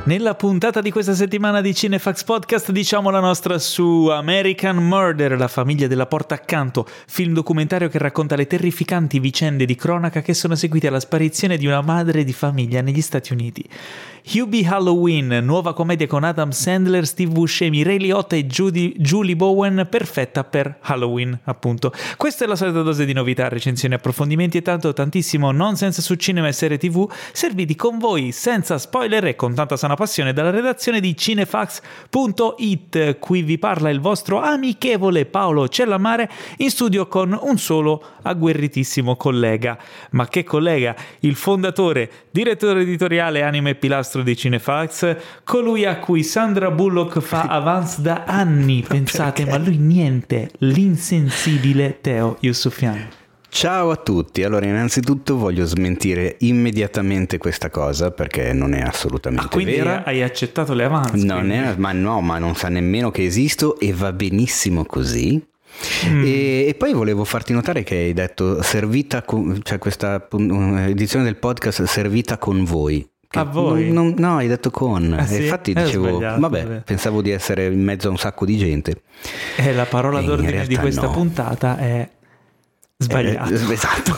Nella puntata di questa settimana di Cinefax Podcast diciamo la nostra su American Murder, la famiglia della porta accanto, film documentario che racconta le terrificanti vicende di cronaca che sono seguite alla sparizione di una madre di famiglia negli Stati Uniti. Hubie Halloween, nuova commedia con Adam Sandler, Steve Buscemi, Ray Liotta e Julie Bowen, perfetta per Halloween, appunto. Questa è la solita dose di novità, recensioni, approfondimenti e tantissimo nonsense su cinema e serie TV, serviti con voi senza spoiler e con tanta sana passione dalla redazione di cinefax.it. Qui vi parla il vostro amichevole Paolo Cellamare, in studio con un solo agguerritissimo collega. Ma che collega? Il fondatore, direttore editoriale, anima e pilastro di Cinefax, colui a cui Sandra Bullock fa avance da anni, pensate, ma lui niente, l'insensibile Teo Yusufian. Ciao a tutti, allora innanzitutto voglio smentire immediatamente questa cosa perché non è assolutamente quindi vera. Hai accettato le avance? Ma non sa nemmeno che esisto e va benissimo così. E poi volevo farti notare che hai detto cioè questa edizione del podcast servita con voi. A voi? No, hai detto con. Sì? Infatti dicevo, vabbè, pensavo di essere in mezzo a un sacco di gente. La parola d'ordine di questa puntata è sbagliato. Esatto.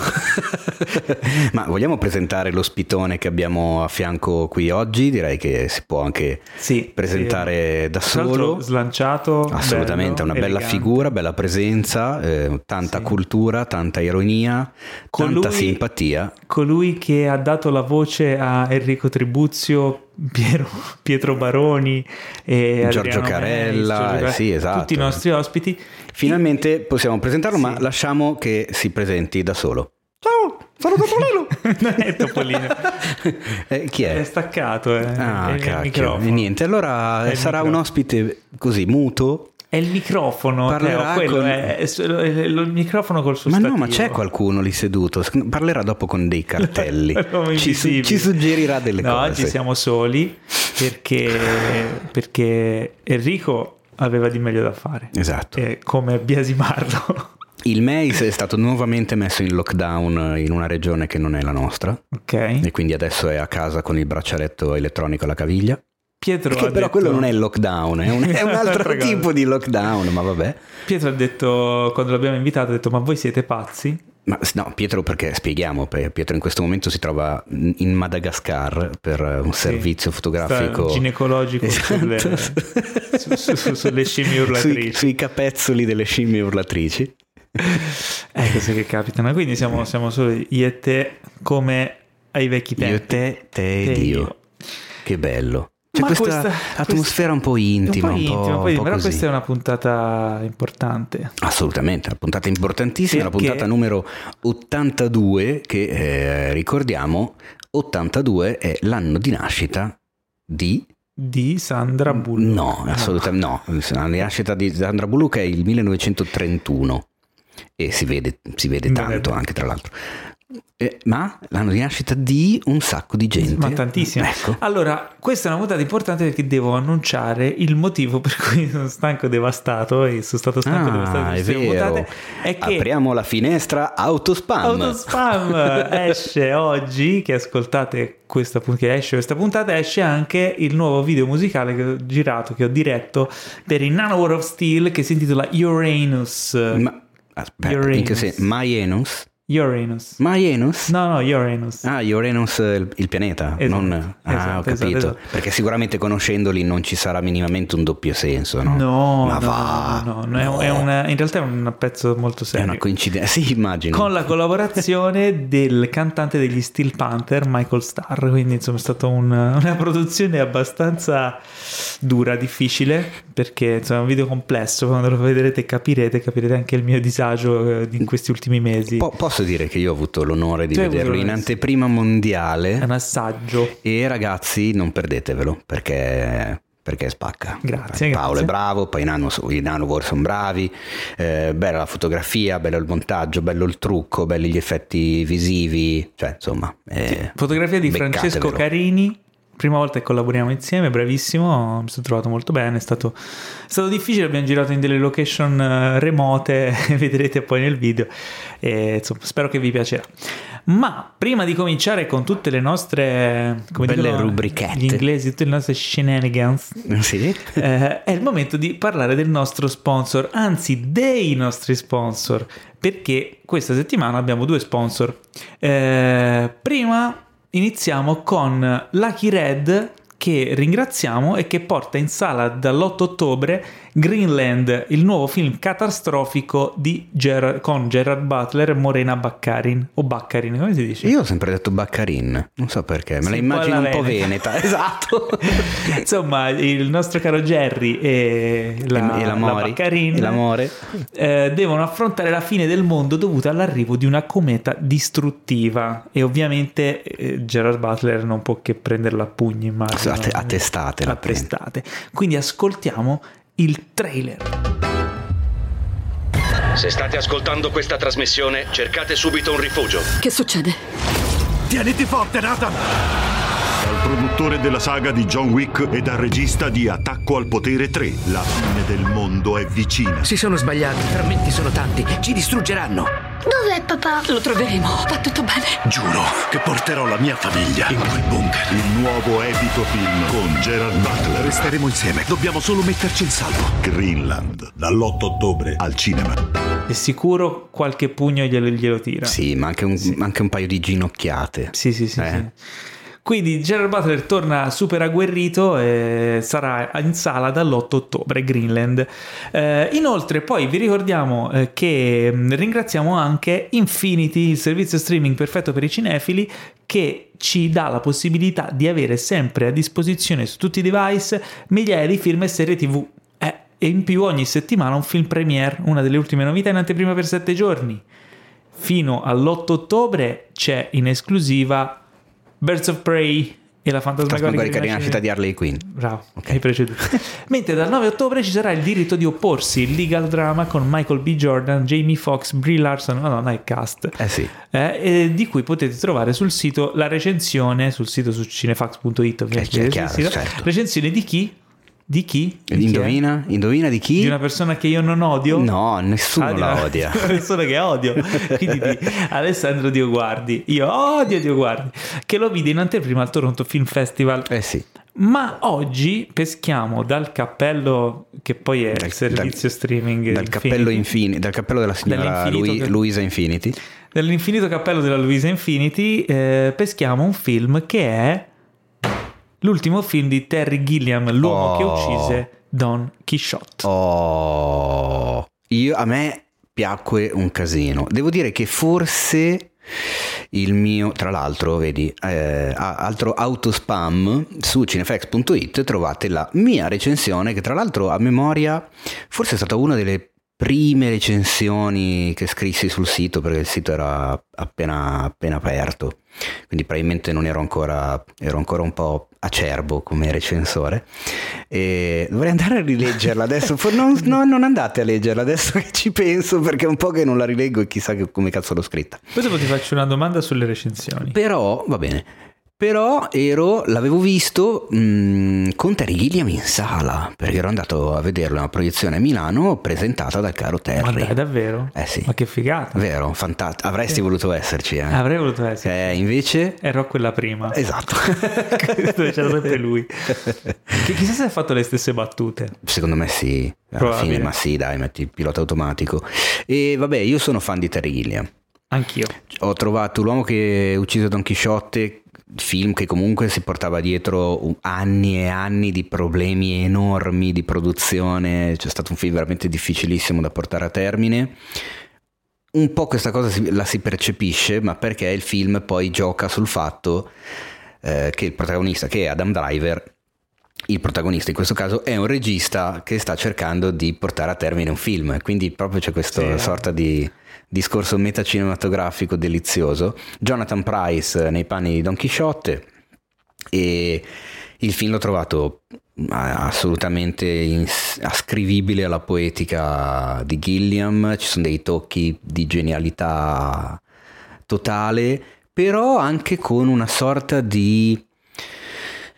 Ma vogliamo presentare l'ospitone che abbiamo a fianco qui oggi? Direi che si può anche presentare da solo. Slanciato. Assolutamente, bello, una bella elegante. figura, bella presenza, tanta cultura, tanta ironia, tanta simpatia. Colui che ha dato la voce a Enrico Tribuzio, Pietro Baroni e Giorgio Carella, sì, esatto. Tutti i nostri ospiti. Finalmente possiamo presentarlo, ma lasciamo che si presenti da solo. Ciao, sono Topolino. Non è Topolino. Chi è? È staccato. È il microfono. Niente, allora sarà un ospite così muto. È il microfono, parlerà è il microfono col suo stativo. Ma no, ma c'è qualcuno lì seduto, parlerà dopo con dei cartelli. ci suggerirà delle cose. No, oggi siamo soli perché Enrico aveva di meglio da fare. Esatto. Come biasimarlo. Il MEIS è stato nuovamente messo in lockdown in una regione che non è la nostra. Ok. E quindi adesso è a casa con il braccialetto elettronico alla caviglia. Pietro che però quello non è il lockdown, è un altro tipo di lockdown, ma vabbè. Pietro ha detto, quando l'abbiamo invitato, ha detto: ma voi siete pazzi? Ma no, Pietro, perché spieghiamo, Pietro in questo momento si trova in Madagascar per un servizio fotografico ginecologico. Esatto. sulle scimmie urlatrici, sui capezzoli delle scimmie urlatrici. Cose che capitano. Quindi siamo solo io e te, come ai vecchi tempi. Io, te e Dio. Che bello. C'è questa atmosfera un po' intima, un po' però così. Questa è una puntata importante. Assolutamente, una puntata importantissima, la puntata numero 82 che ricordiamo, 82 è l'anno di nascita di Sandra Bullock. No, assolutamente no. L'anno di nascita di Sandra Bullock è il 1931 e si vede tanto anche, tra l'altro. Ma l'anno di nascita di un sacco di gente. Ma tantissimo. Ecco. Allora, questa è una puntata importante perché devo annunciare il motivo per cui sono stanco devastato e sono stato stanco devastato di queste puntate. È che apriamo la finestra Autospam esce oggi, che ascoltate che esce questa puntata, esce anche il nuovo video musicale che ho girato, che ho diretto per il Nanowar of Steel, che si intitola Uranus. Ma aspetta, in che senso? Uranus? Uranus? No, Uranus. Uranus il pianeta. Ho capito. Esatto. Perché sicuramente conoscendoli non ci sarà minimamente un doppio senso, no? No, in realtà è un pezzo molto serio. È una coincidenza, sì, immagino. Con la collaborazione del cantante degli Steel Panther, Michael Starr, quindi insomma è stata una produzione abbastanza dura, difficile, perché insomma è un video complesso, quando lo vedrete capirete anche il mio disagio in questi ultimi mesi. Posso dire che io ho avuto l'onore di vederlo in anteprima mondiale. È un assaggio. E ragazzi, non perdetevelo perché spacca. Grazie. Paolo è bravo, poi i Nanowar sono bravi, bella la fotografia, bello il montaggio, bello il trucco, belli gli effetti visivi, cioè insomma. Fotografia di Francesco Carini, prima volta che collaboriamo insieme, bravissimo, mi sono trovato molto bene, è stato difficile, abbiamo girato in delle location remote, vedrete poi nel video, e insomma spero che vi piacerà. Ma prima di cominciare con tutte le nostre, come belle dicono rubrichette, gli inglesi, tutte le nostre shenanigans, sì. È il momento di parlare del nostro sponsor, anzi dei nostri sponsor, perché questa settimana abbiamo 2 sponsor. Prima iniziamo con Lucky Red, che ringraziamo e che porta in sala dall'8 ottobre Greenland, il nuovo film catastrofico con Gerard Butler e Morena Baccarin, o Baccarin, come si dice? Io ho sempre detto Baccarin, non so perché, me la immagino un po' veneta, esatto. Insomma, il nostro caro Jerry e la Baccarin e l'amore devono affrontare la fine del mondo dovuta all'arrivo di una cometa distruttiva, e ovviamente Gerard Butler non può che prenderla a pugni, immagino. A testate. Quindi ascoltiamo il trailer. Se state ascoltando questa trasmissione, cercate subito un rifugio. Che succede? Tieniti forte, Nathan! Dal produttore della saga di John Wick e dal regista di Attacco al Potere 3, la fine del mondo è vicina. Si sono sbagliati, i frammenti sono tanti, ci distruggeranno. Dov'è papà? Lo troveremo, va tutto bene. Giuro che porterò la mia famiglia in quel bunker. Il nuovo epico film con Gerard Butler. Resteremo insieme, dobbiamo solo metterci in salvo. Greenland, dall'8 ottobre al cinema. È sicuro qualche pugno glielo tira. Sì, ma anche un paio di ginocchiate. Sì. Quindi Gerard Butler torna super agguerrito e sarà in sala dall'8 ottobre, Greenland. Inoltre poi vi ricordiamo che ringraziamo anche Infinity, il servizio streaming perfetto per i cinefili, che ci dà la possibilità di avere sempre a disposizione su tutti i device migliaia di film e serie TV. E in più ogni settimana un film premiere, una delle ultime novità in anteprima per 7 giorni. Fino all'8 ottobre c'è in esclusiva Birds of Prey e la fantasmagorica rinascita di Harley Quinn. Bravo, okay. Hai preceduto. Mentre dal 9 ottobre ci sarà Il diritto di opporsi, il legal drama con Michael B. Jordan, Jamie Foxx, Brie Larson, Madonna, è cast. Sì. Di cui potete trovare sul sito la recensione, su cinefax.it ovviamente. Certo. Recensione di chi? Di chi? Indovina di chi? Di una persona che io non odio? No, nessuno la odia. Una persona che odio. Quindi di Alessandro Dioguardi. Io odio Dioguardi, che lo vide in anteprima al Toronto Film Festival. Sì. Ma oggi peschiamo dal cappello, che poi è il servizio streaming, dal cappello della signora Luisa Infinity. Dall'infinito cappello della Luisa Infinity peschiamo un film che è l'ultimo film di Terry Gilliam, l'uomo che uccise Don Quixote. A me piacque un casino. Devo dire che forse il mio, tra l'altro, vedi, altro autospam, su cinefax.it trovate la mia recensione, che tra l'altro a memoria forse è stata una delle prime recensioni che scrissi sul sito, perché il sito era appena aperto, quindi probabilmente non ero ancora un po' acerbo come recensore, e dovrei andare a rileggerla adesso. Non andate a leggerla adesso che ci penso, perché è un po' che non la rileggo e chissà come cazzo l'ho scritta. Poi dopo ti faccio una domanda sulle recensioni. Però va bene. Però l'avevo visto con Terry Gilliam in sala, perché ero andato a vederlo una proiezione a Milano presentata dal caro Terry. Ma dai, davvero? Sì. Ma che figata. Vero, fantastico. Avresti voluto esserci, Avrei voluto esserci. Invece ero a quella prima. Esatto. Dove c'era sempre lui. Che chissà se ha fatto le stesse battute. Secondo me sì. Alla fine, ma sì, dai, metti il pilota automatico. E vabbè, io sono fan di Terry Gilliam. Anch'io. Ho trovato L'uomo che uccise Don Chisciotte, film che comunque si portava dietro anni e anni di problemi enormi di produzione. C'è stato un film veramente difficilissimo da portare a termine. Un po' questa cosa la si percepisce, ma perché il film poi gioca sul fatto che il protagonista, che è Adam Driver, il protagonista in questo caso è un regista che sta cercando di portare a termine un film, quindi proprio c'è questa sorta di discorso metacinematografico delizioso. Jonathan Pryce nei panni di Don Chisciotte, e il film l'ho trovato assolutamente ascrivibile alla poetica di Gilliam. Ci sono dei tocchi di genialità totale, però anche con una sorta di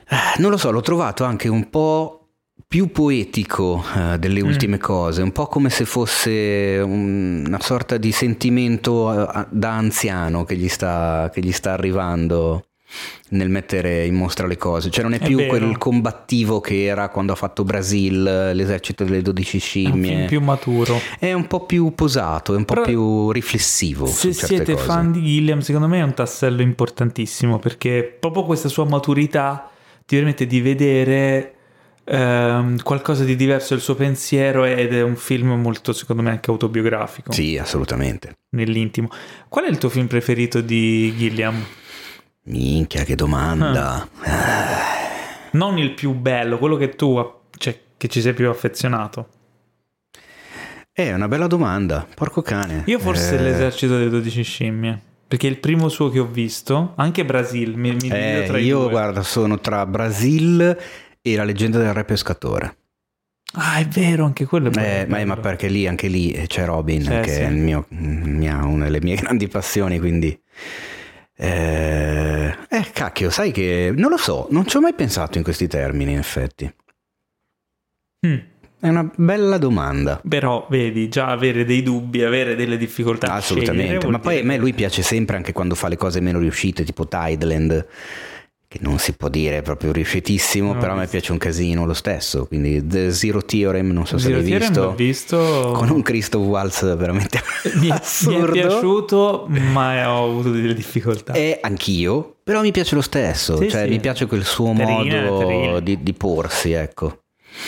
Non lo so, l'ho trovato anche un po' più poetico delle ultime cose, un po' come se fosse una sorta di sentimento da anziano che gli sta arrivando nel mettere in mostra le cose, cioè non è più quel combattivo che era quando ha fatto Brasil, l'esercito delle 12 scimmie. È più maturo, è un po' più posato, è un po' più riflessivo. Se su certe siete cose. fan di Gilliam, secondo me è un tassello importantissimo, perché proprio questa sua maturità ti permette di vedere qualcosa di diverso del suo pensiero, ed è un film molto, secondo me, anche autobiografico. Sì, assolutamente. Nell'intimo. Qual è il tuo film preferito di Gilliam? Minchia, che domanda. Non il più bello, quello che tu, cioè, che ci sei più affezionato. È una bella domanda, porco cane. Io forse l'esercito delle 12 scimmie, perché è il primo suo che ho visto, anche Brasil, mi divido tra i io due. guarda, sono tra Brasil e La leggenda del re pescatore. Ah, è vero, anche quello è bello. Ma perché anche lì c'è Robin, che sì. è una delle mie grandi passioni, quindi cacchio, sai che non lo so, non ci ho mai pensato in questi termini, in effetti. È una bella domanda. Però vedi, già avere dei dubbi, avere delle difficoltà. Assolutamente, ma poi a me lui piace sempre anche quando fa le cose meno riuscite, tipo Tideland, che non si può dire proprio riuscitissimo, però a me piace un casino lo stesso. Quindi The Zero Theorem, non so se l'hai visto, con un Christoph Waltz veramente assurdo. Mi è piaciuto, ma ho avuto delle difficoltà. Anch'io, però mi piace lo stesso, mi piace quel suo modo di porsi, ecco.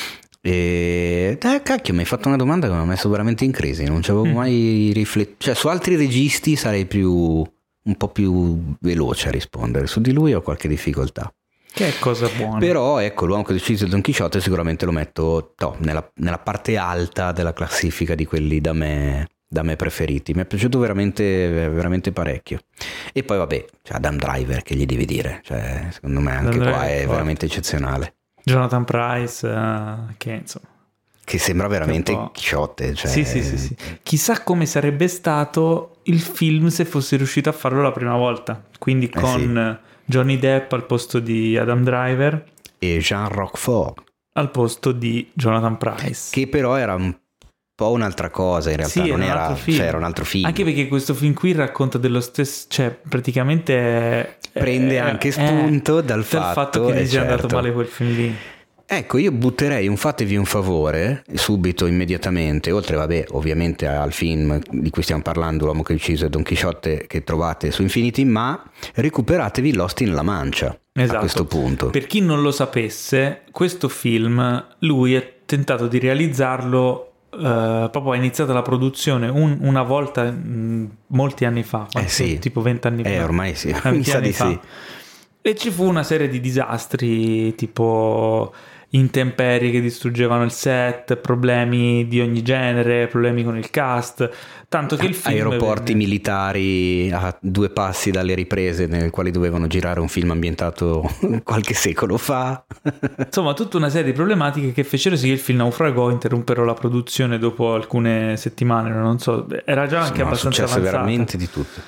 E cacchio, mi hai fatto una domanda che mi ha messo veramente in crisi, non ci avevo mai riflettuto. Cioè, su altri registi sarei un po' più veloce a rispondere, su di lui ho qualche difficoltà. Che è cosa buona. Però ecco, L'uomo che decise Don Chisciotte sicuramente lo metto nella parte alta della classifica di quelli da me preferiti. Mi è piaciuto veramente, veramente parecchio. E poi vabbè, c'è Adam Driver, che gli devi dire, cioè, secondo me anche qua è veramente eccezionale. Jonathan Pryce, che insomma, che sembra veramente Chisciotte, cioè... sì. Chissà come sarebbe stato il film se fosse riuscito a farlo la prima volta, quindi con Johnny Depp al posto di Adam Driver e Jean Rochefort al posto di Jonathan Pryce, che però era un po' un'altra cosa in realtà, non era, era un altro film, anche perché questo film qui racconta dello stesso, cioè praticamente prende anche spunto dal fatto che gli sia andato male quel film lì. Ecco, io butterei un fatevi un favore subito, immediatamente, oltre vabbè ovviamente al film di cui stiamo parlando, L'uomo che uccise Don Chisciotte, che trovate su Infinity, ma recuperatevi Lost in La Mancia. Esatto. A questo punto. Per chi non lo sapesse, questo film lui ha tentato di realizzarlo, proprio ha iniziato la produzione una volta molti anni fa, tipo 20 anni fa. Ormai sì, mi sa di sì. E ci fu una serie di disastri, tipo intemperie che distruggevano il set, problemi di ogni genere, problemi con il cast, tanto che il film aeroporti militari a 2 passi dalle riprese nelle quali dovevano girare un film ambientato qualche secolo fa. Insomma, tutta una serie di problematiche che fecero sì che il film naufragò, interruppero la produzione dopo alcune settimane, non so, era già anche abbastanza avanzata. Successe veramente di tutto.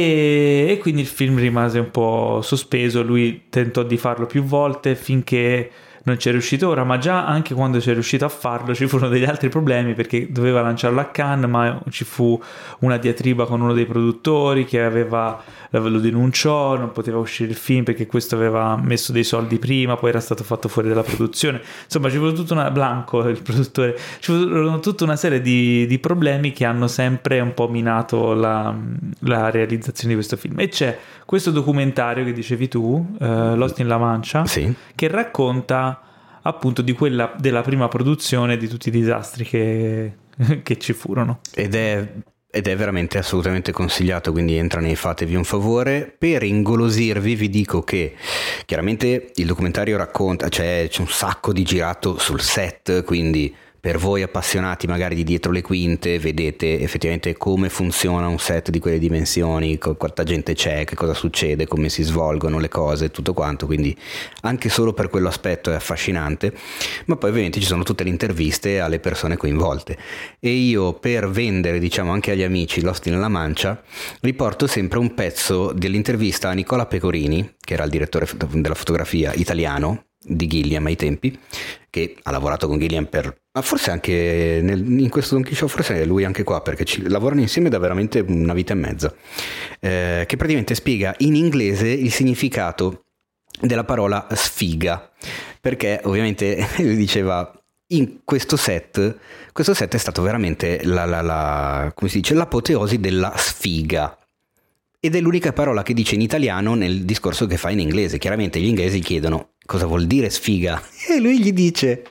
E quindi il film rimase un po' sospeso, lui tentò di farlo più volte finché non ci è riuscito ora, ma già anche quando ci è riuscito a farlo ci furono degli altri problemi, perché doveva lanciarlo a Cannes, ma ci fu una diatriba con uno dei produttori che lo denunciò, non poteva uscire il film perché questo aveva messo dei soldi prima, poi era stato fatto fuori dalla produzione, insomma ci fu tutta Blanco, il produttore, ci furono tutta una serie di problemi che hanno sempre un po' minato la realizzazione di questo film. E c'è questo documentario che dicevi tu, Lost in La Mancia, che racconta appunto di quella della prima produzione, di tutti i disastri che ci furono. Ed è veramente assolutamente consigliato, quindi entra nei fatevi un favore. Per ingolosirvi vi dico che chiaramente il documentario racconta, c'è un sacco di girato sul set, quindi per voi appassionati magari di dietro le quinte, vedete effettivamente come funziona un set di quelle dimensioni, quanta gente c'è, che cosa succede, come si svolgono le cose, tutto quanto, quindi anche solo per quello aspetto è affascinante. Ma poi ovviamente ci sono tutte le interviste alle persone coinvolte, e io, per vendere diciamo anche agli amici Lost in La Mancia, riporto sempre un pezzo dell'intervista a Nicola Pecorini, che era il direttore della fotografia italiano di Gilliam ai tempi, che ha lavorato con Gilliam ma forse anche in questo Don Quixote, forse è lui anche qua, perché lavorano insieme da veramente una vita e mezza, che praticamente spiega in inglese il significato della parola sfiga, perché ovviamente lui diceva: in questo set è stato veramente come si dice, l'apoteosi della sfiga, ed è l'unica parola che dice in italiano nel discorso che fa in inglese. Chiaramente gli inglesi chiedono cosa vuol dire sfiga, e lui gli dice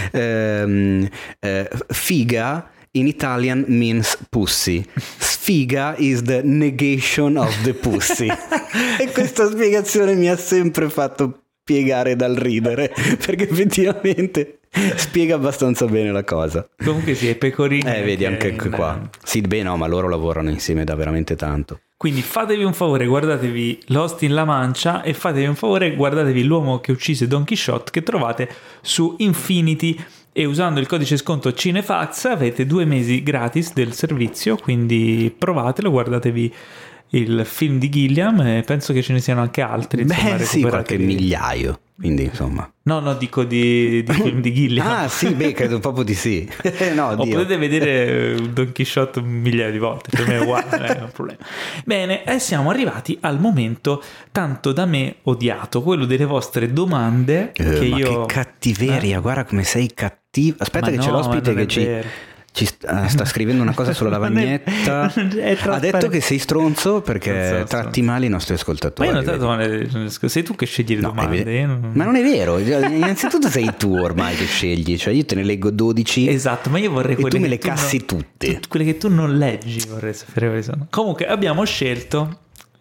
figa in Italian means pussy, sfiga is the negation of the pussy. E questa spiegazione mi ha sempre fatto piegare dal ridere, perché effettivamente spiega abbastanza bene la cosa. Comunque sì, è Pecorini. Vedi anche qua. Sì, beh, no, ma loro lavorano insieme da veramente tanto. Quindi fatevi un favore, guardatevi Lost in La Mancia, e fatevi un favore, guardatevi L'uomo che uccise Don Quixote, che trovate su Infinity, e usando il codice sconto Cinefax avete 2 mesi gratis del servizio, quindi provatelo, guardatevi il film di Gilliam, e penso che ce ne siano anche altri. Beh, sì, qualche migliaio, quindi insomma. No, dico di film di Gilliam. Ah sì, beh, credo proprio di sì. No, o potete vedere Don Quixote un migliaio di volte, per me è uguale, non è un problema. Bene, siamo arrivati al momento tanto da me odiato, quello delle vostre domande. Ma che cattiveria, guarda come sei cattivo. Aspetta, che c'è l'ospite che ci sta scrivendo una cosa sulla lavagnetta. Ha detto che sei stronzo perché tratti male i nostri ascoltatori. Ma io ho notato, sei tu che scegli le domande. Ma non è vero, innanzitutto sei tu ormai che scegli, cioè io te ne leggo 12. Esatto, ma io vorrei e tu me le cassi tutte. Quelle che tu non leggi, vorrei sapere quali sono. Comunque abbiamo scelto,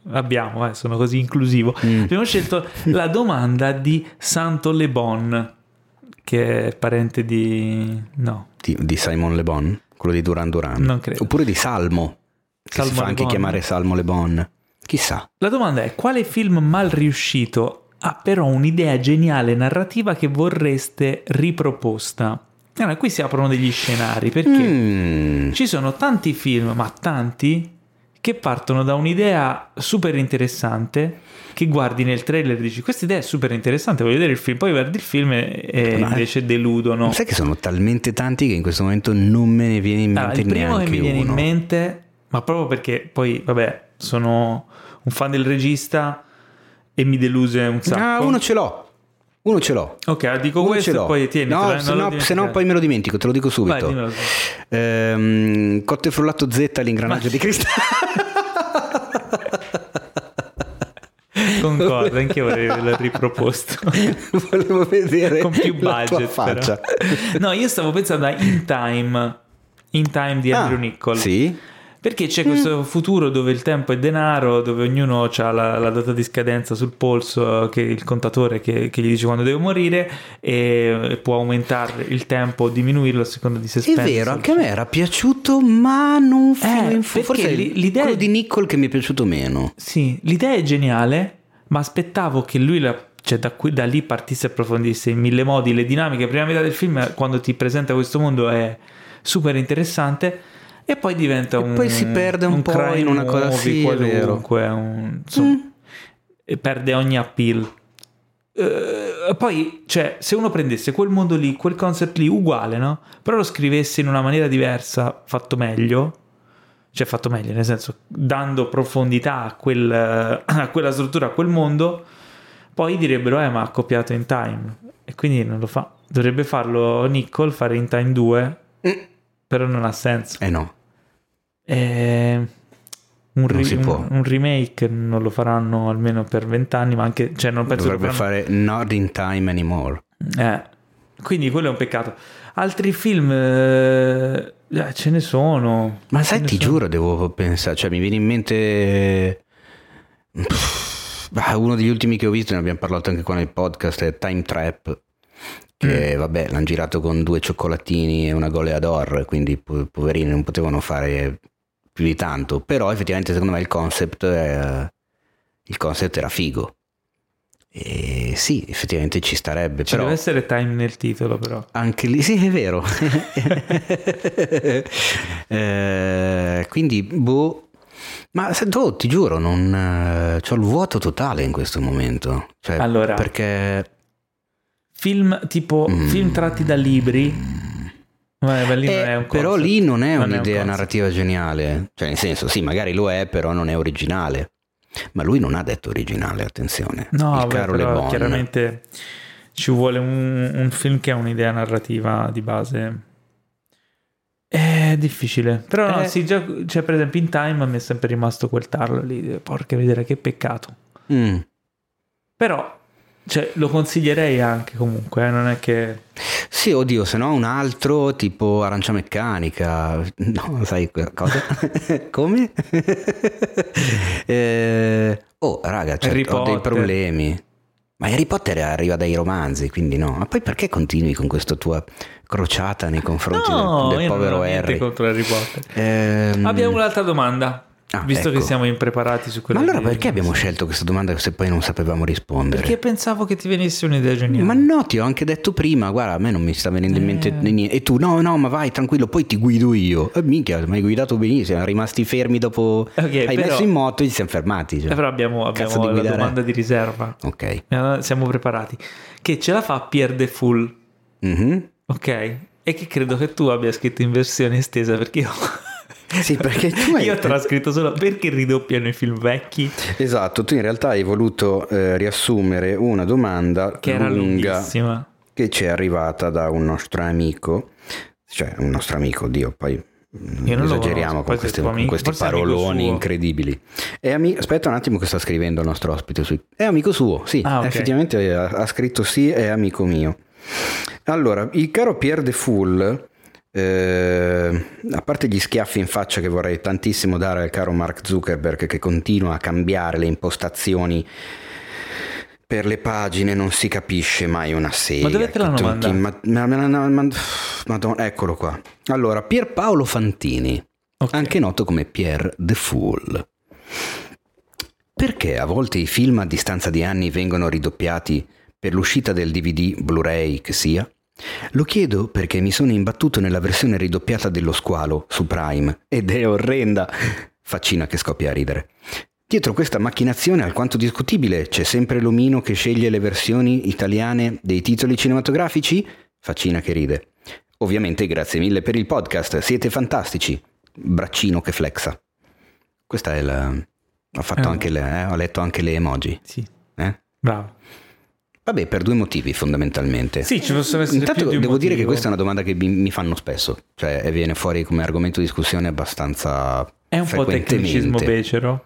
sono così inclusivo, abbiamo scelto la domanda di Santo Le Bon, che è parente di Simon Le Bon, quello di Duran Duran. Non credo. Oppure di Salmo, che si fa anche chiamare Salmo Le Bon. Chissà. La domanda è: quale film mal riuscito ha però un'idea geniale narrativa che vorreste riproposta? Allora, qui si aprono degli scenari, perché ci sono tanti film, ma tanti, che partono da un'idea super interessante, che guardi nel trailer e dici questa idea è super interessante, voglio vedere il film, poi guardi il film e invece deludono. Sai che sono talmente tanti che in questo momento non me ne viene in mente neanche uno. Il primo che mi viene in mente, ma proprio perché poi sono un fan del regista e mi deluse un sacco. Uno ce l'ho. Ok, dico uno questo e poi tieni. No, se no poi me lo dimentico, te lo dico subito. Vai, Cotto e frullato Z, l'ingranaggio di cristallo. Concordo, anche io vorrei averlo riproposto. Volevo vedere con più budget, la tua faccia. No, io stavo pensando a In Time di Andrew Niccol. Sì. Perché c'è questo futuro dove il tempo è denaro, dove ognuno ha la data di scadenza sul polso, che il contatore che gli dice quando deve morire, e può aumentare il tempo o diminuirlo a seconda di se spende. È vero, anche a me era piaciuto, ma non forse l'idea quello di Niccol che mi è piaciuto meno. Sì, l'idea è geniale, ma aspettavo che lui da lì partisse e approfondisse in mille modi le dinamiche. La prima metà del film, quando ti presenta questo mondo, è super interessante. E poi diventa poi si perde un po' in una cosa qualunque, e perde ogni appeal. Poi, se uno prendesse quel mondo lì, quel concept lì uguale, no? Però lo scrivesse in una maniera diversa, fatto meglio, nel senso dando profondità a quella struttura, a quel mondo, poi direbbero ma ha copiato In Time, e quindi non lo fa. Dovrebbe farlo Niccol, fare In Time 2, però non ha senso. No. Un remake non lo faranno almeno per 20 anni, ma anche non penso dovrebbe fare Not in Time Anymore. Quindi quello è un peccato. Altri film ce ne sono. Ma sai, ti giuro, devo pensare, mi viene in mente uno degli ultimi che ho visto, ne abbiamo parlato anche qua nel podcast, è Time Trap, che vabbè l'hanno girato con 2 cioccolatini e una goleador, quindi poverini non potevano fare più di tanto, però effettivamente secondo me il concept era figo. E sì, effettivamente ci starebbe. Ci però deve essere time nel titolo, però. Anche lì, sì, è vero. Quindi, ma ti giuro, non c'ho il vuoto totale in questo momento. Cioè, allora, perché film tipo film tratti da libri. Lì non è un però concept. lì non è Non un'idea è un narrativa geniale. Cioè, nel senso, sì, magari lo è, però non è originale. Ma lui non ha detto originale, attenzione. No, il caro Le però Bon. chiaramente ci vuole un film che ha un'idea narrativa di base. È difficile. Però no, sì, già, cioè, per esempio in Time a me è sempre rimasto quel tarlo lì. Porca vedere che peccato. Però cioè, lo consiglierei anche comunque, non è che... Sì, oddio, se no un altro tipo Arancia Meccanica, no, sai cosa? Come? Raga, cioè, ho dei problemi. Ma Harry Potter arriva dai romanzi, quindi no. Ma poi perché continui con questa tua crociata nei confronti del povero Harry? Contro Harry Potter. Abbiamo un'altra domanda. Visto che siamo impreparati su quello. Ma allora perché abbiamo scelto questa domanda se poi non sapevamo rispondere? Perché pensavo che ti venisse un'idea geniale. Ma no, ti ho anche detto prima, guarda, a me non mi sta venendo in mente niente. E tu, no, ma vai, tranquillo, poi ti guido io. Minchia, mi hai guidato benissimo, siamo rimasti fermi dopo... Hai messo in moto e ci siamo fermati. Cioè. Però abbiamo la domanda di riserva. Ok. Siamo preparati. Che ce la fa Pierre Defool. Ok? E che credo che tu abbia scritto in versione estesa, perché io... Sì, perché io ho trascritto solo perché ridoppiano i film vecchi. Esatto, tu in realtà hai voluto riassumere una domanda che era lunghissima, che ci è arrivata da un nostro amico, cioè un nostro amico, Dio, poi esageriamo con questi paroloni incredibili. Aspetta un attimo che sta scrivendo il nostro ospite è amico suo, sì, okay. Effettivamente ha scritto sì, è amico mio. Allora, il caro Pierre Defool, a parte gli schiaffi in faccia che vorrei tantissimo dare al caro Mark Zuckerberg, che continua a cambiare le impostazioni per le pagine, non si capisce mai una sega. Ma dove te l'hanno mandato? Madonna, eccolo qua. Allora, Pierpaolo Fantini, anche noto come Pierre Defool. Perché a volte i film a distanza di anni vengono ridoppiati per l'uscita del DVD, Blu-ray che sia? Lo chiedo perché mi sono imbattuto nella versione ridoppiata dello Squalo su Prime ed è orrenda. Faccina che scoppia a ridere. Dietro questa macchinazione alquanto discutibile c'è sempre l'omino che sceglie le versioni italiane dei titoli cinematografici? Faccina che ride. Ovviamente grazie mille per il podcast, siete fantastici. Braccino che flexa. Questa è la... Ho fatto anche ho letto anche le emoji. Sì. Bravo. Vabbè, per 2 motivi fondamentalmente. Sì, ci possono essere. Intanto più di devo dire che questa è una domanda che mi fanno spesso, cioè viene fuori come argomento di discussione abbastanza è un po' tecnicismo becero?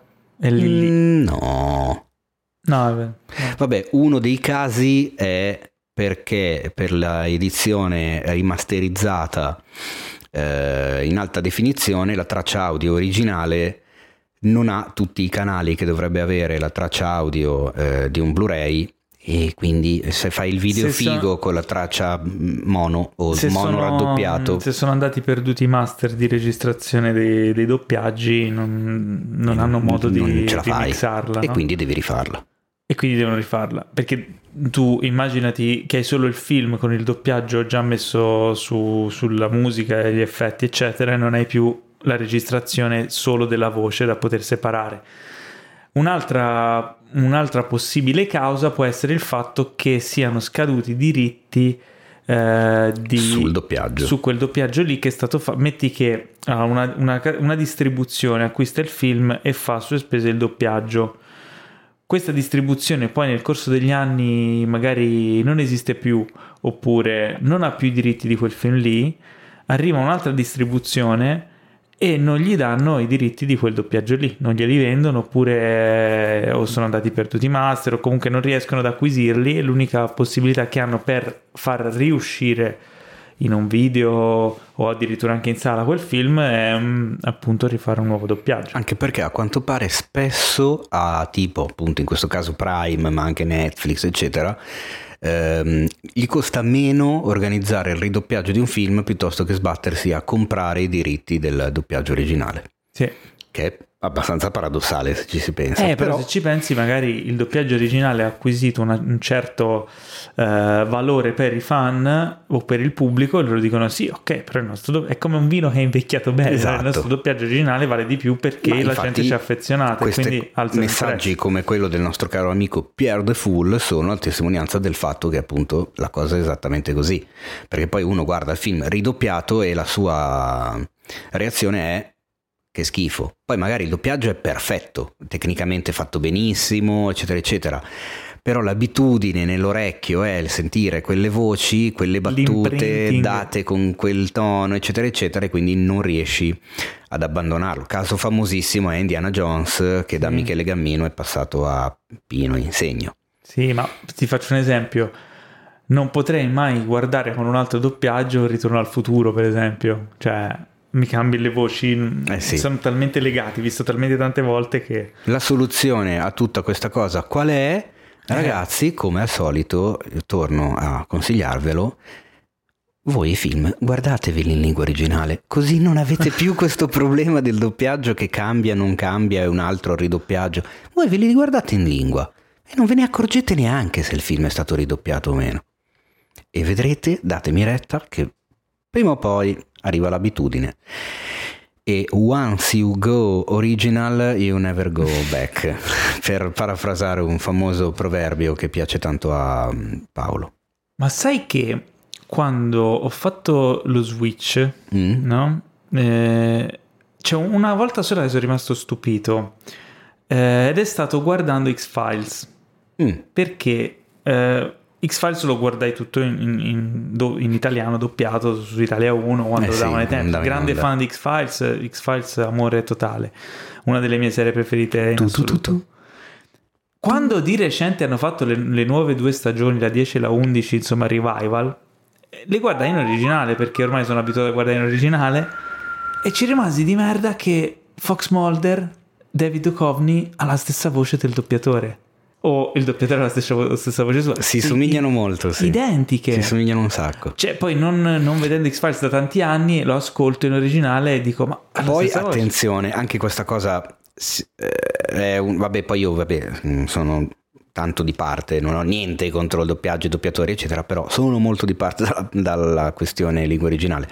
No. No. Vabbè, uno dei casi è perché per la edizione rimasterizzata in alta definizione la traccia audio originale non ha tutti i canali che dovrebbe avere la traccia audio di un Blu-ray. E quindi se fai il video figo con la traccia mono o raddoppiato, se sono andati perduti i master di registrazione dei doppiaggi, non hanno modo di mixarla, e no? quindi devi rifarla. E quindi devono rifarla, perché tu immaginati che hai solo il film con il doppiaggio già messo sulla musica e gli effetti eccetera, e non hai più la registrazione solo della voce da poter separare. Un'altra possibile causa può essere il fatto che siano scaduti i diritti sul doppiaggio, su quel doppiaggio lì che è stato fatto. Metti che una distribuzione acquista il film e fa a sue spese il doppiaggio. Questa distribuzione poi nel corso degli anni magari non esiste più, oppure non ha più i diritti di quel film lì, arriva un'altra distribuzione e non gli danno i diritti di quel doppiaggio lì, non glieli vendono, oppure o sono andati perduti i master o comunque non riescono ad acquisirli, e l'unica possibilità che hanno per far riuscire in un video o addirittura anche in sala quel film è appunto rifare un nuovo doppiaggio. Anche perché a quanto pare spesso tipo appunto in questo caso Prime, ma anche Netflix eccetera, gli costa meno organizzare il ridoppiaggio di un film piuttosto che sbattersi a comprare i diritti del doppiaggio originale. Sì. Che è abbastanza paradossale se ci si pensa. Però se ci pensi, magari il doppiaggio originale ha acquisito un certo valore per i fan o per il pubblico, e loro dicono sì, ok, però il nostro è come un vino che è invecchiato bene, esatto. Il nostro doppiaggio originale vale di più perché la gente ci è affezionata, e quindi alza messaggi come quello del nostro caro amico Pierre De Fool sono la testimonianza del fatto che appunto la cosa è esattamente così, perché poi uno guarda il film ridoppiato e la sua reazione è: che schifo. Poi magari il doppiaggio è perfetto, tecnicamente fatto benissimo, eccetera eccetera, però l'abitudine nell'orecchio è il sentire quelle voci, quelle battute date con quel tono, eccetera eccetera, e quindi non riesci ad abbandonarlo. Caso famosissimo è Indiana Jones, che da Michele Gammino è passato a Pino Insegno. Sì, ma ti faccio un esempio: non potrei mai guardare con un altro doppiaggio Ritorno al futuro, per esempio, cioè mi cambi le voci, sono talmente legati, visto talmente tante volte che... La soluzione a tutta questa cosa qual è? Ragazzi, come al solito, torno a consigliarvelo: voi i film guardateveli in lingua originale, così non avete più questo problema del doppiaggio che cambia, non cambia, e un altro ridoppiaggio. Voi ve li guardate in lingua e non ve ne accorgete neanche se il film è stato ridoppiato o meno, e vedrete, datemi retta, che prima o poi arriva l'abitudine, e once you go original you never go back, per parafrasare un famoso proverbio che piace tanto a Paolo. Ma sai che quando ho fatto lo switch, no? C'è una volta sola che sono rimasto stupito, ed è stato guardando X-Files, perché X-Files lo guardai tutto in italiano, doppiato su Italia 1 quando davano ai tempi. Grande fan di X-Files, X-Files amore totale, una delle mie serie preferite in assoluto. Quando di recente hanno fatto le nuove 2 stagioni, la 10 e la 11, insomma revival, le guardai in originale perché ormai sono abituato a guardare in originale, e ci rimasi di merda che Fox Mulder, David Duchovny, ha la stessa voce del doppiatore. O il doppiatore ha la stessa voce sua. Si somigliano molto, sì. Identiche. Si somigliano un sacco. Cioè, poi non vedendo X-Files da tanti anni, lo ascolto in originale e dico, ma poi attenzione, voce. Anche questa cosa poi io sono tanto di parte, non ho niente contro il doppiaggio, i doppiatori eccetera, però sono molto di parte dalla questione lingua originale.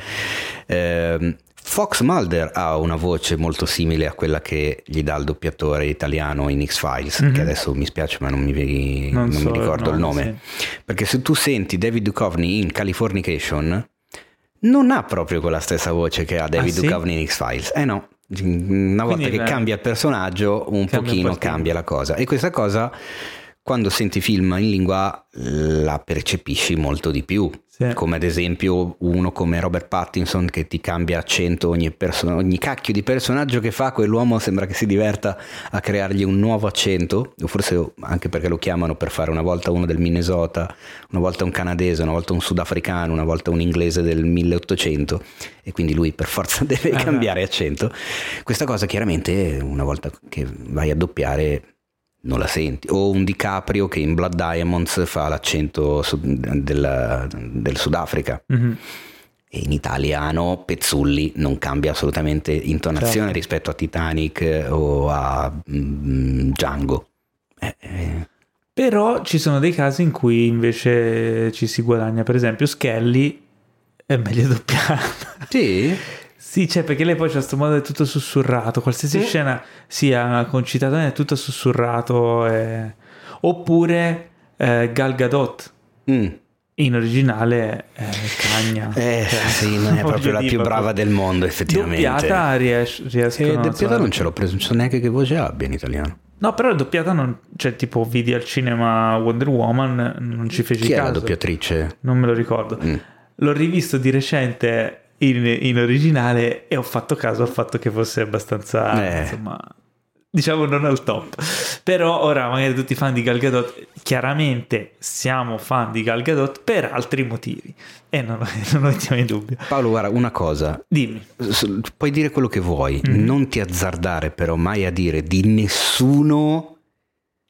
Fox Mulder ha una voce molto simile a quella che gli dà il doppiatore italiano in X-Files, che adesso mi spiace ma non mi ricordo il nome, perché se tu senti David Duchovny in Californication non ha proprio quella stessa voce che ha David Duchovny in X-Files, no, una volta che cambia il personaggio pochino cambia la cosa, e questa cosa quando senti film in lingua la percepisci molto di più. Come ad esempio uno come Robert Pattinson che ti cambia accento ogni cacchio di personaggio che fa, quell'uomo sembra che si diverta a creargli un nuovo accento, o forse anche perché lo chiamano per fare una volta uno del Minnesota, una volta un canadese, una volta un sudafricano, una volta un inglese del 1800, e quindi lui per forza deve cambiare accento. Questa cosa chiaramente una volta che vai a doppiare non la senti. O un DiCaprio che in Blood Diamonds fa l'accento del Sudafrica, e in italiano Pezzulli non cambia assolutamente intonazione rispetto a Titanic o a Django. Però ci sono dei casi in cui invece ci si guadagna, per esempio Skelly è meglio doppiata. Sì, cioè, perché lei poi c'ha questo modo, è tutto sussurrato, qualsiasi scena sia concitata è tutto sussurrato, oppure Gal Gadot in originale cagna, non è proprio la più brava del mondo effettivamente. Doppiata riescono, doppiata non ce l'ho preso, non so neanche che voce abbia in italiano. No, però la doppiata non, cioè tipo vidi al cinema Wonder Woman, non ci feci caso. Chi è la doppiatrice? Non me lo ricordo. L'ho rivisto di recente in originale e ho fatto caso al fatto che fosse abbastanza insomma, diciamo non al top. Però ora magari tutti fan di Gal Gadot, chiaramente siamo fan di Gal Gadot per altri motivi e non mettiamo in dubbio. Paolo, guarda, una cosa, dimmi, puoi dire quello che vuoi, non ti azzardare però mai a dire di nessuno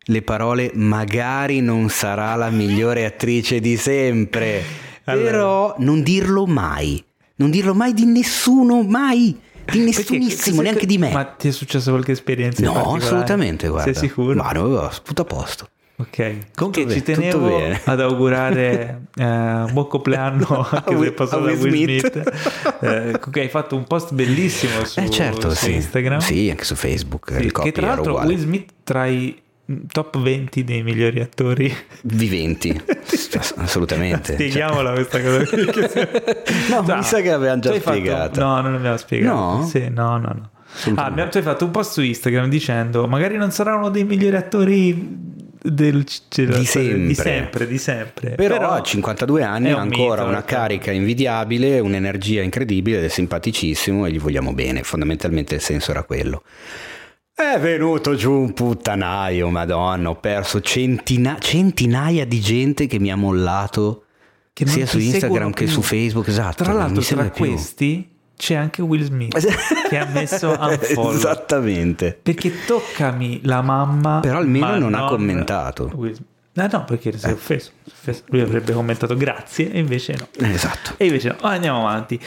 le parole "magari non sarà la migliore attrice di sempre", però non dirlo mai di nessuno, mai. Di nessunissimo, neanche di me. Ma ti è successo qualche esperienza? No, assolutamente, guarda. Sei sicuro? Ma no, tutto a posto. Ok, comunque ci tutto tenevo bene. ad augurare buon compleanno anche se è passato da Will Smith. Che hai fatto un post bellissimo su, certo, su sì. Instagram. Sì, anche su Facebook. Sì, il che tra copy era l'altro uguale. Will Smith tra i top 20 dei migliori attori Viventi. Assolutamente. Spieghiamola questa cosa. No, mi sa che l'abbiamo già spiegata. No, non l'abbiamo spiegata. No? Sì, no. Tu hai fatto un post su Instagram dicendo magari non sarà uno dei migliori attori di sempre. Però a 52 anni è ha un ancora mito, una carica invidiabile, un'energia incredibile ed è simpaticissimo e gli vogliamo bene. Fondamentalmente il senso era quello. È venuto giù un puttanaio, madonna, ho perso centinaia di gente che mi ha mollato che non sia su ti Instagram seguono che più. su Facebook, esatto. Tra l'altro non mi tra segue più. questi c'è anche Will Smith che ha messo unfollow. Esattamente. Perché toccami la mamma, Però almeno ma non ha commentato. Will Smith. No, perché si è offeso. Lui avrebbe commentato grazie e invece no. Esatto. E invece no. Andiamo avanti.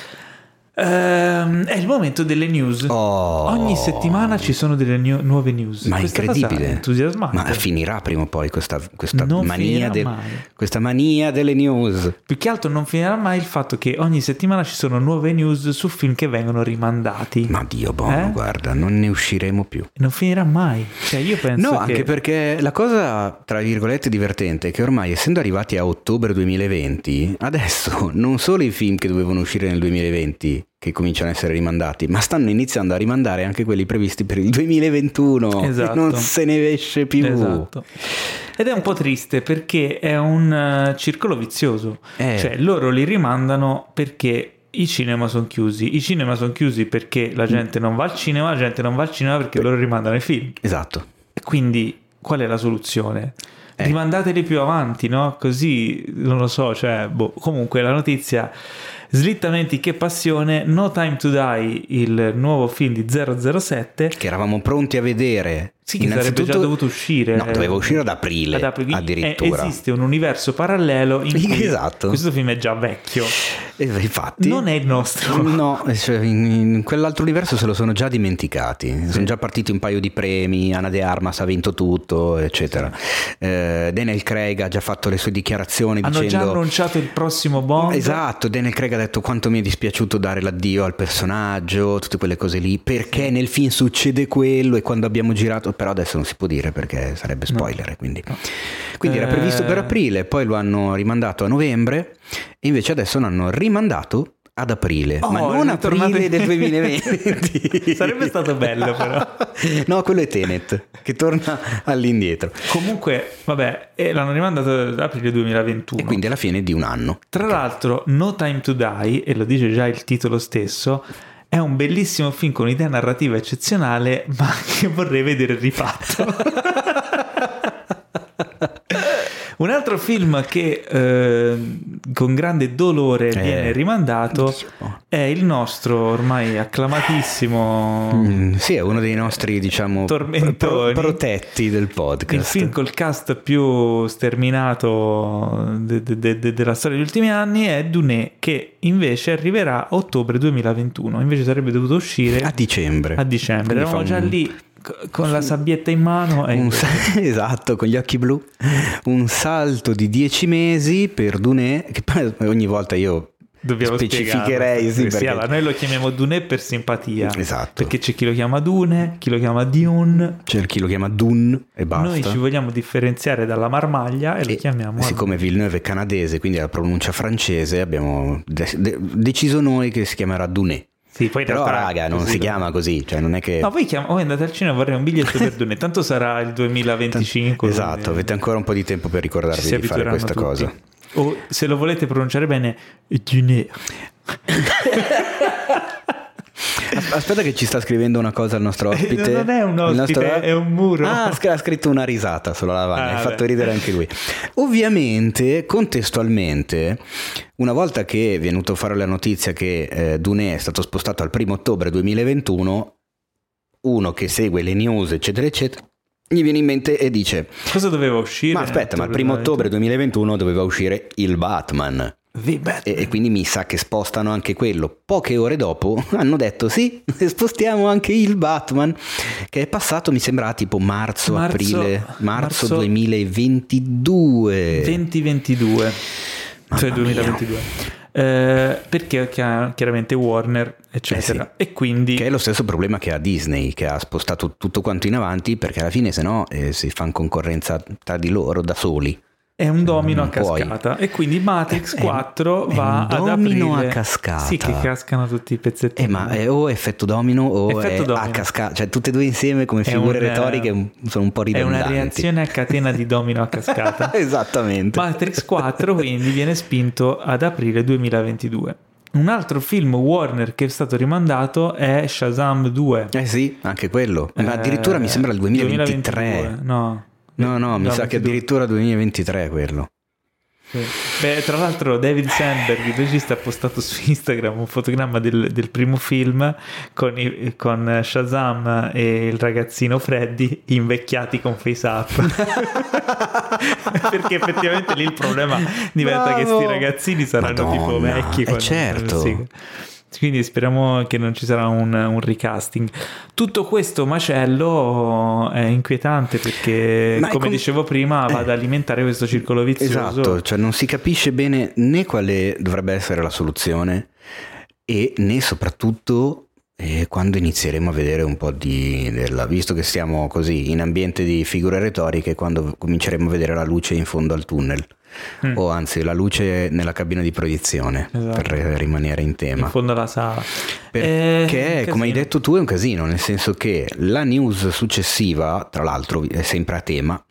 È il momento delle news. Ogni settimana ci sono delle nuove news. Ma è Questa incredibile. cosa è entusiasmante. Ma finirà prima o poi questa Non mania finirà mai. questa mania delle news. Più che altro non finirà mai il fatto che ogni settimana ci sono nuove news su film che vengono rimandati. Ma Dio buono, guarda, non ne usciremo più. Non finirà mai. Cioè io penso No, che... anche perché la cosa tra virgolette divertente è che ormai, essendo arrivati a ottobre 2020, adesso non solo i film che dovevano uscire nel 2020 che cominciano a essere rimandati, ma stanno iniziando a rimandare anche quelli previsti per il 2021. Esatto. Non se ne esce più. Esatto. Ed è un po' triste perché è un circolo vizioso. Cioè loro li rimandano perché i cinema sono chiusi. I cinema sono chiusi perché la gente non va al cinema, la gente non va al cinema perché loro rimandano i film. Esatto. Quindi qual è la soluzione? Rimandateli più avanti, no? Così, non lo so, cioè, comunque la notizia... Slittamenti, che passione, No Time to Die, il nuovo film di 007 che eravamo pronti a vedere. Sì, che sarebbe già dovuto uscire. No, doveva uscire ad aprile. Addirittura. Esiste un universo parallelo in cui esatto. questo film è già vecchio. Infatti non è il nostro. No, cioè, in quell'altro universo se lo sono già dimenticati. Sono già partiti un paio di premi. Ana de Armas ha vinto tutto, eccetera. Daniel Craig ha già fatto le sue dichiarazioni. Hanno dicendo... già annunciato il prossimo Bond. Esatto, Daniel Craig ha detto quanto mi è dispiaciuto dare l'addio al personaggio, tutte quelle cose lì, perché nel film succede quello e quando abbiamo girato, però adesso non si può dire perché sarebbe spoiler, quindi era previsto per aprile, poi lo hanno rimandato a novembre e invece adesso l'hanno rimandato ad aprile, ma non aprile del 2020. Sarebbe stato bello però. No, quello è Tenet che torna all'indietro. Comunque vabbè, l'hanno rimandato ad aprile 2021 e quindi alla fine di un anno. Tra l'altro No Time to Die, e lo dice già il titolo stesso, è un bellissimo film con un'idea narrativa eccezionale, ma che vorrei vedere rifatto. Un altro film che con grande dolore viene rimandato è il nostro ormai acclamatissimo sì, è uno dei nostri, diciamo, tormentoni, protetti del podcast. Il film col cast più sterminato della storia degli ultimi anni è Dune, che invece arriverà a ottobre 2021. Invece sarebbe dovuto uscire a dicembre. Eravamo già lì con la sabbietta in mano esatto, con gli occhi blu. Un salto di 10 mesi per Dune, che poi ogni volta io dobbiamo specificherei perché... allora, noi lo chiamiamo Dune per simpatia, esatto, perché c'è chi lo chiama Dune, chi lo chiama Dune, c'è chi lo chiama Dune e basta. Noi ci vogliamo differenziare dalla marmaglia e lo chiamiamo siccome Villeneuve è canadese, quindi la pronuncia francese, abbiamo deciso noi che si chiamerà Dune. Sì, poi però raga non si chiama così, cioè non è che... No, voi andate al cinema, vorrei un biglietto per Dune, tanto sarà il 2025. Esatto, quindi... avete ancora un po' di tempo per ricordarvi di fare questa cosa. O se lo volete pronunciare bene, Dune. Aspetta che ci sta scrivendo una cosa il nostro ospite. Non è un ospite, è un muro. Ha scritto una risata sulla lavagna, hai fatto ridere anche lui. Ovviamente, contestualmente, una volta che è venuto a fare la notizia che Dune è stato spostato al 1 ottobre 2021, uno che segue le news eccetera eccetera gli viene in mente e dice: cosa doveva uscire? Ma aspetta, ma il 1 ottobre 2021 doveva uscire il Batman. E quindi mi sa che spostano anche quello. Poche ore dopo hanno detto sì, spostiamo anche il Batman, che è passato, mi sembra, tipo marzo 2022. 2022. Cioè 2022. Perché chiaramente Warner, eccetera. Sì. E quindi... Che è lo stesso problema che ha Disney, che ha spostato tutto quanto in avanti, perché alla fine se no si fanno concorrenza tra di loro da soli. È un domino a cascata. E quindi Matrix 4 va ad aprire... domino a cascata. Sì, che cascano tutti i pezzettini. Ma è o effetto domino o effetto domino. A cascata. Cioè tutte e due insieme come figure retoriche sono un po' ridondanti. È una reazione a catena di domino a cascata. Esattamente. Matrix 4 quindi viene spinto ad aprile 2022. Un altro film Warner che è stato rimandato è Shazam 2. Sì, anche quello. Ma addirittura mi sembra il 2023. 2022. No, mi sa che addirittura 2023 quello. Sì. Beh, tra l'altro David Sandberg, il regista, ha postato su Instagram un fotogramma del primo film con Shazam e il ragazzino Freddy invecchiati con FaceApp. Perché effettivamente lì il problema diventa che sti ragazzini saranno tipo vecchi. Certo. Sì. Quindi speriamo che non ci sarà un recasting. Tutto questo macello è inquietante perché, come dicevo prima, va ad alimentare questo circolo vizioso. Esatto, cioè non si capisce bene né quale dovrebbe essere la soluzione e né soprattutto quando inizieremo a vedere un po' visto che stiamo così in ambiente di figure retoriche, quando cominceremo a vedere la luce in fondo al tunnel. O anzi la luce nella cabina di proiezione, esatto, per rimanere in tema, in fondo alla sala, perché come hai detto tu è un casino, nel senso che la news successiva, tra l'altro è sempre a tema,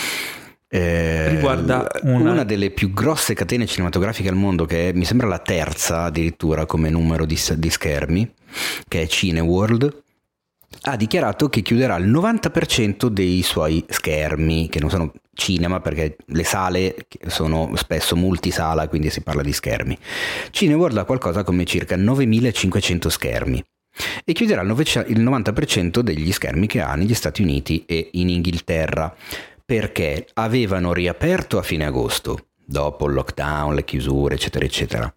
riguarda una delle più grosse catene cinematografiche al mondo, che mi sembra la terza addirittura come numero di schermi, che è Cineworld. Ha dichiarato che chiuderà il 90% dei suoi schermi, che non sono cinema perché le sale sono spesso multisala, quindi si parla di schermi. Cineworld ha qualcosa come circa 9.500 schermi e chiuderà il 90% degli schermi che ha negli Stati Uniti e in Inghilterra, perché avevano riaperto a fine agosto, dopo il lockdown, le chiusure, eccetera, eccetera,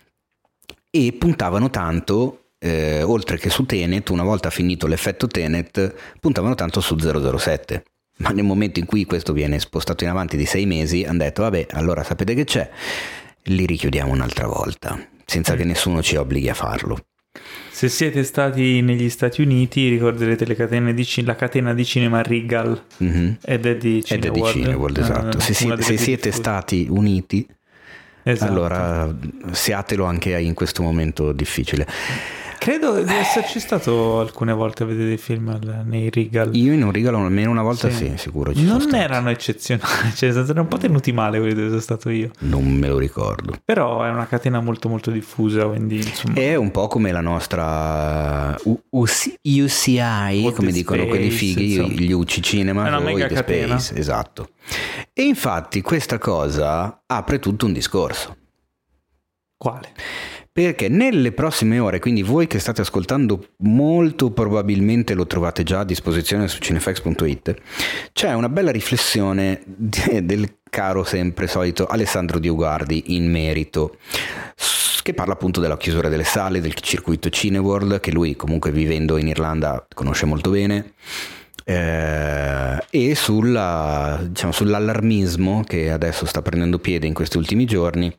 e puntavano tanto... oltre che su Tenet, una volta finito l'effetto Tenet, puntavano tanto su 007, ma nel momento in cui questo viene spostato in avanti di 6 mesi hanno detto vabbè, allora sapete che c'è, li richiudiamo un'altra volta senza che nessuno ci obblighi a farlo. Se siete stati negli Stati Uniti ricorderete la catena di cinema Regal, ed è di Cineworld, esatto. Se siete stati uniti, esatto, allora siatelo anche in questo momento difficile. Credo di esserci stato alcune volte a vedere dei film nei Regal. Io in un Regal almeno una volta sì sicuro ci non sono erano eccezionali, cioè erano un po' tenuti male quelli dove sono stato io. Non me lo ricordo. Però è una catena molto molto diffusa, quindi insomma. È un po' come la nostra UCI, come dicono quelli fighi, insomma. Gli UC Cinema, è una mega catena. Space, esatto. E infatti questa cosa apre tutto un discorso. Quale? Perché nelle prossime ore, quindi voi che state ascoltando molto probabilmente lo trovate già a disposizione su cinefax.it, c'è una bella riflessione del caro sempre solito Alessandro Dioguardi in merito, che parla appunto della chiusura delle sale, del circuito Cineworld, che lui comunque vivendo in Irlanda conosce molto bene, e sull'allarmismo che adesso sta prendendo piede in questi ultimi giorni,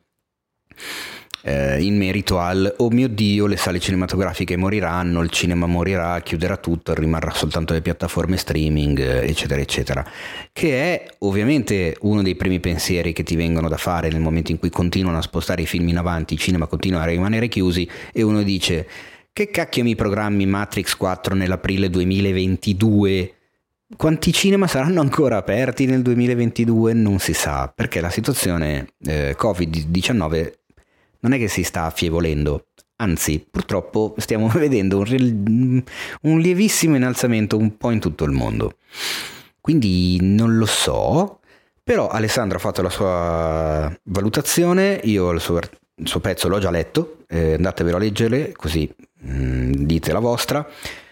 in merito al oh mio Dio, le sale cinematografiche moriranno, il cinema morirà, chiuderà tutto, rimarrà soltanto le piattaforme streaming, eccetera eccetera, che è ovviamente uno dei primi pensieri che ti vengono da fare nel momento in cui continuano a spostare i film in avanti, i cinema continuano a rimanere chiusi e uno dice che cacchio mi programmi Matrix 4 nell'aprile 2022? Quanti cinema saranno ancora aperti nel 2022? Non si sa, perché la situazione Covid-19 non è che si sta affievolendo, anzi purtroppo stiamo vedendo un lievissimo innalzamento un po' in tutto il mondo. Quindi non lo so, però Alessandro ha fatto la sua valutazione, io il suo pezzo l'ho già letto, andatevelo a leggere così dite la vostra.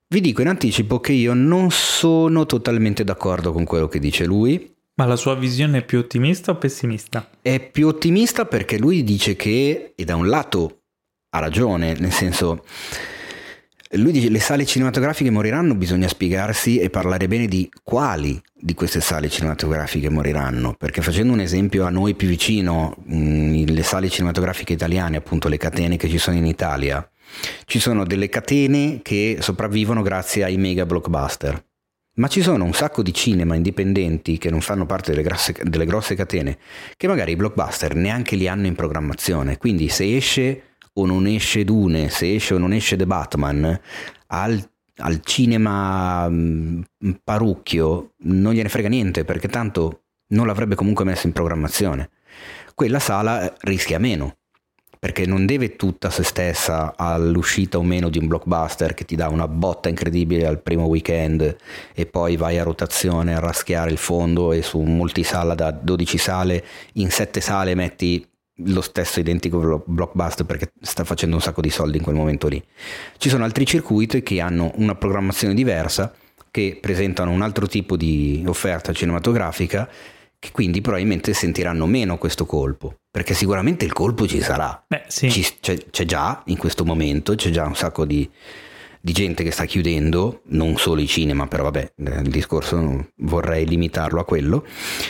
Vi dico in anticipo che io non sono totalmente d'accordo con quello che dice lui. Ma la sua visione è più ottimista o pessimista? È più ottimista perché lui dice che, e da un lato ha ragione, nel senso, lui dice le sale cinematografiche moriranno, bisogna spiegarsi e parlare bene di quali di queste sale cinematografiche moriranno, perché facendo un esempio a noi più vicino, le sale cinematografiche italiane, appunto le catene che ci sono in Italia, ci sono delle catene che sopravvivono grazie ai mega blockbuster, ma ci sono un sacco di cinema indipendenti che non fanno parte delle grosse catene, che magari i blockbuster neanche li hanno in programmazione, quindi se esce o non esce Dune, se esce o non esce The Batman, al cinema parucchio non gliene frega niente, perché tanto non l'avrebbe comunque messo in programmazione. Quella sala rischia meno, perché non deve tutta se stessa all'uscita o meno di un blockbuster che ti dà una botta incredibile al primo weekend e poi vai a rotazione a raschiare il fondo e su multisala da 12 sale in 7 sale metti lo stesso identico blockbuster perché sta facendo un sacco di soldi in quel momento lì. Ci sono altri circuiti che hanno una programmazione diversa, che presentano un altro tipo di offerta cinematografica, che quindi probabilmente sentiranno meno questo colpo, perché sicuramente il colpo ci sarà. Sì. C'è già in questo momento, c'è già un sacco di gente che sta chiudendo, non solo i cinema, però vabbè, il discorso vorrei limitarlo a quello.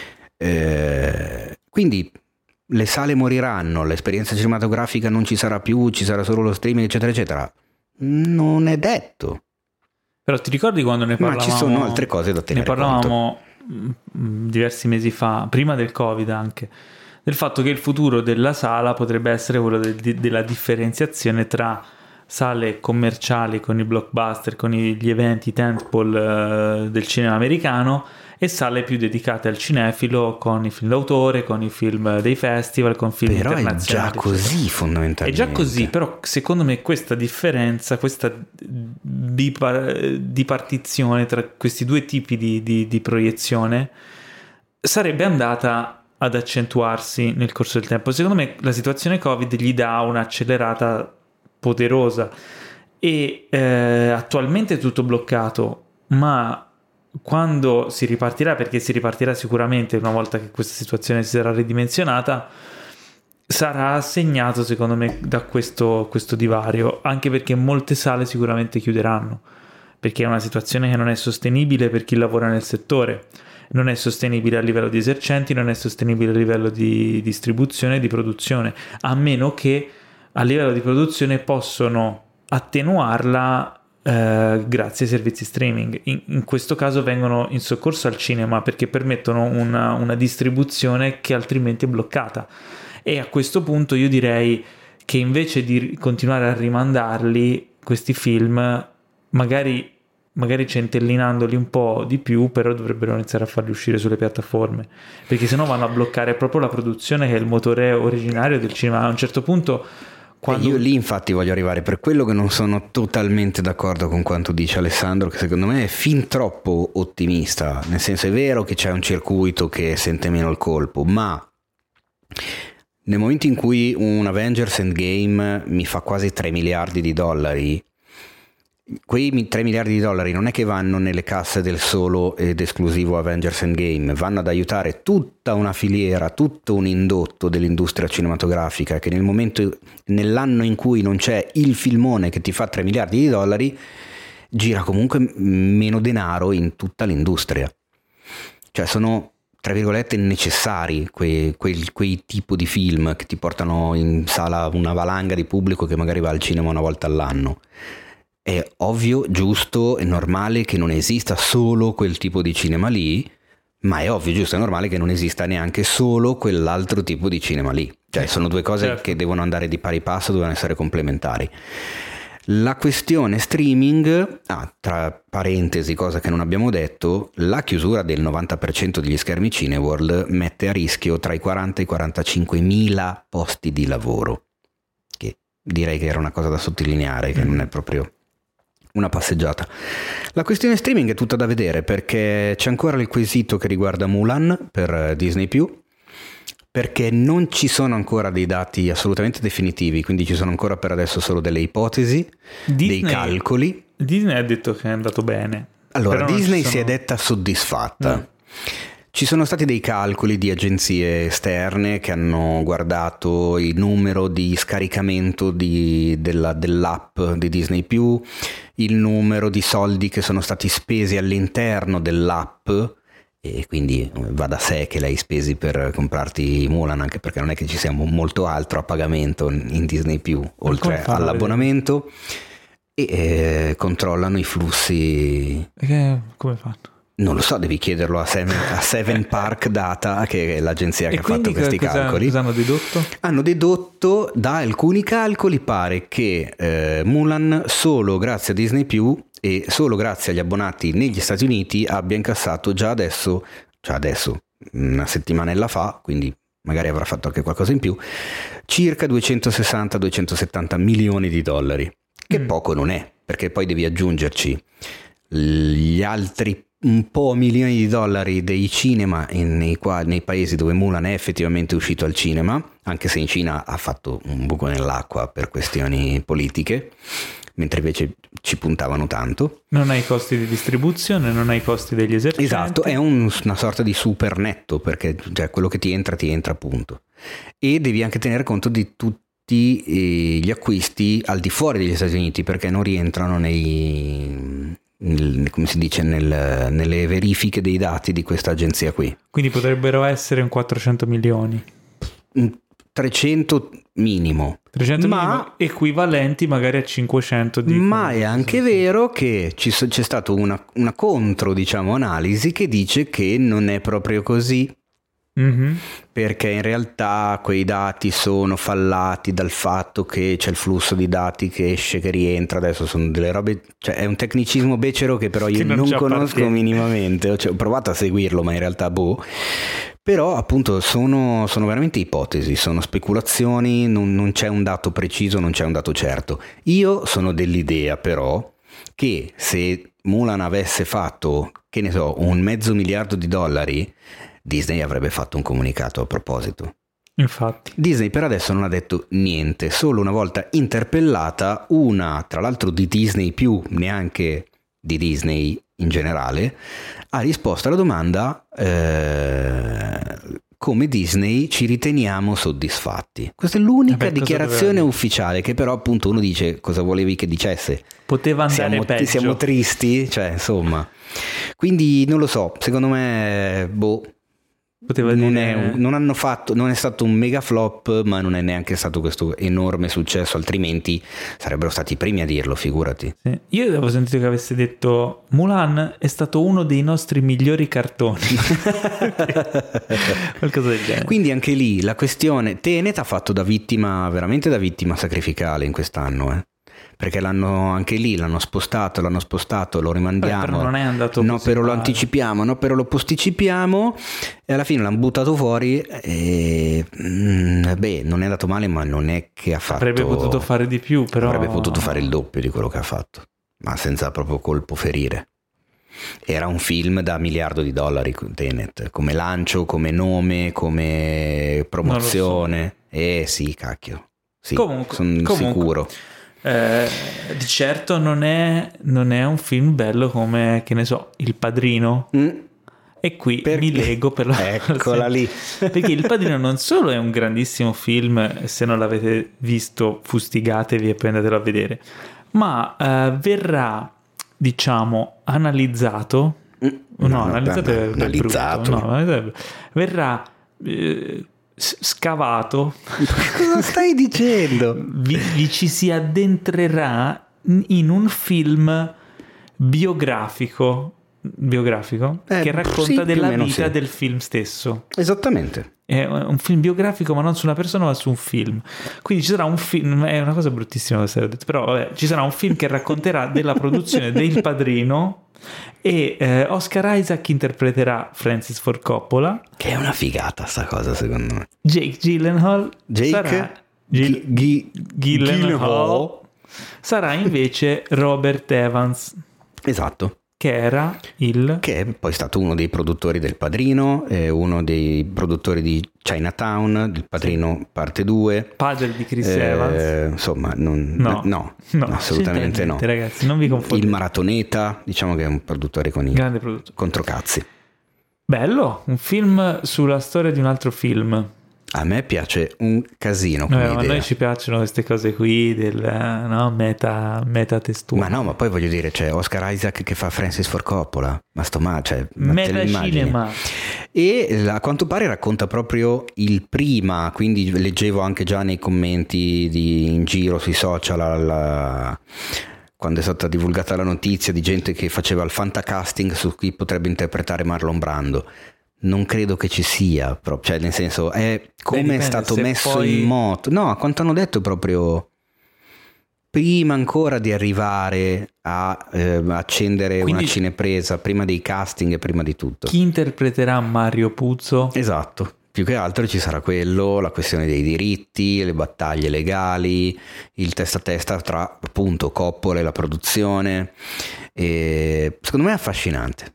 Quindi le sale moriranno, l'esperienza cinematografica non ci sarà più, ci sarà solo lo streaming, eccetera, eccetera. Non è detto. Però ti ricordi quando ne parlavamo? Ma ci sono altre cose da tenere conto. Ne parlavamo diversi mesi fa, prima del Covid anche, del fatto che il futuro della sala potrebbe essere quello della differenziazione tra sale commerciali con i blockbuster, con gli eventi tentpole del cinema americano, e sale più dedicate al cinefilo con i film d'autore, con i film dei festival, con film internazionali. Però è già così fondamentalmente. È già così, però secondo me questa differenza, questa dipartizione tra questi due tipi di proiezione sarebbe andata ad accentuarsi nel corso del tempo. Secondo me la situazione Covid gli dà un'accelerata poderosa e attualmente è tutto bloccato, ma quando si ripartirà, perché si ripartirà sicuramente una volta che questa situazione si sarà ridimensionata, sarà segnato secondo me da questo divario, anche perché molte sale sicuramente chiuderanno, perché è una situazione che non è sostenibile per chi lavora nel settore, non è sostenibile a livello di esercenti, non è sostenibile a livello di distribuzione e di produzione, a meno che a livello di produzione possono attenuarla grazie ai servizi streaming. In questo caso vengono in soccorso al cinema perché permettono una distribuzione che altrimenti è bloccata, e a questo punto io direi che invece di continuare a rimandarli questi film, magari centellinandoli un po' di più, però dovrebbero iniziare a farli uscire sulle piattaforme, perché sennò vanno a bloccare proprio la produzione, che è il motore originario del cinema. A un certo punto io lì infatti voglio arrivare, per quello che non sono totalmente d'accordo con quanto dice Alessandro, che secondo me è fin troppo ottimista, nel senso è vero che c'è un circuito che sente meno il colpo, ma nel momento in cui un Avengers Endgame mi fa quasi 3 miliardi di dollari, quei 3 miliardi di dollari non è che vanno nelle casse del solo ed esclusivo Avengers Endgame, vanno ad aiutare tutta una filiera, tutto un indotto dell'industria cinematografica che nell'anno in cui non c'è il filmone che ti fa 3 miliardi di dollari gira comunque meno denaro in tutta l'industria. Cioè sono, tra virgolette, necessari quei tipo di film che ti portano in sala una valanga di pubblico che magari va al cinema una volta all'anno. È ovvio, giusto e normale che non esista solo quel tipo di cinema lì, ma è ovvio, giusto e normale che non esista neanche solo quell'altro tipo di cinema lì. Cioè sono due cose che devono andare di pari passo, devono essere complementari. La questione streaming, tra parentesi, cosa che non abbiamo detto, la chiusura del 90% degli schermi Cineworld mette a rischio tra i 40 e i 45 mila posti di lavoro, che direi che era una cosa da sottolineare, che non è proprio una passeggiata. La questione streaming è tutta da vedere, perché c'è ancora il quesito che riguarda Mulan per Disney+, perché non ci sono ancora dei dati assolutamente definitivi, quindi ci sono ancora per adesso solo delle ipotesi, dei calcoli. Disney ha detto che è andato bene. Allora, Disney si è detta soddisfatta. Ci sono stati dei calcoli di agenzie esterne che hanno guardato il numero di scaricamento dell'app di Disney+, il numero di soldi che sono stati spesi all'interno dell'app, e quindi va da sé che l'hai spesi per comprarti Mulan, anche perché non è che ci sia molto altro a pagamento in Disney+, oltre all'abbonamento, e controllano i flussi. Come fanno? Non lo so, devi chiederlo a Seven Park Data, che è l'agenzia che ha fatto questi calcoli. Cosa hanno dedotto? Hanno dedotto da alcuni calcoli, pare che Mulan solo grazie a Disney+, e solo grazie agli abbonati negli Stati Uniti, abbia incassato già adesso, una settimanella fa, quindi magari avrà fatto anche qualcosa in più, circa 260-270 milioni di dollari, che poco non è, perché poi devi aggiungerci gli altri un po' milioni di dollari dei cinema nei paesi dove Mulan è effettivamente uscito al cinema, anche se in Cina ha fatto un buco nell'acqua per questioni politiche, mentre invece ci puntavano tanto. Non hai costi di distribuzione, non hai costi degli esercenti. Esatto, è una sorta di super netto, perché quello che ti entra appunto. E devi anche tenere conto di tutti gli acquisti al di fuori degli Stati Uniti, perché non rientrano come si dice, nelle verifiche dei dati di questa agenzia qui. Quindi potrebbero essere un 400 milioni. 300 minimo. 300 minimo, equivalenti magari a 500 di... Ma è anche vero che c'è stata una contro, analisi che dice che non è proprio così. Mm-hmm. Perché in realtà quei dati sono fallati dal fatto che c'è il flusso di dati che esce, che rientra. Adesso sono delle robe, è un tecnicismo becero che però io non conosco minimamente. Ho provato a seguirlo, ma in realtà però appunto sono veramente ipotesi, sono speculazioni, non c'è un dato preciso, non c'è un dato certo. Io sono dell'idea però che se Mulan avesse fatto, che ne so, $500 miliardi, Disney avrebbe fatto un comunicato a proposito. Infatti. Disney per adesso non ha detto niente, solo una volta interpellata, una tra l'altro di Disney+, neanche di Disney in generale, ha risposto alla domanda come Disney ci riteniamo soddisfatti. Questa è l'unica dichiarazione ufficiale, che però appunto uno dice: cosa volevi che dicesse? Poteva andare peggio. Siamo tristi? Insomma. Quindi non lo so, secondo me non hanno fatto, non è stato un mega flop, ma non è neanche stato questo enorme successo, altrimenti sarebbero stati i primi a dirlo, figurati. Sì. Io avevo sentito che avesse detto: Mulan è stato uno dei nostri migliori cartoni. Qualcosa del genere. Quindi anche lì la questione, Tenet ha fatto veramente da vittima sacrificale in quest'anno, perché l'hanno spostato, lo rimandiamo, però non è andato no, così però male. Lo anticipiamo, no, però lo posticipiamo, e alla fine l'hanno buttato fuori e non è andato male, ma non è che ha fatto... Avrebbe potuto fare di più, però... Avrebbe potuto fare il doppio di quello che ha fatto, ma senza proprio colpo ferire. Era un film da $1 miliardo, Tenet, come lancio, come nome, come promozione. Sì, cacchio. Sì, sono sicuro. Di certo non è un film bello come, che ne so, Il Padrino. E qui mi lego per eccola lì. Perché Il Padrino non solo è un grandissimo film, se non l'avete visto fustigatevi e poi andatelo a vedere, ma verrà, analizzato. Verrà scavato. Cosa stai dicendo? Vi ci si addentrerà in un film biografico che racconta della vita del film stesso. Esattamente. È un film biografico, ma non su una persona, ma su un film. Quindi ci sarà un film, è una cosa bruttissima questa, però vabbè, ci sarà un film che racconterà della produzione del Padrino, e Oscar Isaac interpreterà Francis Ford Coppola, che è una figata sta cosa, secondo me. Jake Gyllenhaal sarà invece Robert Evans. Esatto. che era che è poi stato uno dei produttori del Padrino, uno dei produttori di Chinatown, del Padrino parte 2, padre di Chris Evans. Insomma, no, assolutamente no, ragazzi, non vi confondete. Il Maratoneta, diciamo che è un produttore con i grande produttore. Controcazzi. Bello, un film sulla storia di un altro film. A me piace un casino come idea. A noi ci piacciono queste cose qui meta testura. Ma no, ma poi voglio dire, c'è Oscar Isaac che fa Francis Ford Coppola, ma meta cinema. E a quanto pare racconta proprio il prima, quindi leggevo anche già nei commenti in giro sui social quando è stata divulgata la notizia di gente che faceva il fantacasting su chi potrebbe interpretare Marlon Brando. Non credo che ci sia, cioè nel senso è come è stato messo in moto. No, a quanto hanno detto proprio prima ancora di arrivare a accendere una cinepresa, prima dei casting e prima di tutto. Chi interpreterà Mario Puzo? Esatto, più che altro ci sarà quello, la questione dei diritti, le battaglie legali, il testa a testa tra appunto Coppola e la produzione. E secondo me è affascinante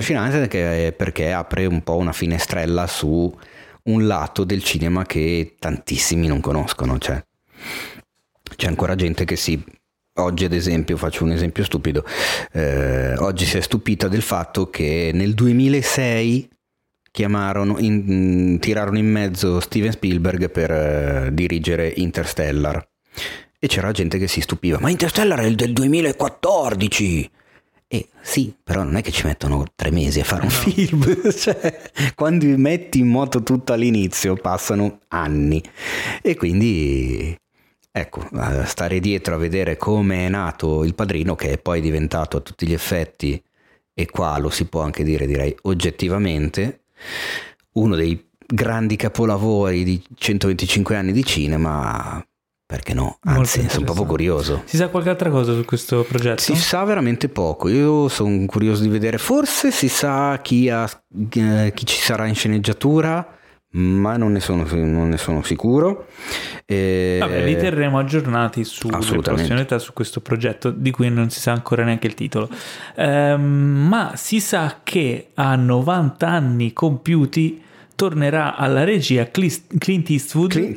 perché apre un po' una finestrella su un lato del cinema che tantissimi non conoscono. C'è ancora gente che oggi ad esempio, faccio un esempio stupido, oggi si è stupita del fatto che nel 2006 tirarono in mezzo Steven Spielberg per dirigere Interstellar, e c'era gente che si stupiva: ma Interstellar è del 2014! Sì, però non è che ci mettono 3 mesi a fare un film, cioè quando metti in moto tutto all'inizio passano anni, e quindi ecco, stare dietro a vedere come è nato Il Padrino, che è poi diventato a tutti gli effetti, e qua lo si può anche dire, direi oggettivamente, uno dei grandi capolavori di 125 anni di cinema. Perché no? Anzi, sono proprio curioso. Si sa qualche altra cosa su questo progetto? Si sa veramente poco. Io sono curioso di vedere. Forse si sa chi ci sarà in sceneggiatura, ma non ne sono sicuro. Vabbè, li terremo aggiornati sulle prossimità su questo progetto, di cui non si sa ancora neanche il titolo. Ma si sa che a 90 anni compiuti tornerà alla regia Clint Eastwood.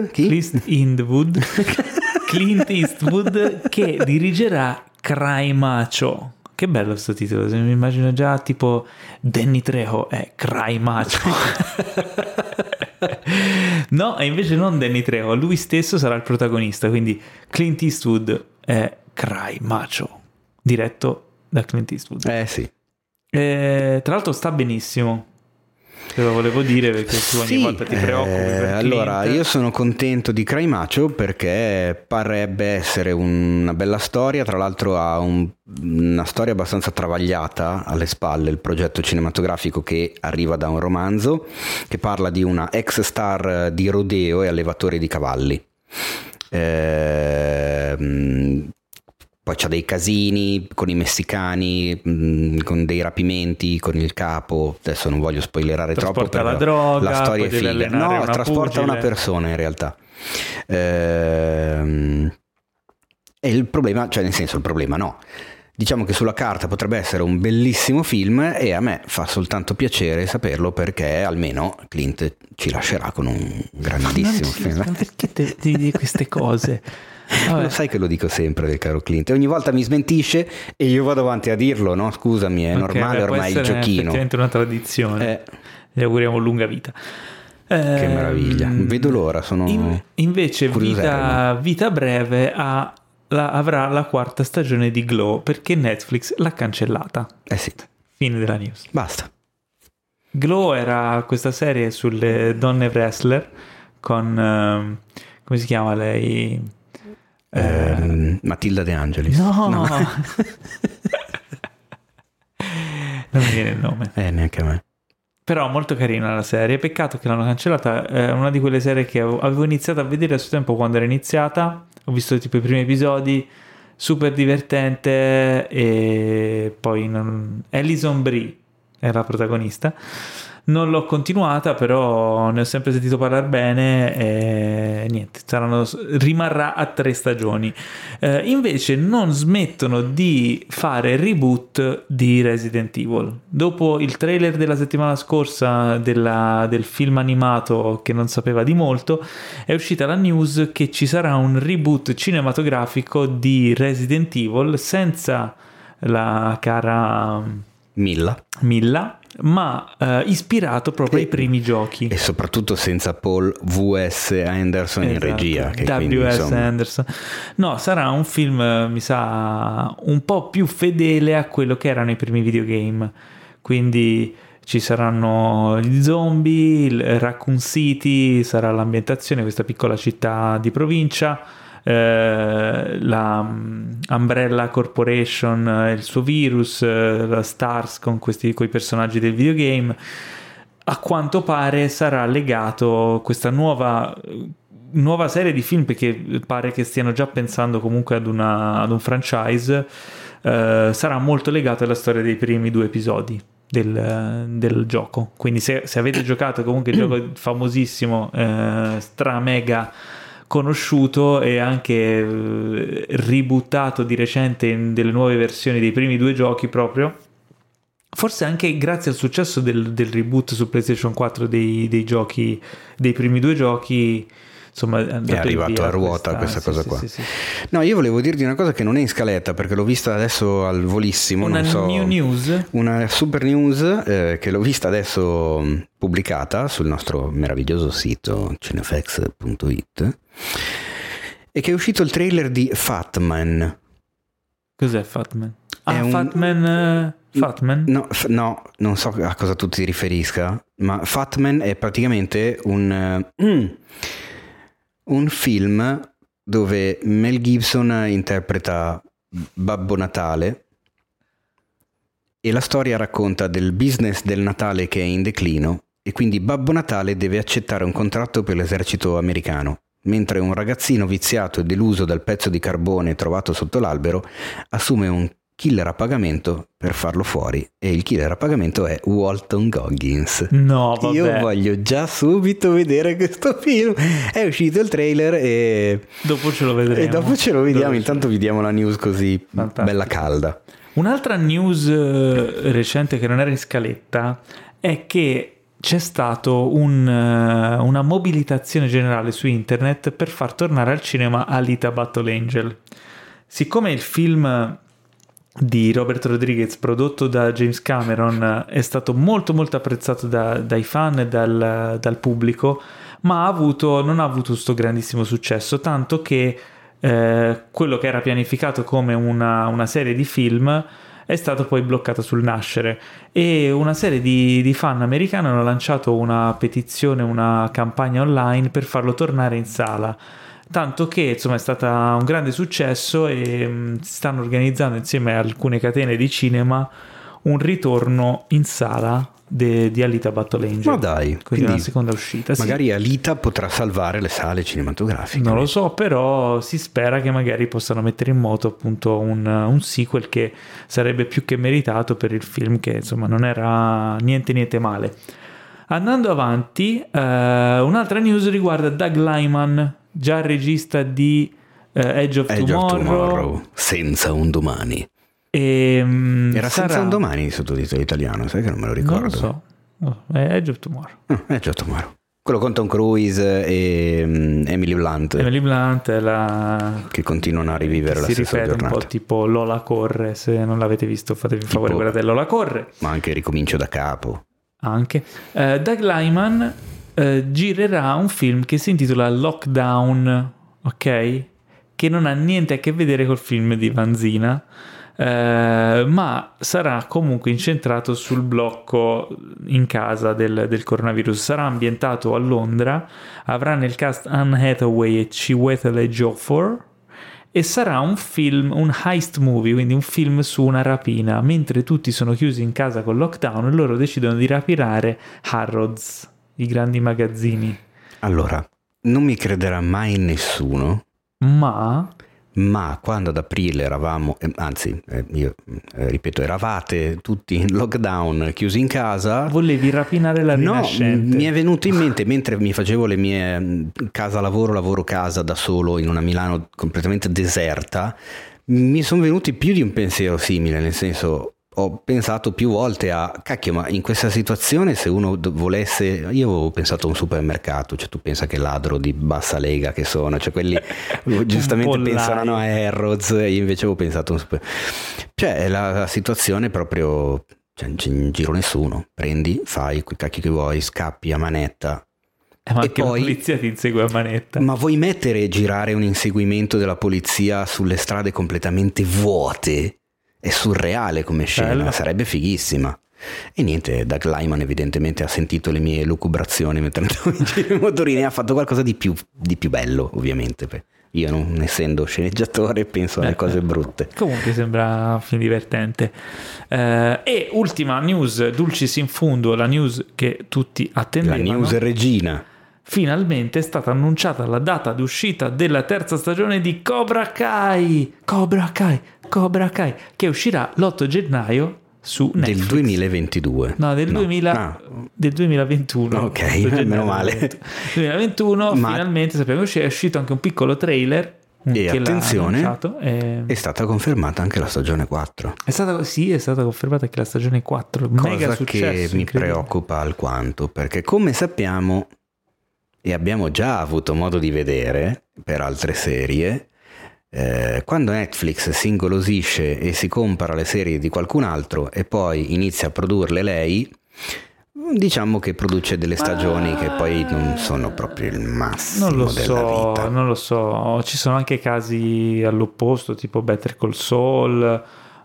Clint Eastwood, che dirigerà Cry Macho. Che bello questo titolo, mi immagino già tipo Danny Trejo è Cry Macho. No, e invece non Danny Trejo, lui stesso sarà il protagonista, quindi Clint Eastwood è Cry Macho, diretto da Clint Eastwood. Sì. Tra l'altro sta benissimo. Te lo volevo dire perché tu ogni volta ti preoccupi per allora Clint. Io sono contento di Cry Macho perché parrebbe essere una bella storia. Tra l'altro ha una storia abbastanza travagliata alle spalle, il progetto cinematografico, che arriva da un romanzo che parla di una ex star di rodeo e allevatore di cavalli. Poi c'ha dei casini con i messicani, con dei rapimenti con il capo. Adesso non voglio spoilerare troppo, però la droga, la storia è figa. No, trasporta una persona in realtà. E il problema, cioè nel senso, il problema no. Diciamo che sulla carta potrebbe essere un bellissimo film, e a me fa soltanto piacere saperlo, perché almeno Clint ci lascerà con un grandissimo film. Ma perché ti di queste cose? Lo sai che lo dico sempre del caro Clint, ogni volta mi smentisce e io vado avanti a dirlo, no? Scusami, è normale ormai il giochino. È effettivamente una tradizione. Gli auguriamo lunga vita. Che meraviglia, vedo l'ora. Sono invece Vita Breve avrà la 4ª stagione di Glow, perché Netflix l'ha cancellata. Sì. Fine della news. Basta. Glow era questa serie sulle donne wrestler con come si chiama lei? Matilda De Angelis. No. Non mi viene il nome. Neanche a me. Però molto carina la serie. Peccato che l'hanno cancellata. È una di quelle serie che avevo iniziato a vedere a suo tempo, quando era iniziata. Ho visto tipo i primi episodi, super divertente, e poi Alison Brie è la protagonista. Non l'ho continuata, però ne ho sempre sentito parlare bene e niente, rimarrà a 3 stagioni. Invece non smettono di fare reboot di Resident Evil. Dopo il trailer della settimana scorsa del film animato che non sapeva di molto, è uscita la news che ci sarà un reboot cinematografico di Resident Evil senza la cara Milla, ma ispirato proprio ai primi giochi. E soprattutto senza Paul W.S. Anderson in regia. W.S. Anderson. No, sarà un film, mi sa, un po' più fedele a quello che erano i primi videogame. Quindi ci saranno gli zombie, il Raccoon City, sarà l'ambientazione, questa piccola città di provincia, la Umbrella Corporation, il suo virus, la Stars con i personaggi del videogame. A quanto pare sarà legato questa nuova serie di film, perché pare che stiano già pensando comunque ad un franchise, sarà molto legato alla storia dei primi 2 episodi del gioco. Quindi se avete giocato comunque il gioco famosissimo, stra mega conosciuto e anche rebootato di recente in delle nuove versioni dei primi 2 giochi, proprio forse anche grazie al successo del reboot su PlayStation 4 dei giochi, dei primi 2 giochi, insomma è arrivato a ruota questa cosa qua. Sì. No, io volevo dirti una cosa che non è in scaletta perché l'ho vista adesso al volissimo. Una super news che l'ho vista adesso pubblicata sul nostro meraviglioso sito cinefx.it, e che è uscito il trailer di Fatman. Cos'è Fatman? Fatman? No, non so a cosa tu ti riferisca, ma Fatman è praticamente un film dove Mel Gibson interpreta Babbo Natale e la storia racconta del business del Natale che è in declino, e quindi Babbo Natale deve accettare un contratto per l'esercito americano, mentre un ragazzino viziato e deluso dal pezzo di carbone trovato sotto l'albero assume un killer a pagamento per farlo fuori, e il killer a pagamento è Walton Goggins. No, vabbè. Io voglio già subito vedere questo film. È uscito il trailer e dopo ce lo vedremo. E dopo ce lo vediamo. Intanto vi diamo la news così bella calda. Un'altra news recente che non era in scaletta è che c'è stato una mobilitazione generale su internet per far tornare al cinema Alita Battle Angel. Siccome il film di Robert Rodriguez prodotto da James Cameron è stato molto molto apprezzato dai fan e dal pubblico, ma non ha avuto questo grandissimo successo, tanto che quello che era pianificato come una serie di film è stato poi bloccato sul nascere, e una serie di fan americani hanno lanciato una petizione, una campagna online per farlo tornare in sala, tanto che insomma è stata un grande successo e si stanno organizzando insieme a alcune catene di cinema un ritorno in sala di Alita Battle Angel. Ma dai, quindi una seconda uscita. Magari Alita potrà salvare le sale cinematografiche. Non lo so, però si spera che magari possano mettere in moto appunto un sequel che sarebbe più che meritato per il film, che insomma non era niente male. Andando avanti, un'altra news riguarda Doug Liman, già regista di Edge of Tomorrow, Senza un domani. Era Senza un domani il sottotitolo italiano, sai che non me lo ricordo. Non lo so, è Edge of Tomorrow. Edge of Tomorrow. Quello con Tom Cruise e Emily Blunt. È la che continuano a rivivere la stessa giornata. Si ripete un po' tipo Lola corre, se non l'avete visto fatevi il favore, guardate Lola corre. Ma anche Ricomincio da capo. Anche Doug Liman girerà un film che si intitola Lockdown, ok? Che non ha niente a che vedere col film di Vanzina, ma sarà comunque incentrato sul blocco in casa del coronavirus. Sarà ambientato a Londra, avrà nel cast Anne Hathaway e Chiwetel Ejiofor, e sarà un film, un heist movie, quindi un film su una rapina. Mentre tutti sono chiusi in casa con lockdown, loro decidono di rapinare Harrods, i grandi magazzini. Allora, non mi crederà mai nessuno, ma ma quando ad aprile eravamo, eravate tutti in lockdown, chiusi in casa, volevi rapinare la Rinascente. Mi è venuto in mente, mentre mi facevo le mie casa-lavoro, casa da solo in una Milano completamente deserta, mi sono venuti più di un pensiero simile, nel senso, ho pensato più volte a cacchio, ma in questa situazione se uno volesse, io avevo pensato a un supermercato, cioè tu pensa che ladro di bassa lega che sono, cioè quelli giustamente pensano a Harrods, e io invece avevo pensato a un cioè la situazione proprio, cioè, non c'è in giro nessuno, prendi, fai quei cacchi che vuoi, scappi a manetta. Ma e anche poi la polizia ti insegue a manetta. Ma vuoi mettere e girare un inseguimento della polizia sulle strade completamente vuote? È surreale come scena, bello. Sarebbe fighissima. E niente, Doug Liman evidentemente ha sentito le mie lucubrazioni mentre andavo in giro in motorino e ha fatto qualcosa di più bello, ovviamente. Io, non essendo sceneggiatore, penso alle cose brutte. Comunque sembra un film divertente. E ultima news, dulcis in fundo, la news che tutti attendevano. La news regina. Finalmente è stata annunciata la data di uscita della terza stagione di Cobra Kai, che uscirà l'8 gennaio su Netflix. Del 2022. No, del 2021. Ok, meno male. 2021, finalmente sappiamo che è uscito anche un piccolo trailer. E attenzione, è stata confermata anche la stagione 4. È stata confermata anche la stagione 4. Mega successo, che mi preoccupa alquanto, perché come sappiamo e abbiamo già avuto modo di vedere per altre serie, quando Netflix si ingolosisce e si compra le serie di qualcun altro e poi inizia a produrle lei, diciamo che produce delle stagioni che poi non sono proprio il massimo della vita. Non lo so, ci sono anche casi all'opposto, tipo Better Call Saul,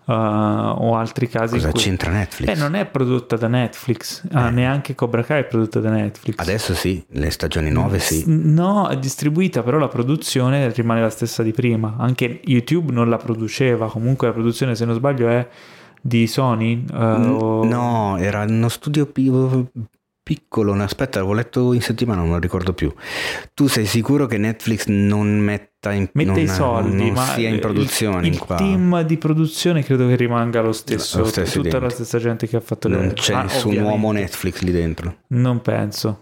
o altri casi. Cosa c'entra Netflix? Non è prodotta da Netflix, neanche Cobra Kai è prodotta da Netflix. Adesso sì, le stagioni nuove sì. No, è distribuita, però la produzione rimane la stessa di prima. Anche YouTube non la produceva, comunque la produzione, se non sbaglio, è di Sony? No, era uno studio piccolo. Aspetta, l'avevo letto in settimana, non lo ricordo più. Tu sei sicuro che Netflix non mette i soldi, ma sia in produzione? Il team di produzione credo che rimanga lo stesso, tutta identico. La stessa gente che ha fatto non c'è nessun uomo Netflix lì dentro. Non penso.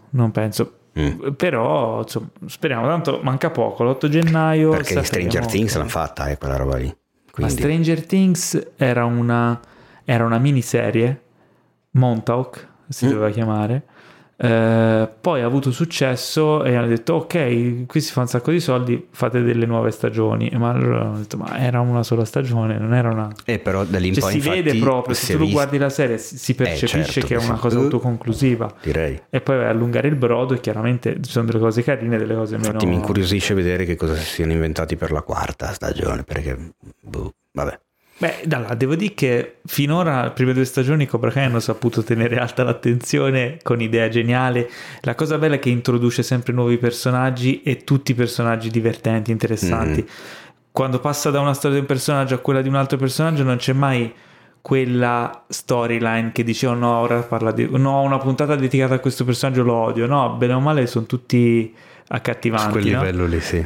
Però insomma, speriamo, tanto manca poco, l'8 gennaio. Perché Stranger Things l'hanno fatta, quella roba lì. Quindi. Ma Stranger Things era una miniserie, Montauk si doveva chiamare, poi ha avuto successo e hanno detto ok, qui si fa un sacco di soldi, fate delle nuove stagioni, ma allora hanno detto ma era una sola stagione, non era una, però da lì in poi si vede proprio, se tu lo guardi la serie si percepisce che è una cosa autoconclusiva, direi. E poi vai a allungare il brodo e chiaramente ci sono delle cose carine, delle cose meno. Infatti mi incuriosisce vedere che cosa si siano inventati per la quarta stagione, perché vabbè. Devo dire che finora, le prime 2 stagioni, Cobra Kai hanno saputo tenere alta l'attenzione con idea geniale. La cosa bella è che introduce sempre nuovi personaggi e tutti personaggi divertenti, interessanti. Quando passa da una storia di un personaggio a quella di un altro personaggio non c'è mai quella storyline che dice oh no, ora parla di una puntata dedicata a questo personaggio, lo odio. No, bene o male sono tutti accattivanti. Su quel livello lì, sì.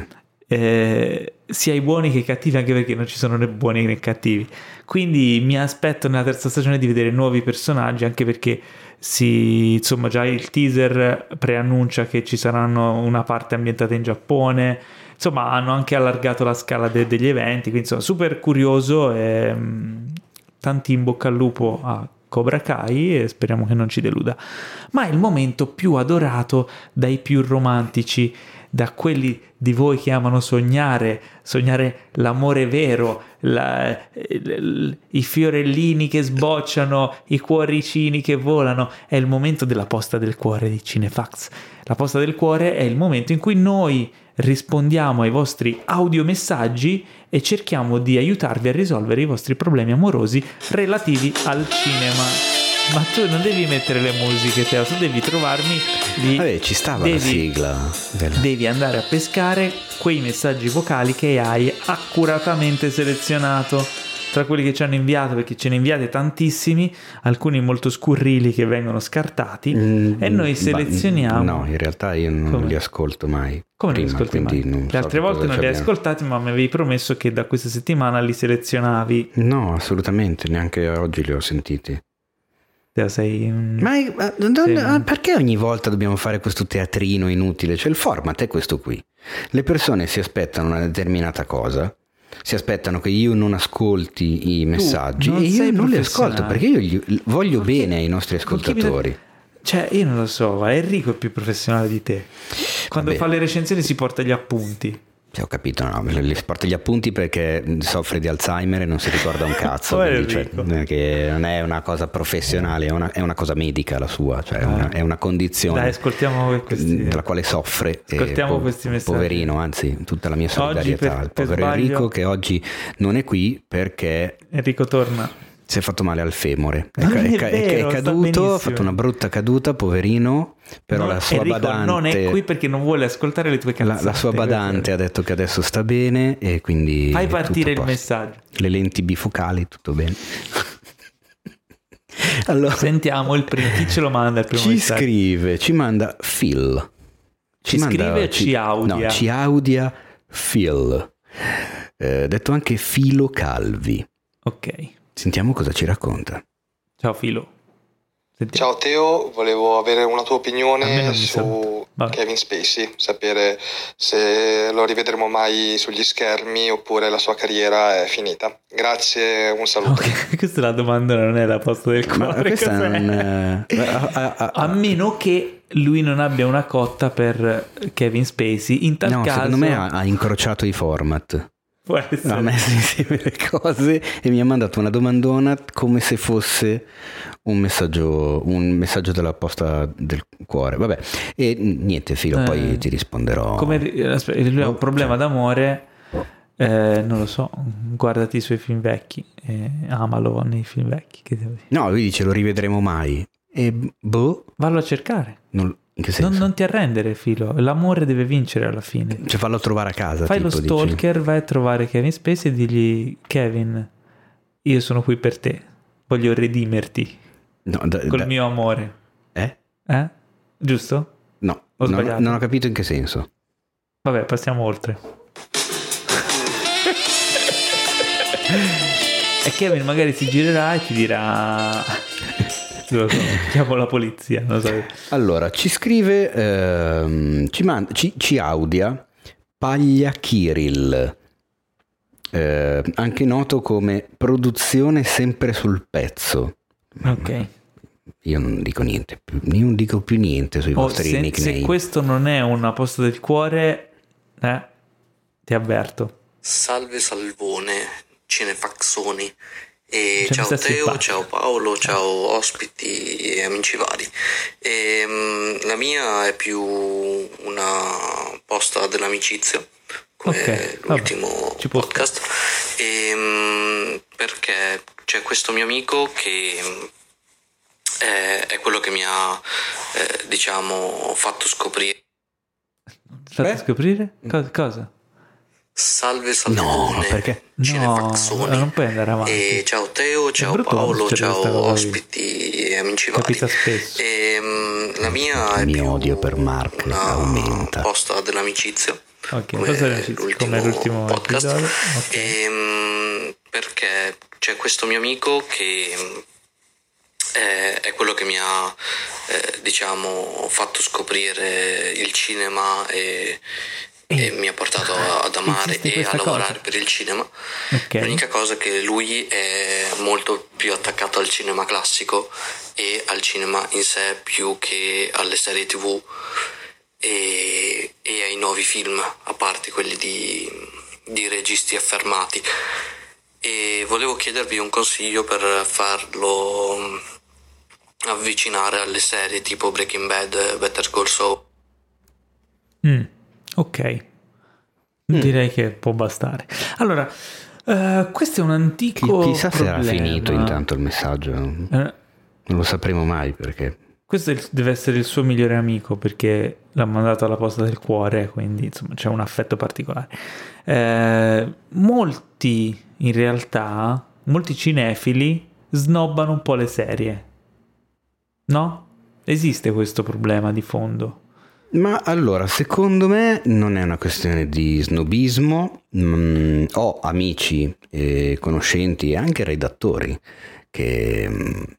Sia i buoni che i cattivi, anche perché non ci sono né buoni né cattivi, quindi mi aspetto nella terza stagione di vedere nuovi personaggi, anche perché insomma già il teaser preannuncia che ci saranno una parte ambientata in Giappone, insomma hanno anche allargato la scala degli eventi, quindi insomma super curioso e tanti in bocca al lupo a Cobra Kai e speriamo che non ci deluda. Ma è il momento più adorato dai più romantici, da quelli di voi che amano sognare l'amore vero, i fiorellini che sbocciano, i cuoricini che volano. È il momento della posta del cuore di Cinefax. La posta del cuore è il momento in cui noi rispondiamo ai vostri audiomessaggi e cerchiamo di aiutarvi a risolvere i vostri problemi amorosi relativi al cinema. Ma tu non devi mettere le musiche, Teo, tu devi trovarmi lì. Vabbè, ci stava la sigla. Devi andare a pescare quei messaggi vocali che hai accuratamente selezionato. tra quelli che ci hanno inviato, perché ce ne inviate tantissimi, alcuni molto scurrili che vengono scartati, e noi selezioniamo. No, in realtà io non li ascolto mai. Come non li ascolti mai? Le altre volte non li hai ascoltati, ma mi avevi promesso che da questa settimana li selezionavi. No, assolutamente, neanche oggi li ho sentiti. Perché ogni volta dobbiamo fare questo teatrino inutile? Cioè il format è questo qui. Le persone si aspettano una determinata cosa, si aspettano che io non ascolti i messaggi e io non li ascolto perché io voglio bene ai nostri ascoltatori. Cioè io non lo so, Enrico è più professionale di te. Quando fa le recensioni si porta gli appunti. Ho capito, no, li porta gli appunti perché soffre di Alzheimer e non si ricorda un cazzo, quindi, che non è una cosa professionale, è una cosa medica la sua, cioè è una condizione. Dai, ascoltiamo questi, della quale soffre. Ascoltiamo questi messaggi. Poverino, anzi, tutta la mia solidarietà al povero Enrico, che oggi non è qui perché Enrico torna. Si è fatto male al femore, è caduto, ha fatto una brutta caduta, poverino, però la sua Enrico badante non è qui perché non vuole ascoltare le tue cazzate. La sua badante ha detto che adesso sta bene e quindi fai partire il messaggio. Le lenti bifocali, tutto bene. Allora, sentiamo il primo. Chi ce lo manda il primo messaggio? Ci manda Phil. Ci audia? No, ci audia Phil, detto anche Filo Calvi. Ok. Sentiamo cosa ci racconta. Ciao Filo. Ciao Teo, volevo avere una tua opinione su Kevin Spacey, sapere se lo rivedremo mai sugli schermi oppure la sua carriera è finita. Grazie, un saluto. Okay. Questa è la domanda, non è la posta del cuore. A meno che lui non abbia una cotta per Kevin Spacey, in tal caso... secondo me ha incrociato i format. Ha messo insieme le cose e mi ha mandato una domandona come se fosse un messaggio della posta del cuore. Vabbè, e niente, Filo, poi ti risponderò. Lui ha un problema d'amore, non lo so, guardati i suoi film vecchi, amalo nei film vecchi. Che devo dire? No, lui dice lo rivedremo mai. E vallo a cercare. In che senso? Non ti arrendere, Filo, l'amore deve vincere alla fine. Cioè fallo trovare a casa. Fai lo stalker, dici. Vai a trovare Kevin Spacey e digli: Kevin, io sono qui per te, voglio redimerti col mio amore. Giusto? No, non ho capito in che senso. Vabbè, passiamo oltre. E Kevin magari si girerà e ti dirà... chiamo la polizia, non so. Allora ci scrive ci audia Paglia Kirill, anche noto come produzione sempre sul pezzo. Ok, io non dico niente più, non dico più niente sui vostri nickname. Se questo non è una posta del cuore, ti avverto. Salve Salvone, Cinefaxoni. E ciao Teo, ciao Paolo, ciao ospiti e amici vari. La mia è più una posta dell'amicizia, come l'ultimo podcast, perché c'è questo mio amico che è quello che mi ha fatto scoprire. Scoprire? Cosa? Salve Salvone, no, perché? Cinefaxoni. Non puoi andare avanti. E ciao Teo, ciao Paolo, ciao ospiti e amici vari. Capita spesso. La mia è il mio più odio per Mark aumenta. Posta dell'amicizia. Come l'ultimo podcast. Okay. Perché c'è questo mio amico che è quello che mi ha fatto scoprire il cinema e mi ha portato ad amare e a lavorare per il cinema. Okay. L'unica cosa è che lui è molto più attaccato al cinema classico e al cinema in sé più che alle serie TV e ai nuovi film, a parte quelli di registi affermati. E volevo chiedervi un consiglio per farlo avvicinare alle serie tipo Breaking Bad, Better Call Saul. Ok, direi che può bastare. Allora, questo è un antico chissà problema. Se era finito intanto il messaggio. Non lo sapremo mai, perché questo deve essere il suo migliore amico, perché l'ha mandato alla posta del cuore, quindi insomma c'è un affetto particolare. Molti in realtà molti cinefili snobbano un po' le serie, no? Esiste questo problema di fondo? Ma allora, secondo me non è una questione di snobismo. Ho amici e conoscenti e anche redattori che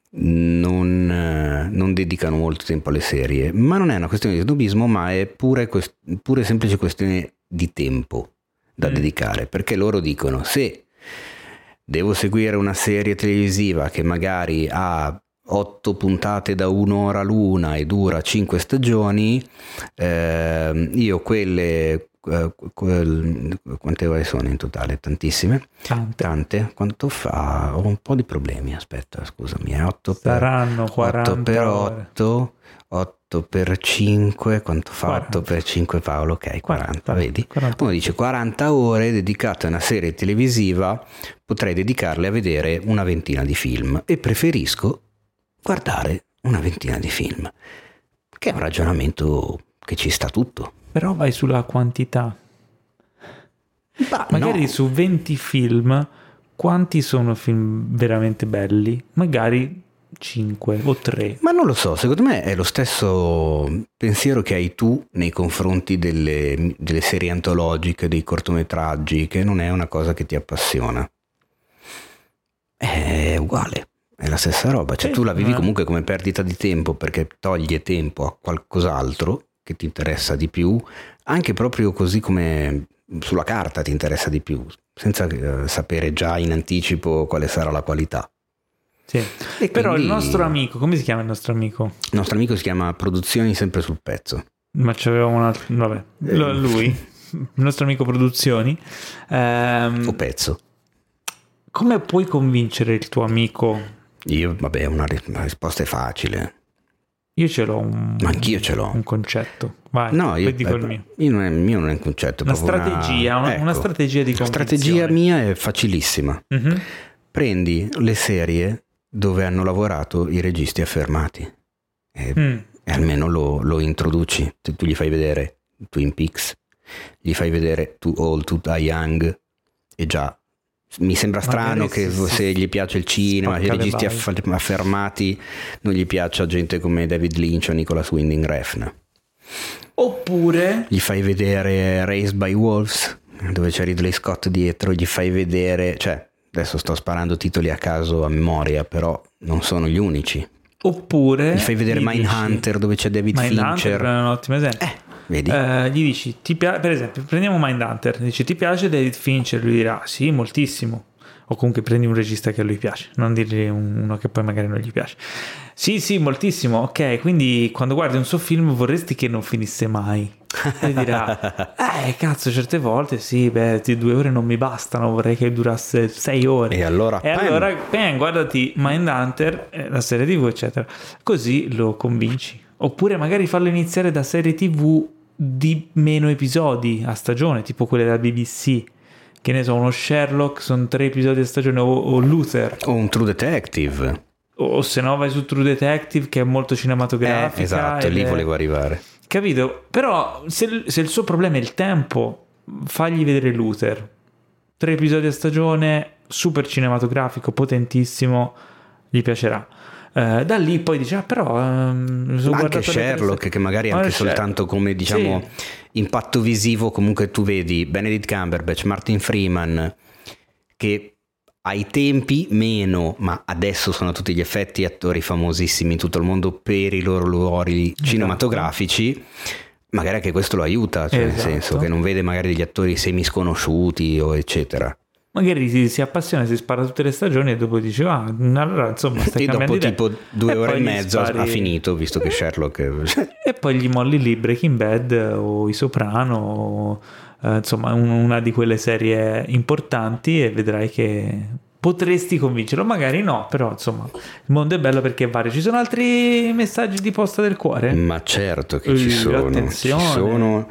non dedicano molto tempo alle serie, ma non è una questione di snobismo, ma è pure semplice questione di tempo da dedicare, perché loro dicono: se devo seguire una serie televisiva che magari ha 8 puntate da 1 ora l'una e dura 5 stagioni, io quelle quante ore sono in totale? Tantissime? Tante? Quanto fa? Ho un po' di problemi, aspetta, scusami, 8 saranno 40 8 per 8 ore. 8 per 5, quanto fa 40. 8 per 5 Paolo? Ok, 40, vedi? 40. Uno dice 40 ore dedicate a una serie televisiva, potrei dedicarle a vedere una ventina di film e preferisco guardare una ventina di film, che è un ragionamento che ci sta tutto. Però vai sulla quantità. Magari su 20 film, quanti sono film veramente belli? Magari 5 o 3. Ma non lo so, secondo me è lo stesso pensiero che hai tu nei confronti delle serie antologiche, dei cortometraggi, che non è una cosa che ti appassiona. È uguale. È la stessa roba, cioè tu la vivi comunque come perdita di tempo, perché toglie tempo a qualcos'altro che ti interessa di più, anche proprio così come sulla carta ti interessa di più, senza sapere già in anticipo quale sarà la qualità. Sì. Però il nostro amico, come si chiama il nostro amico? Il nostro amico si chiama Produzioni Sempre sul Pezzo. Ma c'avevamo un altro, vabbè, lui, il nostro amico Produzioni. O Pezzo. Come puoi convincere il tuo amico? Io, vabbè, una risposta è facile. Io ce l'ho ma anch'io ce l'ho un concetto. Vai, no, io dico il mio. Mio non è un concetto, una strategia, una strategia di convinzione. La strategia mia è facilissima. Prendi le serie dove hanno lavorato i registi affermati e almeno lo introduci. Tu gli fai vedere Twin Peaks, gli fai vedere Too Old, Too Young, e già mi sembra strano che se gli piace il cinema, i registi affermati, non gli piaccia gente come David Lynch o Nicholas Winding Refn. Oppure gli fai vedere Raised by Wolves, dove c'è Ridley Scott dietro, gli fai vedere, cioè adesso sto sparando titoli a caso a memoria, però non sono gli unici. Oppure gli fai vedere Mindhunter, dove c'è David Fincher. È un ottimo esempio. Vedi? Gli dici, per esempio, prendiamo Mindhunter, dici ti piace David Fincher? Lui dirà sì, moltissimo. O comunque prendi un regista che a lui piace, non dirgli uno che poi magari non gli piace. Sì, moltissimo. Ok, quindi quando guardi un suo film vorresti che non finisse mai. E dirà cazzo, certe volte sì, 2 ore non mi bastano, vorrei che durasse 6 ore. E allora guardati Mindhunter, la serie TV, eccetera. Così lo convinci. Oppure magari farlo iniziare da serie TV di meno episodi a stagione, tipo quelle della BBC, che ne so, uno Sherlock, sono 3 episodi a stagione, o Luther, o un True Detective, o se no vai su True Detective, che è molto cinematografica. Esatto, lì volevo arrivare, capito? Però se il suo problema è il tempo, fagli vedere Luther, 3 episodi a stagione, super cinematografico, potentissimo, gli piacerà. Da lì poi dice però anche Sherlock, che magari anche soltanto come diciamo impatto visivo, comunque tu vedi Benedict Cumberbatch, Martin Freeman, che ai tempi meno, ma adesso sono a tutti gli effetti attori famosissimi in tutto il mondo per i loro ruoli cinematografici. Magari anche questo lo aiuta, cioè nel senso che non vede magari degli attori semi sconosciuti o eccetera. Magari si appassiona, si spara tutte le stagioni e dopo dice allora insomma stai cambiando idea. E dopo tipo 2 ore e mezzo ha finito, visto che Sherlock e poi gli molli lì Breaking Bad o I Soprano o, insomma una di quelle serie importanti, e vedrai che potresti convincerlo. Magari no, però insomma il mondo è bello perché è vario. Ci sono altri messaggi di posta del cuore? Ma certo che ci sono. Attenzione.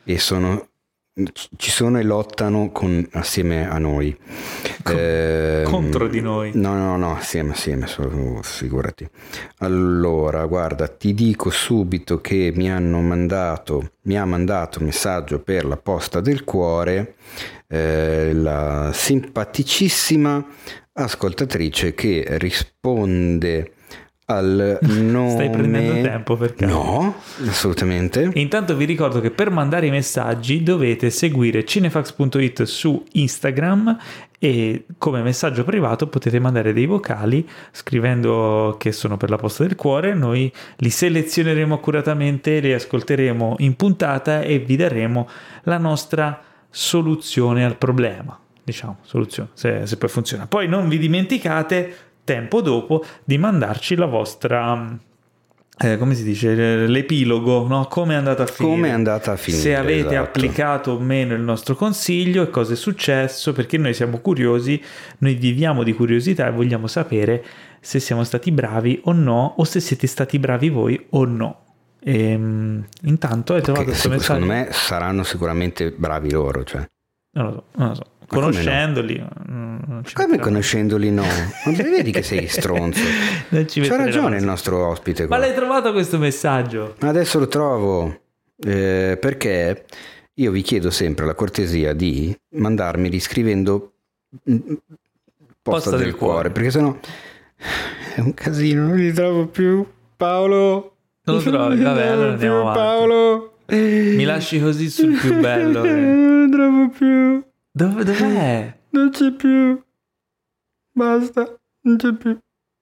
Ci sono e lottano assieme a noi, contro di noi. No, assieme, figurati. Allora, guarda, ti dico subito che mi ha mandato messaggio per la posta del cuore la simpaticissima ascoltatrice che risponde al nome. Stai prendendo tempo per caso? No, assolutamente. Intanto vi ricordo che per mandare i messaggi dovete seguire cinefax.it su Instagram e come messaggio privato potete mandare dei vocali scrivendo che sono per la posta del cuore. Noi li selezioneremo accuratamente, li ascolteremo in puntata e vi daremo la nostra soluzione al problema. Diciamo, soluzione, se poi funziona. Poi non vi dimenticate tempo dopo di mandarci la vostra come si dice, l'epilogo, no? Come è andata a finire, come è andata a finire, se avete esatto. applicato o meno il nostro consiglio e cosa è successo, perché noi siamo curiosi, noi viviamo di curiosità e vogliamo sapere se siamo stati bravi o no, o se siete stati bravi voi o no. Intanto hai trovato questo messaggio? Secondo me saranno sicuramente bravi loro, cioè. Non lo so. Conoscendoli no? Come conoscendoli no? Non vedi che sei stronzo? C'ha ragione il nostro ospite qua. Ma l'hai trovato questo messaggio? Adesso lo trovo perché io vi chiedo sempre la cortesia di mandarmeli scrivendo posta del cuore, perché sennò è un casino, non li trovo più. Paolo, non lo trovi? Vabbè, allora andiamo avanti. Paolo, mi lasci così sul più bello. Non lo trovo più. Dov'è? Non c'è più. Basta, non c'è più.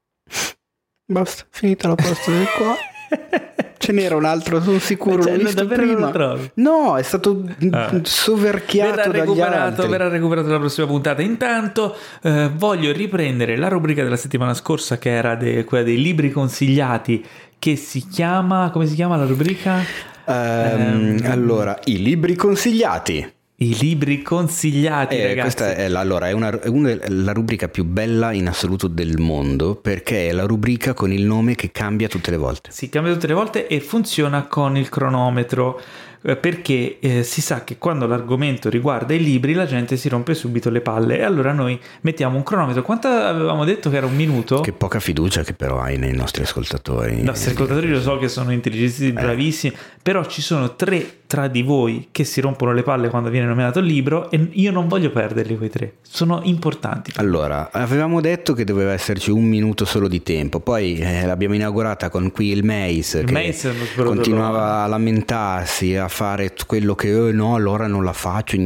Basta, finita la posta del cuore. Ce n'era un altro, sono sicuro. L'ho visto prima. Non lo trovi? No, è stato soverchiato dagli altri. Verrà recuperato la prossima puntata. Intanto voglio riprendere la rubrica della settimana scorsa, che era quella dei libri consigliati, che si chiama, come si chiama la rubrica? Allora, i libri consigliati. I libri consigliati, ragazzi. Questa è la rubrica più bella in assoluto del mondo, perché è la rubrica con il nome che cambia tutte le volte. Sì, cambia tutte le volte e funziona con il cronometro, perché si sa che quando l'argomento riguarda i libri la gente si rompe subito le palle, e allora noi mettiamo un cronometro. Quanto avevamo detto che era 1 minuto? Che poca fiducia che però hai nei nostri ascoltatori. I nostri ascoltatori lo so che sono intelligenti, bravissimi, però ci sono 3 tra di voi che si rompono le palle quando viene nominato il libro e io non voglio perderli quei 3, sono importanti. Allora, avevamo detto che doveva esserci 1 minuto solo di tempo, poi l'abbiamo inaugurata con qui il Mace, che continuava a lamentarsi, a fare quello che no, allora non la faccio,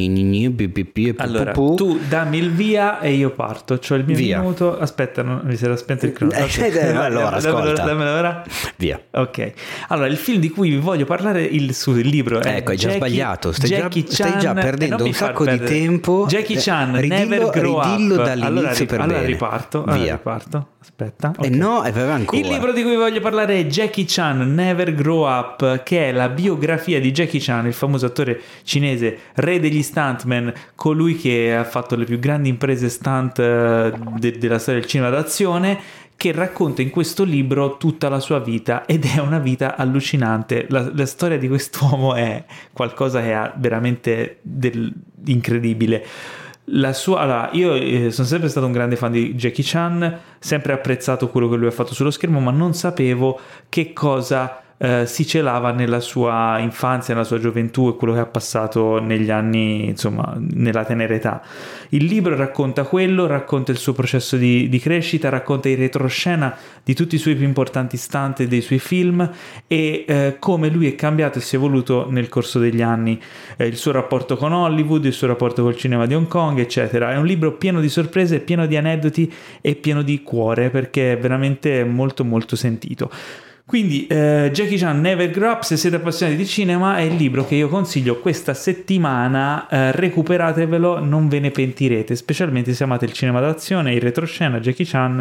allora tu dammi il via e io parto, cioè il mio minuto. Aspetta, mi si era spento il cronometro. Allora ascolta, dammelo ora. Via. Ok, allora il film di cui vi voglio parlare, il libro è ecco, hai già sbagliato, stai già perdendo un sacco di tempo. Jackie Chan, Never Grow Up. Ridillo dall'inizio per bene. Riparto. Aspetta. Okay. No, aveva ancora. Il libro di cui voglio parlare è Jackie Chan, Never Grow Up, che è la biografia di Jackie Chan, il famoso attore cinese, re degli stuntman, colui che ha fatto le più grandi imprese stunt della storia del cinema d'azione, che racconta in questo libro tutta la sua vita, ed è una vita allucinante. La storia di quest'uomo è qualcosa che ha veramente incredibile. Allora, io sono sempre stato un grande fan di Jackie Chan, sempre apprezzato quello che lui ha fatto sullo schermo, ma non sapevo che cosa si celava nella sua infanzia, nella sua gioventù e quello che ha passato negli anni, insomma, nella tenera età. Il libro racconta il suo processo di crescita, racconta in retroscena di tutti i suoi più importanti stunt e dei suoi film, e come lui è cambiato e si è evoluto nel corso degli anni, il suo rapporto con Hollywood, il suo rapporto col cinema di Hong Kong, eccetera. È un libro pieno di sorprese, pieno di aneddoti e pieno di cuore, perché è veramente molto molto sentito. Quindi Jackie Chan, Never Grow Up, se siete appassionati di cinema, è il libro che io consiglio questa settimana. Recuperatevelo, non ve ne pentirete, specialmente se amate il cinema d'azione, il retroscena, Jackie Chan.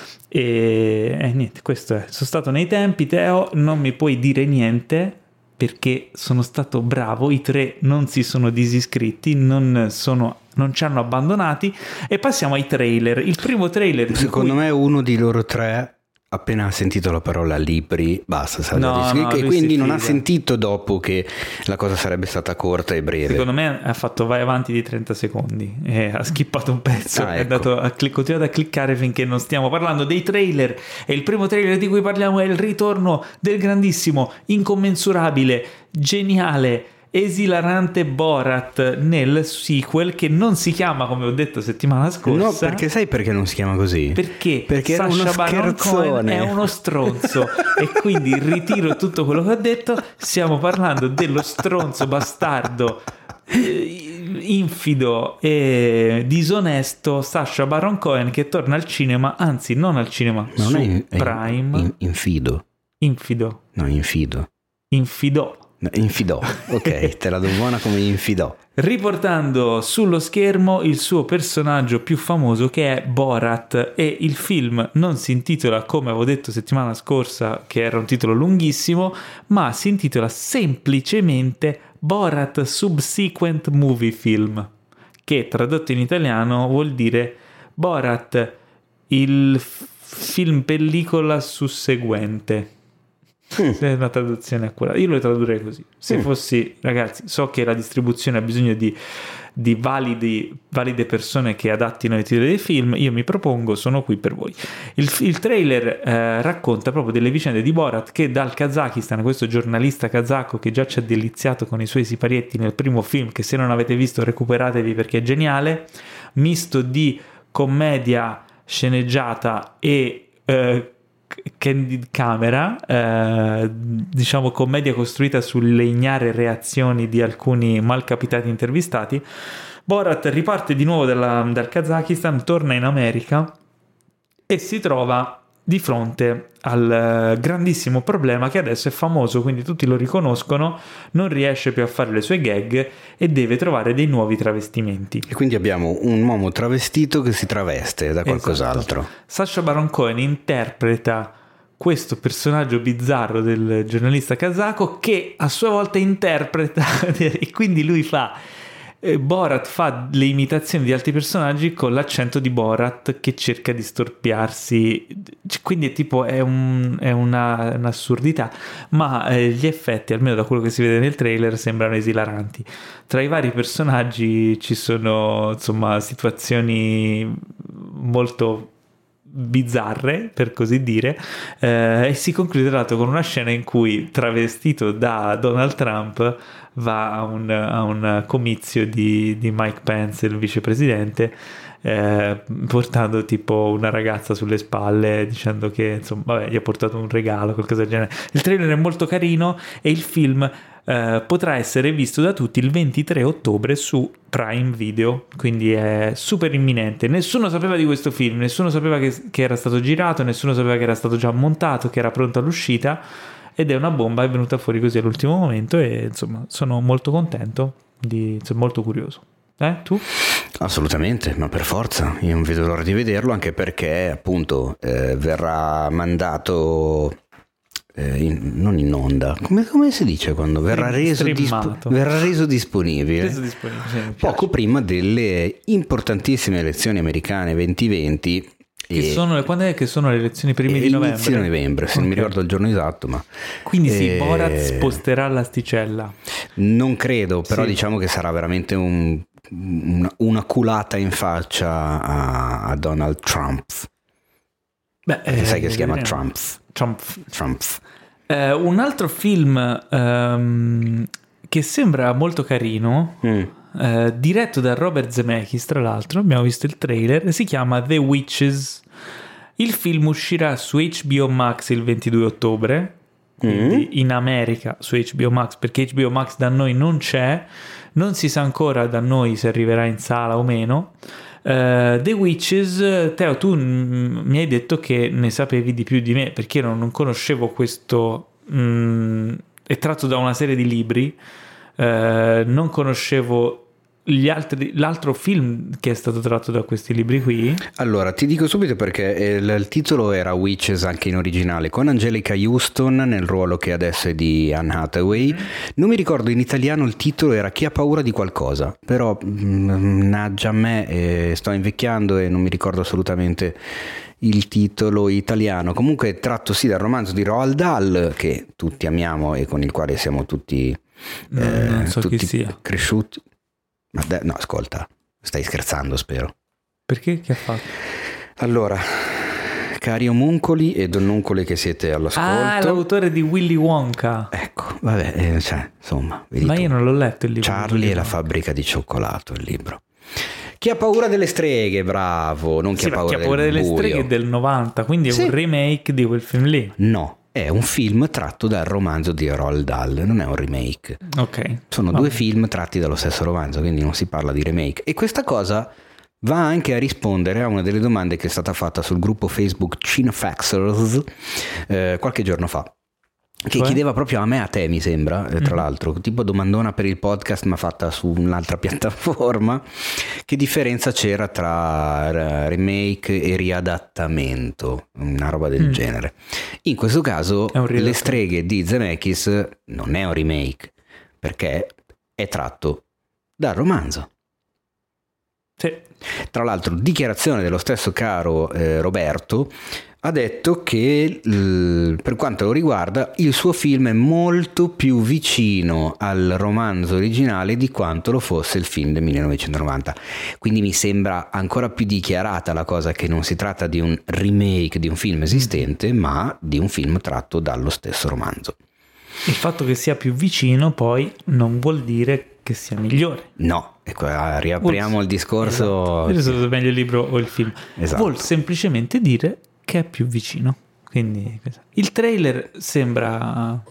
E niente, questo è. Sono stato nei tempi, Teo, non mi puoi dire niente perché sono stato bravo, i 3 non si sono disiscritti, non ci hanno abbandonati, e passiamo ai trailer. Il primo trailer, secondo me uno di loro 3 appena ha sentito la parola libri basta, e quindi non ha sentito dopo che la cosa sarebbe stata corta e breve. Secondo me ha fatto vai avanti di 30 secondi e ha skippato un pezzo, è andato continuato a cliccare finché non stiamo parlando dei trailer. E il primo trailer di cui parliamo è il ritorno del grandissimo, incommensurabile, geniale esilarante Borat nel sequel che non si chiama, come ho detto settimana scorsa. No, perché sai perché non si chiama così? Perché era uno Sacha Baron Cohen è uno stronzo e quindi ritiro tutto quello che ho detto. Stiamo parlando dello stronzo bastardo, infido e disonesto Sacha Baron Cohen che torna al cinema, anzi non al cinema, ma su non è Prime. Infido. No, infidò. Infidò, ok, te la do buona come infidò. Riportando sullo schermo il suo personaggio più famoso che è Borat, e il film non si intitola, come avevo detto settimana scorsa, che era un titolo lunghissimo, ma si intitola semplicemente Borat Subsequent Movie Film, che tradotto in italiano vuol dire Borat il film pellicola susseguente. È una traduzione accurata, io lo tradurrei così. Se fossi, ragazzi, so che la distribuzione ha bisogno di valide persone che adattino i titoli dei film, io mi propongo, sono qui per voi. Il trailer racconta proprio delle vicende di Borat, che dal Kazakistan, questo giornalista kazako che già ci ha deliziato con i suoi siparietti nel primo film, che se non avete visto recuperatevi perché è geniale, misto di commedia sceneggiata e candid camera, diciamo commedia costruita sulle ignare reazioni di alcuni malcapitati intervistati. Borat riparte di nuovo dal Kazakistan, torna in America e si trova di fronte al grandissimo problema che adesso è famoso, quindi tutti lo riconoscono, non riesce più a fare le sue gag e deve trovare dei nuovi travestimenti. E quindi abbiamo un uomo travestito che si traveste da qualcos'altro. Esatto. Sacha Baron Cohen interpreta questo personaggio bizzarro del giornalista kazako, che a sua volta interpreta e quindi lui fa Borat fa le imitazioni di altri personaggi con l'accento di Borat che cerca di storpiarsi, quindi è tipo è un'assurdità, ma gli effetti, almeno da quello che si vede nel trailer, sembrano esilaranti. Tra i vari personaggi ci sono insomma situazioni molto bizzarre, per così dire, e si conclude tra l'altro con una scena in cui, travestito da Donald Trump, va a un comizio di Mike Pence, il vicepresidente, portando tipo una ragazza sulle spalle, dicendo che insomma vabbè, gli ha portato un regalo, qualcosa del genere. Il trailer è molto carino e il film potrà essere visto da tutti il 23 ottobre su Prime Video, quindi è super imminente. Nessuno sapeva di questo film, nessuno sapeva che era stato girato, nessuno sapeva che era stato già montato, che era pronto all'uscita, ed è una bomba, è venuta fuori così all'ultimo momento e insomma sono molto contento, sono molto curioso. Tu? Assolutamente, ma per forza, io non vedo l'ora di vederlo, anche perché appunto verrà mandato non in onda, come si dice quando verrà reso disponibile poco prima delle importantissime elezioni americane 2020. Quando è che sono le elezioni? Primi di novembre? Inizio novembre, se non mi ricordo il giorno esatto, ma quindi sì, Borat sposterà l'asticella? Non credo, però sì, diciamo che sarà veramente una culata in faccia a Donald Trump. Beh, sai che si chiama Trump. Un altro film che sembra molto carino, diretto da Robert Zemeckis, tra l'altro, abbiamo visto il trailer, si chiama The Witches. Il film uscirà su HBO Max il 22 ottobre, quindi in America su HBO Max, perché HBO Max da noi non c'è, non si sa ancora da noi se arriverà in sala o meno. The Witches, Teo, tu mi hai detto che ne sapevi di più di me, perché io non conoscevo questo, è tratto da una serie di libri, non conoscevo l'altro film che è stato tratto da questi libri qui. Allora ti dico subito perché il titolo era Witches anche in originale, con Angelica Houston nel ruolo che adesso è di Anne Hathaway. Non mi ricordo in italiano, il titolo era Chi ha paura di qualcosa, però naggia a me, sto invecchiando e non mi ricordo assolutamente il titolo italiano. Comunque è tratto sì dal romanzo di Roald Dahl, che tutti amiamo e con il quale siamo tutti non so tutti chi sia cresciuti. No, ascolta, stai scherzando, spero. Perché? Che ha fatto? Allora, cari omuncoli e donnuncole che siete all'ascolto. Ah, è l'autore di Willy Wonka. Ecco, vabbè, insomma. Ma io non l'ho letto il libro. Charlie e la fabbrica di cioccolato, il libro. Chi ha paura delle streghe, bravo, non chi ha paura del buio. Chi ha paura delle streghe è del 90, quindi è un remake di quel film lì. No, è un film tratto dal romanzo di Roald Dahl, non è un remake. Ok. Sono due film tratti dallo stesso romanzo, quindi non si parla di remake. E questa cosa va anche a rispondere a una delle domande che è stata fatta sul gruppo Facebook Cinefaxers qualche giorno fa, che chiedeva proprio a me, a te mi sembra, tra l'altro, tipo domandona per il podcast ma fatta su un'altra piattaforma, che differenza c'era tra remake e riadattamento, una roba del genere. In questo caso Le streghe di Zemeckis non è un remake, perché è tratto dal romanzo. Sì. Tra l'altro, dichiarazione dello stesso caro Roberto, ha detto che per quanto lo riguarda il suo film è molto più vicino al romanzo originale di quanto lo fosse il film del 1990, quindi mi sembra ancora più dichiarata la cosa che non si tratta di un remake di un film esistente, ma di un film tratto dallo stesso romanzo. Il fatto che sia più vicino poi non vuol dire che sia migliore. No, ecco, riapriamo il discorso. Esatto. Meglio il libro o il film. Esatto. Vuol semplicemente dire che è più vicino. Quindi il trailer sembra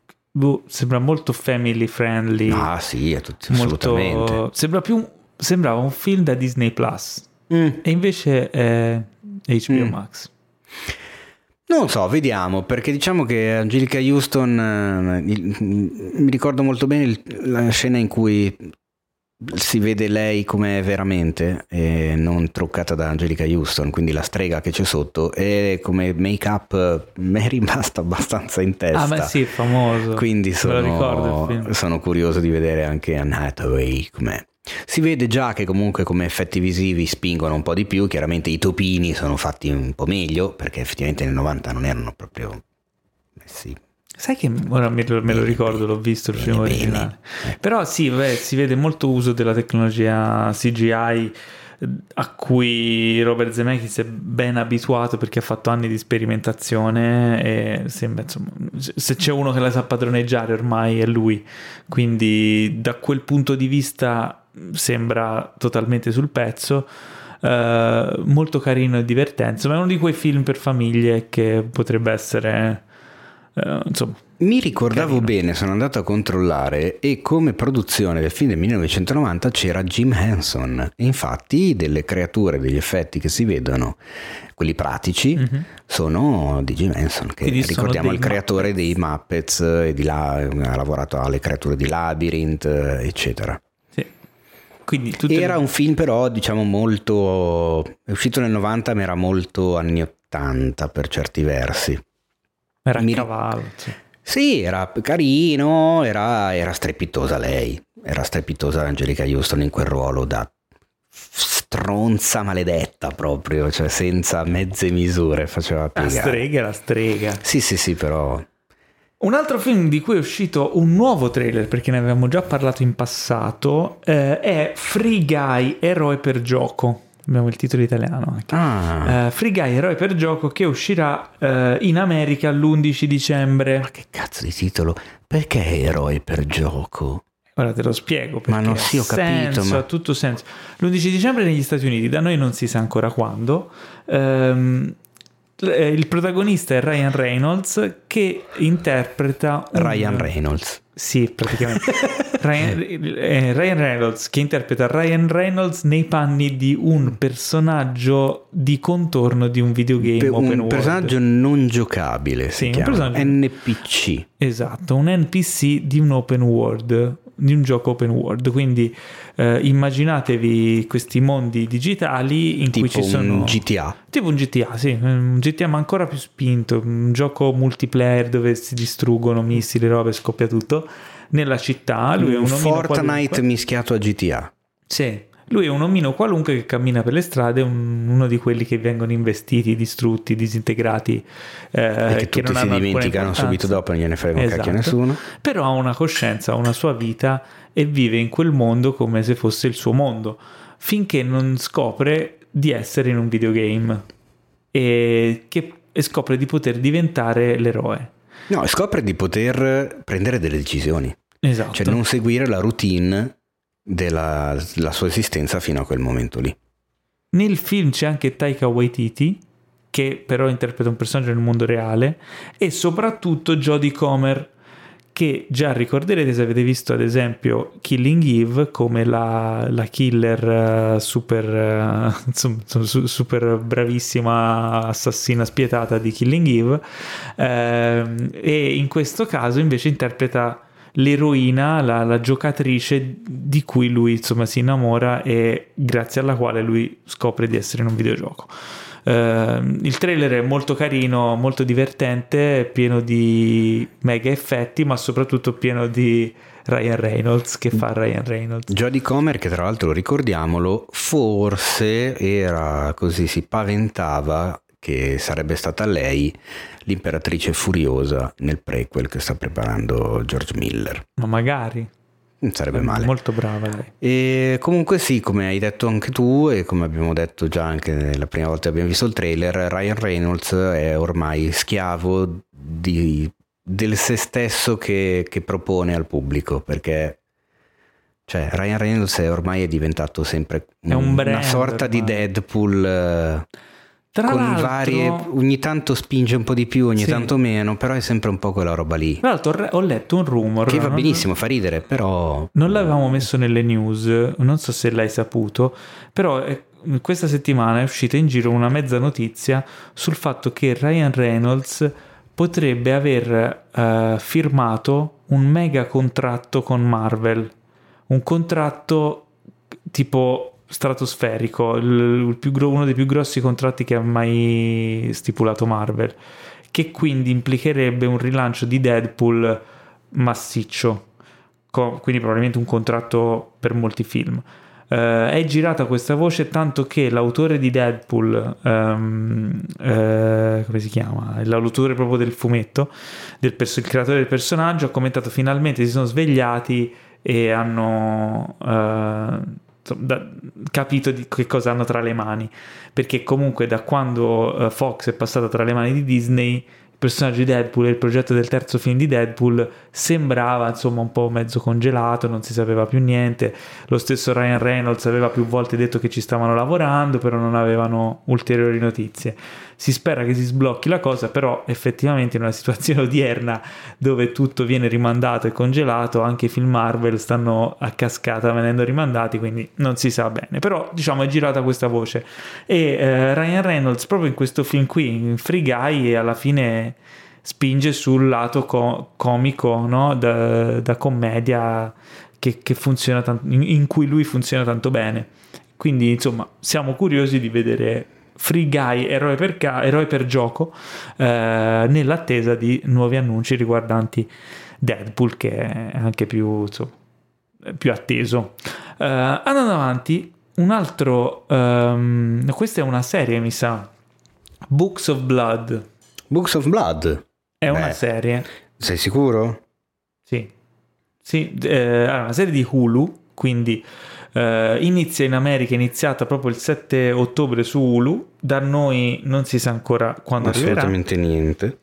molto family friendly. Ah sì, assolutamente. Sembrava un film da Disney Plus e invece è HBO Max. Non so, vediamo, perché diciamo che Angelica Houston, mi ricordo molto bene la scena in cui si vede lei com'è veramente, non truccata da Angelica Houston, quindi la strega che c'è sotto, e come make-up mi è rimasta abbastanza in testa. Ah, ma sì, è famoso. Quindi ricordo il film. Sono curioso di vedere anche Anne Hathaway com'è. Si vede già che comunque come effetti visivi spingono un po' di più, chiaramente i topini sono fatti un po' meglio, perché effettivamente nel 90 non erano proprio messi. Sai che ora me lo ricordo, l'ho visto il film originale. Però sì, si vede molto uso della tecnologia CGI a cui Robert Zemeckis è ben abituato, perché ha fatto anni di sperimentazione e sembra, insomma, se c'è uno che la sa padroneggiare ormai è lui, quindi da quel punto di vista sembra totalmente sul pezzo. Molto carino e divertente, ma è uno di quei film per famiglie che potrebbe essere insomma. Mi ricordavo bene, sono andato a controllare, e come produzione del film del 1990 c'era Jim Henson, e infatti delle creature, degli effetti che si vedono, quelli pratici, sono di Jim Henson, che quindi ricordiamo il creatore Muppets. Dei Muppets, e ha lavorato alle creature di Labyrinth, eccetera. Sì. Quindi era un film però diciamo molto, è uscito nel 90 ma era molto anni 80 per certi versi. Era a cavallo, sì, era carino, era strepitosa lei, era strepitosa Angelica Houston in quel ruolo da stronza maledetta proprio, cioè senza mezze misure, faceva piegare. La strega. Sì, però. Un altro film di cui è uscito un nuovo trailer, perché ne avevamo già parlato in passato, è Free Guy, eroe per gioco. Abbiamo il titolo italiano anche. Free Guy, eroe per gioco, che uscirà in America l'11 dicembre. Ma che cazzo di titolo? Perché eroe per gioco? Ora te lo spiego, perché ma non ho capito, ha tutto senso. L'11 dicembre negli Stati Uniti, da noi non si sa ancora quando. Il protagonista è Ryan Reynolds, che interpreta Ryan Reynolds. Sì, praticamente. Ryan Reynolds, che interpreta Ryan Reynolds nei panni di un personaggio di contorno di un videogame open world. Un personaggio non giocabile, si chiama NPC. Esatto, un NPC di un open world, di un gioco open world. Quindi immaginatevi questi mondi digitali in tipo cui ci sono un GTA. Tipo un GTA, sì, un GTA ma ancora più spinto, un gioco multiplayer dove si distruggono missili, robe, scoppia tutto nella città. Lui è un Fortnite mischiato a GTA. Sì, lui è un omino qualunque che cammina per le strade, uno di quelli che vengono investiti, distrutti, disintegrati, e che tutti si dimenticano subito dopo, non gliene frega un cacchio a nessuno. Però ha una coscienza, ha una sua vita e vive in quel mondo come se fosse il suo mondo, finché non scopre di essere in un videogame e scopre di poter diventare l'eroe. No, scopre di poter prendere delle decisioni. Esatto. Cioè non seguire la routine della sua esistenza fino a quel momento lì. Nel film c'è anche Taika Waititi, che però interpreta un personaggio nel mondo reale, e soprattutto Jodie Comer, che già ricorderete se avete visto ad esempio Killing Eve come la killer super bravissima assassina spietata di Killing Eve, e in questo caso invece interpreta l'eroina, la giocatrice di cui lui insomma si innamora e grazie alla quale lui scopre di essere in un videogioco. Il trailer è molto carino, molto divertente, pieno di mega effetti, ma soprattutto pieno di Ryan Reynolds che fa Ryan Reynolds. Jodie Comer, che tra l'altro ricordiamolo, forse era così, si paventava che sarebbe stata lei l'imperatrice furiosa nel prequel che sta preparando George Miller. Ma magari. Non sarebbe male. Molto brava lei. E comunque sì, come hai detto anche tu e come abbiamo detto già anche la prima volta che abbiamo visto il trailer, Ryan Reynolds è ormai schiavo del se stesso che propone al pubblico, perché cioè Ryan Reynolds ormai è diventato sempre una sorta di Deadpool. Tra con l'altro, varie, ogni tanto spinge un po' di più, ogni tanto meno, però è sempre un po' quella roba lì. Tra l'altro ho letto un rumor che va benissimo, fa ridere, però non l'avevamo messo nelle news, non so se l'hai saputo, però questa settimana è uscita in giro una mezza notizia sul fatto che Ryan Reynolds potrebbe aver firmato un mega contratto con Marvel, un contratto tipo stratosferico, uno dei più grossi contratti che ha mai stipulato Marvel, che quindi implicherebbe un rilancio di Deadpool massiccio, quindi probabilmente un contratto per molti film. È girata questa voce tanto che l'autore di Deadpool, come si chiama? L'autore proprio del fumetto, il creatore del personaggio, ha commentato: finalmente si sono svegliati e hanno capito di che cosa hanno tra le mani, perché comunque da quando Fox è passata tra le mani di Disney, il personaggio di Deadpool e il progetto del terzo film di Deadpool sembrava insomma un po' mezzo congelato, non si sapeva più niente. Lo stesso Ryan Reynolds aveva più volte detto che ci stavano lavorando, però non avevano ulteriori notizie. Si spera che si sblocchi la cosa, però effettivamente in una situazione odierna dove tutto viene rimandato e congelato, anche i film Marvel stanno a cascata venendo rimandati, quindi non si sa bene. Però diciamo è girata questa voce e Ryan Reynolds proprio in questo film qui, in Free Guy, e alla fine spinge sul lato comico, no? da commedia che funziona in cui lui funziona tanto bene. Quindi insomma siamo curiosi di vedere Free Guy, eroe per gioco, nell'attesa di nuovi annunci riguardanti Deadpool, che è anche più atteso. Andando avanti, un altro, questa è una serie, mi sa, Books of Blood. È una serie. Sei sicuro? Sì, è una serie di Hulu, quindi inizia in America, è iniziata proprio il 7 ottobre su Hulu, da noi non si sa ancora quando arriverà. Assolutamente niente.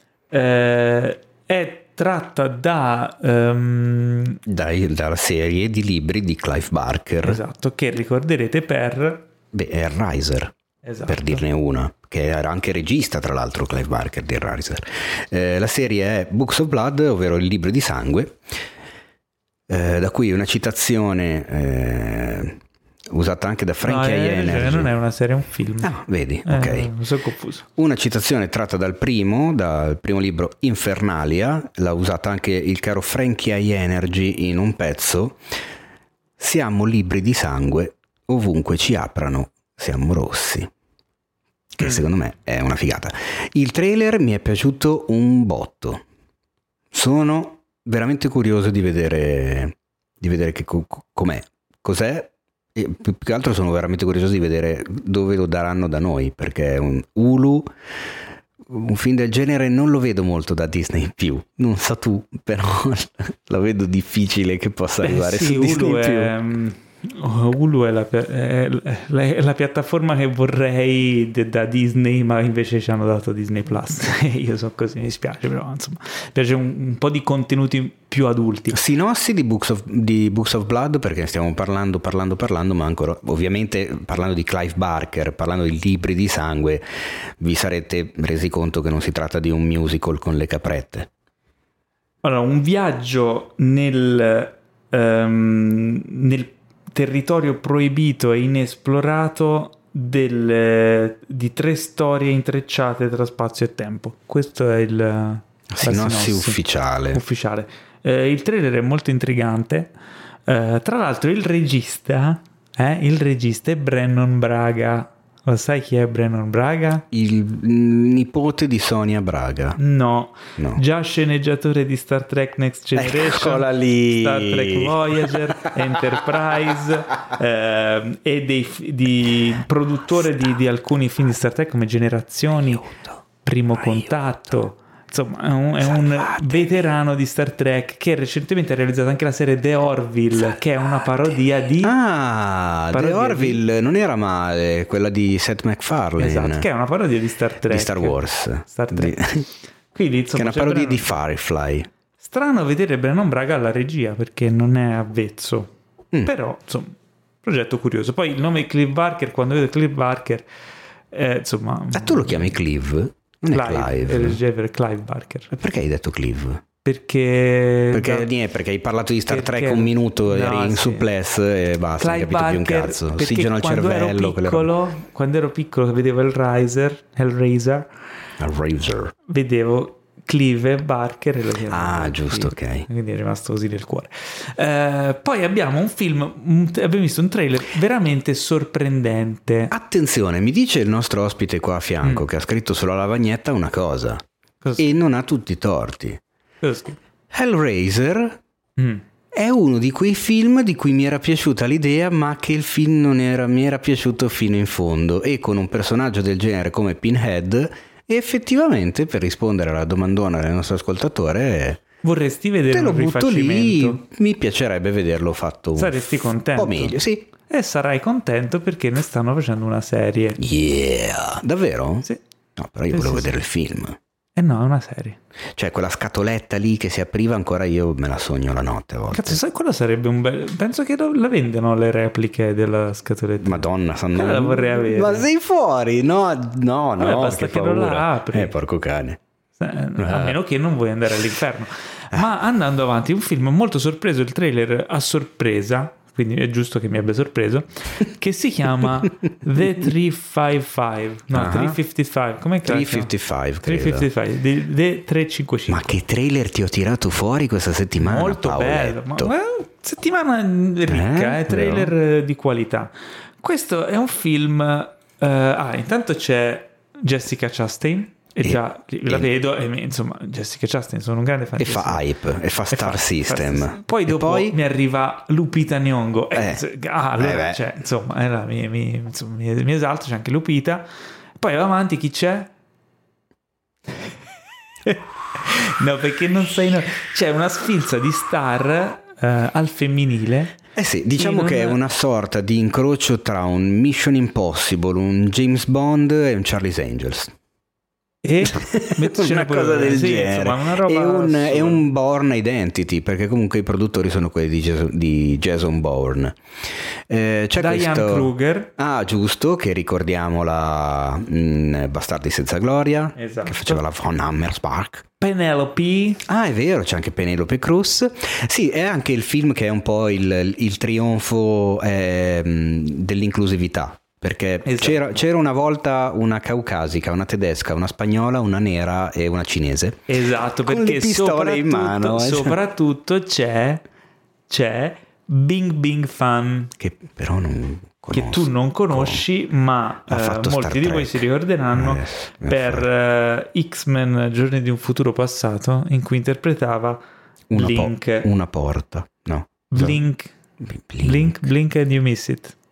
È tratta dalla serie di libri di Clive Barker. Esatto, che ricorderete per Hellraiser. Esatto. Per dirne una, che era anche regista tra l'altro Clive Barker di Hellraiser. La serie è Books of Blood, ovvero il libro di sangue, da cui una citazione usata anche da Frankie Energy. Non è una serie, è un film. Ah, vedi, ok. Mi sono confuso. Una citazione tratta dal primo libro Infernalia, l'ha usata anche il caro Frankie Energy in un pezzo: siamo libri di sangue, ovunque ci aprano siamo rossi. Che secondo me è una figata. Il trailer mi è piaciuto un botto. Sono veramente curioso di vedere che com'è, cos'è, e più che altro sono veramente curioso di vedere dove lo daranno da noi, perché un Hulu, un film del genere non lo vedo molto da Disney+. Non so tu, però la vedo difficile che possa arrivare su Disney+. Hulu è la piattaforma che vorrei da Disney, ma invece ci hanno dato Disney Plus. Io sono così, mi spiace, però insomma mi piace un po' di contenuti più adulti. Sinossi di Books of Blood, perché stiamo parlando, ma ancora ovviamente parlando di Clive Barker, parlando di libri di sangue, vi sarete resi conto che non si tratta di un musical con le caprette. Allora, un viaggio nel territorio proibito e inesplorato di 3 storie intrecciate tra spazio e tempo. Questo è la sinossi ufficiale. Il trailer è molto intrigante. Tra l'altro il regista è Brannon Braga. Lo sai chi è Brannon Braga? Il nipote di Sonia Braga. No. Già sceneggiatore di Star Trek Next Generation, eccola lì. Star Trek Voyager, Enterprise, e di produttore di alcuni film di Star Trek come Generazioni, Primo Contatto. Insomma, è un veterano di Star Trek che recentemente ha realizzato anche la serie The Orville, che è una parodia di... The Orville non era male, quella di Seth MacFarlane. Esatto, che è una parodia di Star Trek. Di Star Wars. Quindi, insomma, che è una parodia di Firefly. Strano vedere Brannon Braga alla regia, perché non è avvezzo. Però, insomma, progetto curioso. Poi il nome Clive Barker, quando vedo Clive Barker, insomma... tu lo chiami Clive? Non è Clive Barker. Perché hai detto Clive? Perché hai parlato di Star Trek un minuto, eri in suplex e basta, non capito più un cazzo. Ossigeno al cervello. Quando ero piccolo vedevo Hellraiser. Vedevo Clive Barker e lo chiamavo. Giusto, ok. Quindi è rimasto così nel cuore. Poi abbiamo un film, abbiamo visto un trailer veramente sorprendente. Attenzione, mi dice il nostro ospite qua a fianco che ha scritto sulla lavagnetta una cosa. E non ha tutti i torti. Hellraiser è uno di quei film di cui mi era piaciuta l'idea, ma che il film mi era piaciuto fino in fondo, e con un personaggio del genere come Pinhead. E effettivamente, per rispondere alla domandona del nostro ascoltatore, vorresti vedere un rifacimento? Lì, mi piacerebbe vederlo fatto saresti contento? Un po' meglio, sì. E sarai contento perché ne stanno facendo una serie. Yeah! Davvero? Sì. No, però io volevo vedere il film. No, è una serie. Cioè quella scatoletta lì che si apriva, ancora io me la sogno la notte a volte. Cazzo, sai, quello sarebbe un bel... Penso che la vendono le repliche della scatoletta. Madonna, la vorrei avere. Ma sei fuori? No. Basta che non la apri. Porco cane. A meno che non vuoi andare all'inferno. Ma andando avanti, un film molto sorpreso, il trailer a sorpresa, quindi è giusto che mi abbia sorpreso, che si chiama The 355. No, 355. Com'è che 355, 355. The 355. Ma che trailer ti ho tirato fuori questa settimana? Molto bello. Settimana ricca, trailer di qualità. Questo è un film... intanto c'è Jessica Chastain. E già la vedo e insomma Jessica Chastain sono un grande fan. E fa hype e fa Star System. Poi dopo mi arriva Lupita Nyong'o cioè, insomma mi esalto, c'è anche Lupita. Poi va avanti, chi c'è? No, perché non sai, c'è una sfilza di star al femminile. Sì, diciamo che è una sorta di incrocio tra un Mission Impossible, un James Bond e un Charlie's Angels. E una cosa del genere, insomma, una roba è un Bourne Identity, perché comunque i produttori sono quelli di Jason Bourne. C'è Diane Kruger, giusto, che ricordiamola in Bastardi senza gloria, esatto, che faceva la Von Hammersbach. Penelope, è vero, c'è anche Penelope Cruz. Sì, è anche il film che è un po' il trionfo dell'inclusività. Perché c'era una volta una caucasica, una tedesca, una spagnola, una nera e una cinese. Esatto, perché con le pistole in mano. Soprattutto c'è Bing Bing Fan, che però non conosco, che tu non conosci, ma molti di voi si ricorderanno per X-Men Giorni di un futuro passato, in cui interpretava una porta. No. Blink and you miss it.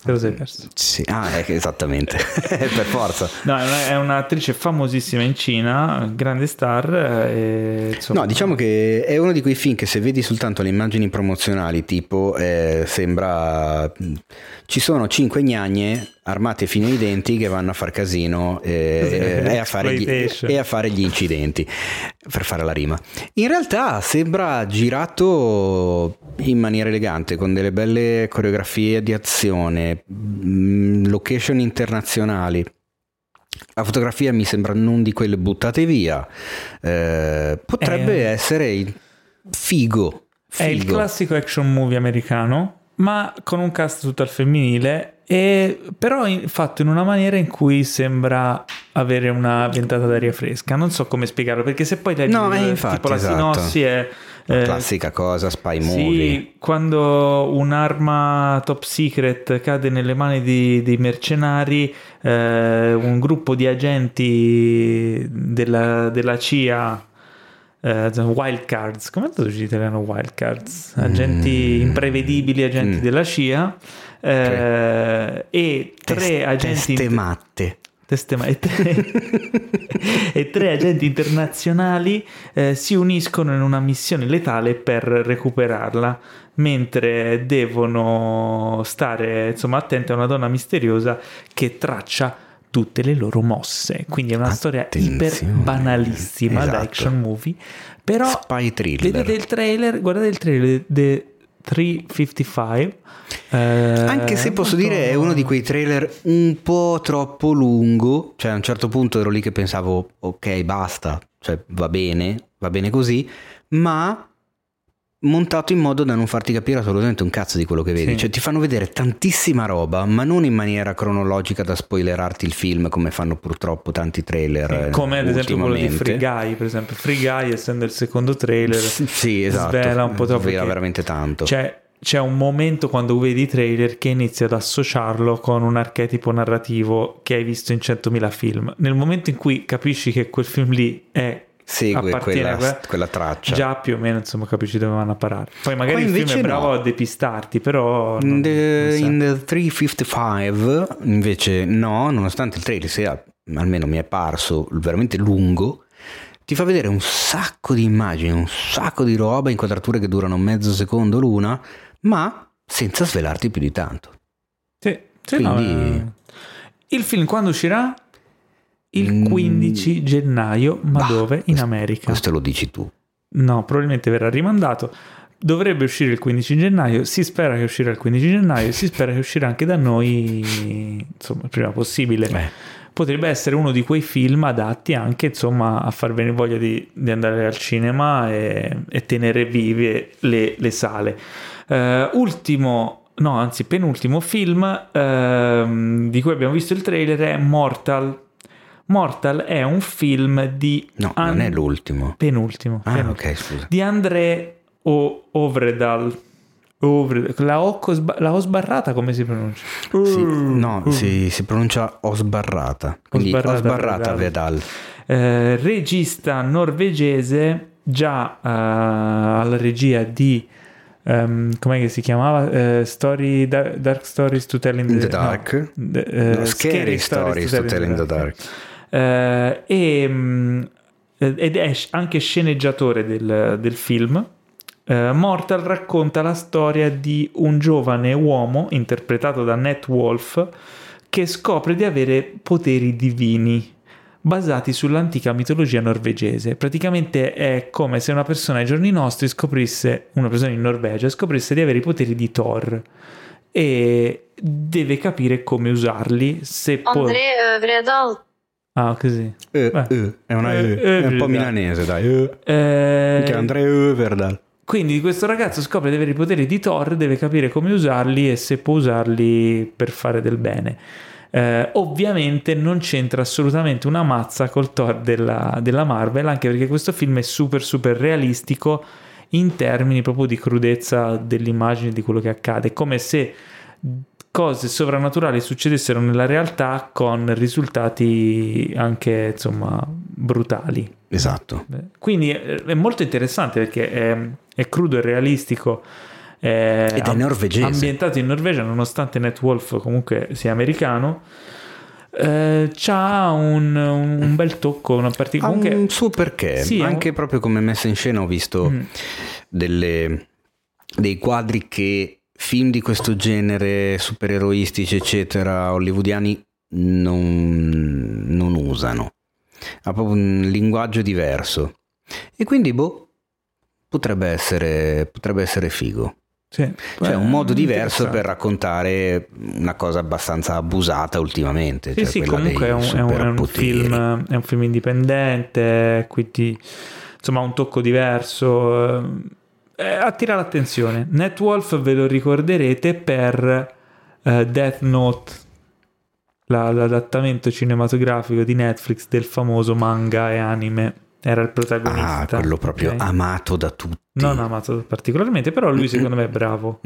te lo sei perso. Sì, esattamente, per forza. No, è un'attrice famosissima in Cina, grande star. No, diciamo che è uno di quei film che se vedi soltanto le immagini promozionali, tipo sembra ci sono 5 gnagne armate fino ai denti che vanno a far casino e a fare gli incidenti, per fare la rima. In realtà sembra girato in maniera elegante, con delle belle coreografie di azione, location internazionali. La fotografia mi sembra non di quelle buttate via, potrebbe essere figo. È il classico action movie americano, ma con un cast tutto al femminile, però fatto in una maniera in cui sembra avere una ventata d'aria fresca. Non so come spiegarlo, perché se poi leggi tipo la sinossi è classica cosa spy movie. Sì, quando un'arma top secret cade nelle mani di mercenari, un gruppo di agenti della CIA, Wildcards, come traduce in italiano Wildcards? Agenti imprevedibili, agenti della CIA, e tre agenti e tre agenti internazionali si uniscono in una missione letale per recuperarla, mentre devono stare attenti a una donna misteriosa che traccia tutte le loro mosse. Quindi è una storia iper banalissima, da action movie, però spy thriller. Vedete il trailer, guardate il trailer di 355, anche se posso dire è uno di quei trailer un po' troppo lungo, cioè a un certo punto ero lì che pensavo ok basta, cioè va bene così, ma montato in modo da non farti capire assolutamente un cazzo di quello che vedi. Cioè ti fanno vedere tantissima roba, ma non in maniera cronologica da spoilerarti il film, come fanno purtroppo tanti trailer, come ad esempio quello di Free Guy, per esempio. Free Guy, essendo il secondo trailer, svela un po' troppo, svela veramente tanto. C'è un momento quando vedi i trailer che inizi ad associarlo con un archetipo narrativo che hai visto in 100.000 film. Nel momento in cui capisci che quel film lì segue quella traccia, già più o meno capisci dove vanno a parare. Poi magari il film è bravo a depistarti, però in The 355 invece no, nonostante il trailer sia, almeno mi è parso veramente lungo, ti fa vedere un sacco di immagini, un sacco di roba, inquadrature che durano mezzo secondo l'una, ma senza svelarti più di tanto. Quindi il film quando uscirà? Il 15 gennaio, ma dove? In America. Questo lo dici tu. No, probabilmente verrà rimandato. Dovrebbe uscire il 15 gennaio, si spera che uscirà il 15 gennaio, si spera che uscirà anche da noi, il prima possibile. Potrebbe essere uno di quei film adatti anche, a far venire voglia di andare al cinema e tenere vive le sale. Penultimo film di cui abbiamo visto il trailer è Mortal. Mortal è un film di... No, non è l'ultimo. Penultimo. Ok, scusa. Di André Øvredal. La O sbarrata come si pronuncia? Si pronuncia O sbarrata. Quindi O sbarrata Vedal. Regista norvegese, già alla regia di... com'è che si chiamava? Dark Stories to Tell in the Dark. Scary Stories to Tell in the Dark. Ed è anche sceneggiatore del film. Mortal racconta la storia di un giovane uomo interpretato da Nat Wolff che scopre di avere poteri divini basati sull'antica mitologia norvegese. Praticamente è come se una persona ai giorni nostri una persona in Norvegia scoprisse di avere i poteri di Thor e deve capire come usarli. André Øvredal. Così. È un po' milanese, dai. Che André Øvredal. Quindi questo ragazzo scopre di avere i poteri di Thor, deve capire come usarli e se può usarli per fare del bene. Ovviamente non c'entra assolutamente una mazza col Thor della Marvel, anche perché questo film è super super realistico in termini proprio di crudezza dell'immagine, di quello che accade, come se cose sovrannaturali succedessero nella realtà con risultati anche brutali. Esatto. Quindi è molto interessante perché è crudo e realistico Ed è norvegese. Ambientato in Norvegia, nonostante Nat Wolff comunque sia americano. C'ha un bel tocco, una comunque un suo perché, sì, anche proprio come messa in scena ho visto dei quadri che film di questo genere, supereroistici eccetera, hollywoodiani non usano, ha proprio un linguaggio diverso e quindi potrebbe essere figo. Sì, cioè un modo diverso per raccontare una cosa abbastanza abusata ultimamente. Sì, sì, comunque è un film indipendente, quindi insomma ha un tocco diverso, attira l'attenzione. Nat Wolff ve lo ricorderete per Death Note, l'adattamento cinematografico di Netflix del famoso manga e anime. Era il protagonista. Quello proprio amato da tutti. Non amato particolarmente, però lui secondo me è bravo.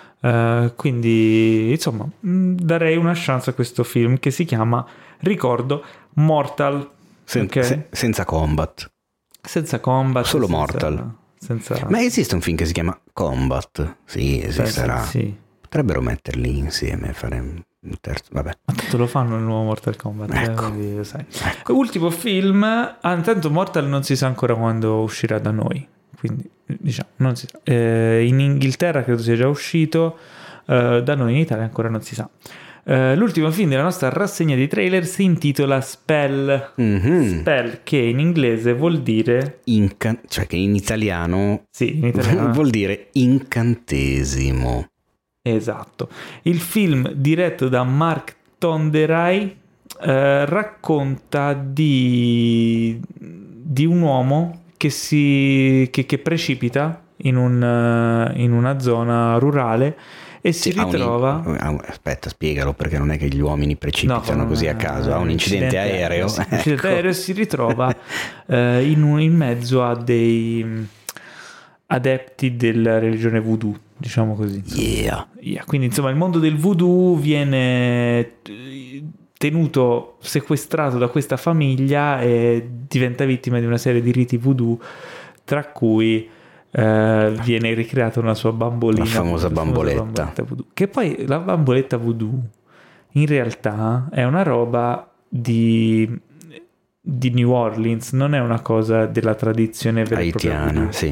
Quindi insomma darei una chance a questo film che si chiama, ricordo, Mortal. Senza combat. Senza combat. Solo Mortal. Ma esiste un film che si chiama Combat? Sì, esisterà. Sì. Potrebbero metterli insieme, fare un terzo, vabbè. Ma tanto lo fanno il nuovo Mortal Kombat. Ecco. Sai. Ultimo film. Intanto Mortal non si sa ancora quando uscirà da noi, quindi diciamo non si sa. In Inghilterra credo sia già uscito, da noi in Italia ancora non si sa. L'ultimo film della nostra rassegna di trailer si intitola Spell. Spell, che in inglese vuol dire cioè che in italiano, sì, in italiano vuol dire incantesimo. Esatto. Il film, diretto da Mark Tonderai, racconta di un uomo che precipita in una zona rurale e si ritrova. Aspetta, spiegalo, perché non è che gli uomini precipitano così a caso. Ha un incidente aereo. Un incidente aereo e si ritrova in mezzo a dei adepti della religione voodoo, diciamo così. Yeah. Quindi insomma il mondo del voodoo viene tenuto sequestrato da questa famiglia e diventa vittima di una serie di riti voodoo, tra cui viene ricreata una sua bambolina, la famosa bamboletta voodoo. Che poi la bamboletta voodoo in realtà è una roba di New Orleans, non è una cosa della tradizione vera e propria haitiana, sì.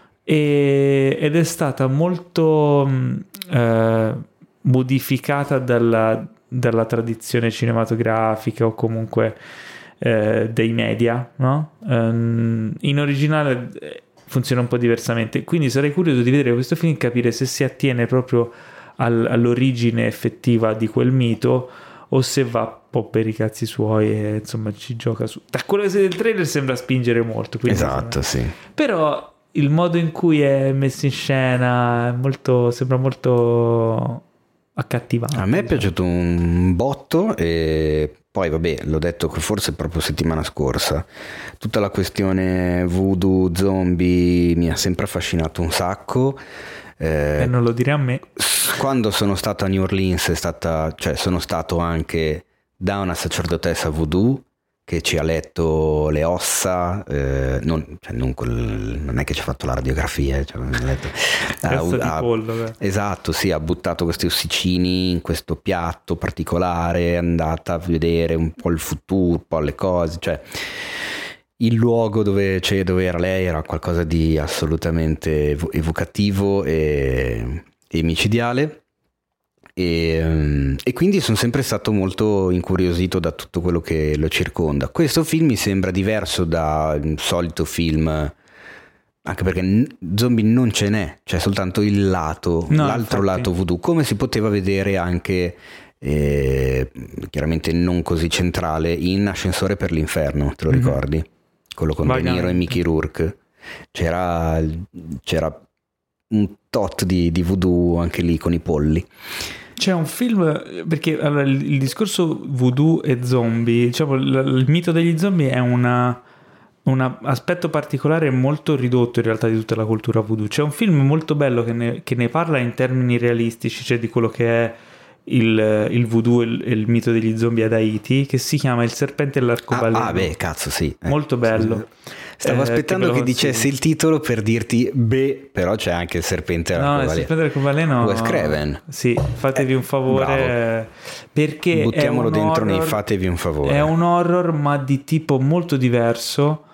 Ed è stata molto modificata dalla tradizione cinematografica o comunque dei media, no? In originale funziona un po' diversamente, quindi sarei curioso di vedere questo film e capire se si attiene proprio all'origine effettiva di quel mito o se va un po' per i cazzi suoi e insomma ci gioca su. Da quello che si vede del trailer sembra spingere molto, esatto, sì. Però il modo in cui è messo in scena sembra molto accattivante. A me è piaciuto un botto e poi vabbè, l'ho detto forse proprio settimana scorsa, tutta la questione voodoo, zombie mi ha sempre affascinato un sacco. E non lo dire a me. Quando sono stato a New Orleans sono stato anche da una sacerdotessa voodoo che ci ha letto le ossa, non è che ci ha fatto la radiografia, esatto, sì, ha buttato questi ossicini in questo piatto particolare, è andata a vedere un po' il futuro, un po' le cose, cioè il luogo dove era lei era qualcosa di assolutamente evocativo e micidiale. E quindi sono sempre stato molto incuriosito da tutto quello che lo circonda. Questo film mi sembra diverso dal solito film, anche perché zombie non ce n'è, c'è soltanto l'altro lato voodoo, come si poteva vedere anche chiaramente non così centrale in Ascensore per l'inferno, te lo ricordi? Quello con De Niro e Mickey Rourke. C'era un tot di voodoo anche lì con i polli. C'è un film, perché allora, il discorso voodoo e zombie, diciamo il mito degli zombie è un aspetto particolare molto ridotto in realtà di tutta la cultura voodoo. C'è un film molto bello che ne parla in termini realistici, cioè di quello che è il voodoo e il mito degli zombie ad Haiti, che si chiama Il serpente e l'arcobaleno. Beh, cazzo, sì. Molto bello. Stavo aspettando che dicesse il titolo per dirti però c'è anche il serpente l'arcobaleno. No, il serpente l'arcobaleno Wes Craven. Sì, fatevi un favore, perché buttiamolo dentro horror, nei fatevi un favore. È un horror ma di tipo molto diverso,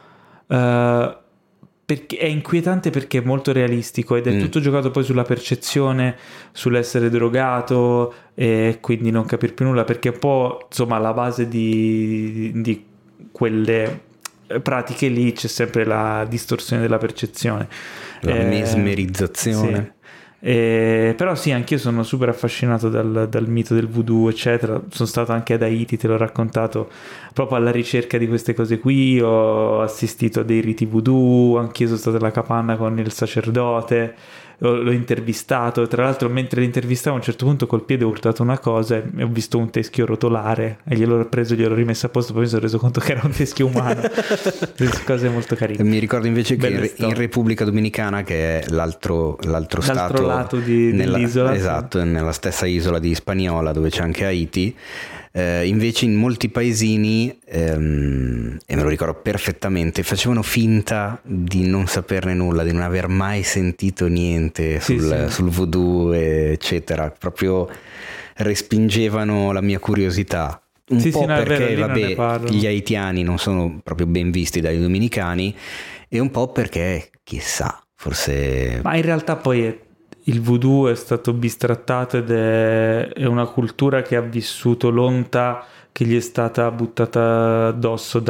perché è inquietante, perché è molto realistico ed è tutto giocato poi sulla percezione, sull'essere drogato e quindi non capir più nulla, perché un po' insomma alla base di quelle pratiche lì c'è sempre la distorsione della percezione, la mesmerizzazione. Sì. Però sì, anch'io sono super affascinato dal mito del voodoo eccetera. Sono stato anche ad Haiti, te l'ho raccontato, proprio alla ricerca di queste cose qui. Ho assistito a dei riti voodoo, anch'io sono stato alla capanna con il sacerdote, l'ho intervistato. Tra l'altro, mentre l'intervistavo, a un certo punto col piede ho urtato una cosa e ho visto un teschio rotolare e gliel'ho preso, gliel'ho rimesso a posto, poi mi sono reso conto che era un teschio umano. Cose molto carine. Mi ricordo invece che in Repubblica Dominicana, che è l'altro stato lato dell'isola, esatto, nella stessa isola di Hispaniola dove c'è anche Haiti, invece in molti paesini, e me lo ricordo perfettamente, facevano finta di non saperne nulla, di non aver mai sentito niente sul voodoo eccetera, proprio respingevano la mia curiosità, perché gli haitiani non sono proprio ben visti dai dominicani, e un po' perché chissà, forse, ma in realtà poi il voodoo è stato bistrattato ed è una cultura che ha vissuto l'onta che gli è stata buttata addosso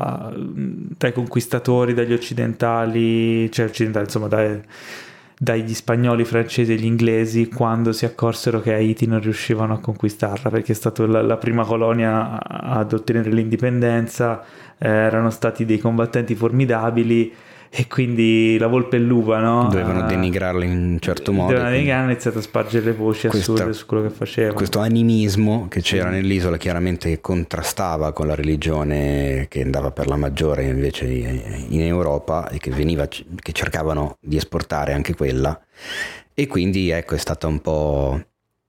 dai conquistatori, dagli occidentali, insomma dagli spagnoli, francesi e gli inglesi, quando si accorsero che Haiti non riuscivano a conquistarla, perché è stata la prima colonia ad ottenere l'indipendenza, erano stati dei combattenti formidabili, e quindi la volpe e l'uva, no? Dovevano denigrarla in un certo modo. Hanno iniziato a spargere le voci assurde su quello che facevano. Questo animismo che c'era nell'isola chiaramente contrastava con la religione che andava per la maggiore invece in Europa, e che cercavano di esportare anche quella, e quindi ecco, è stata un po'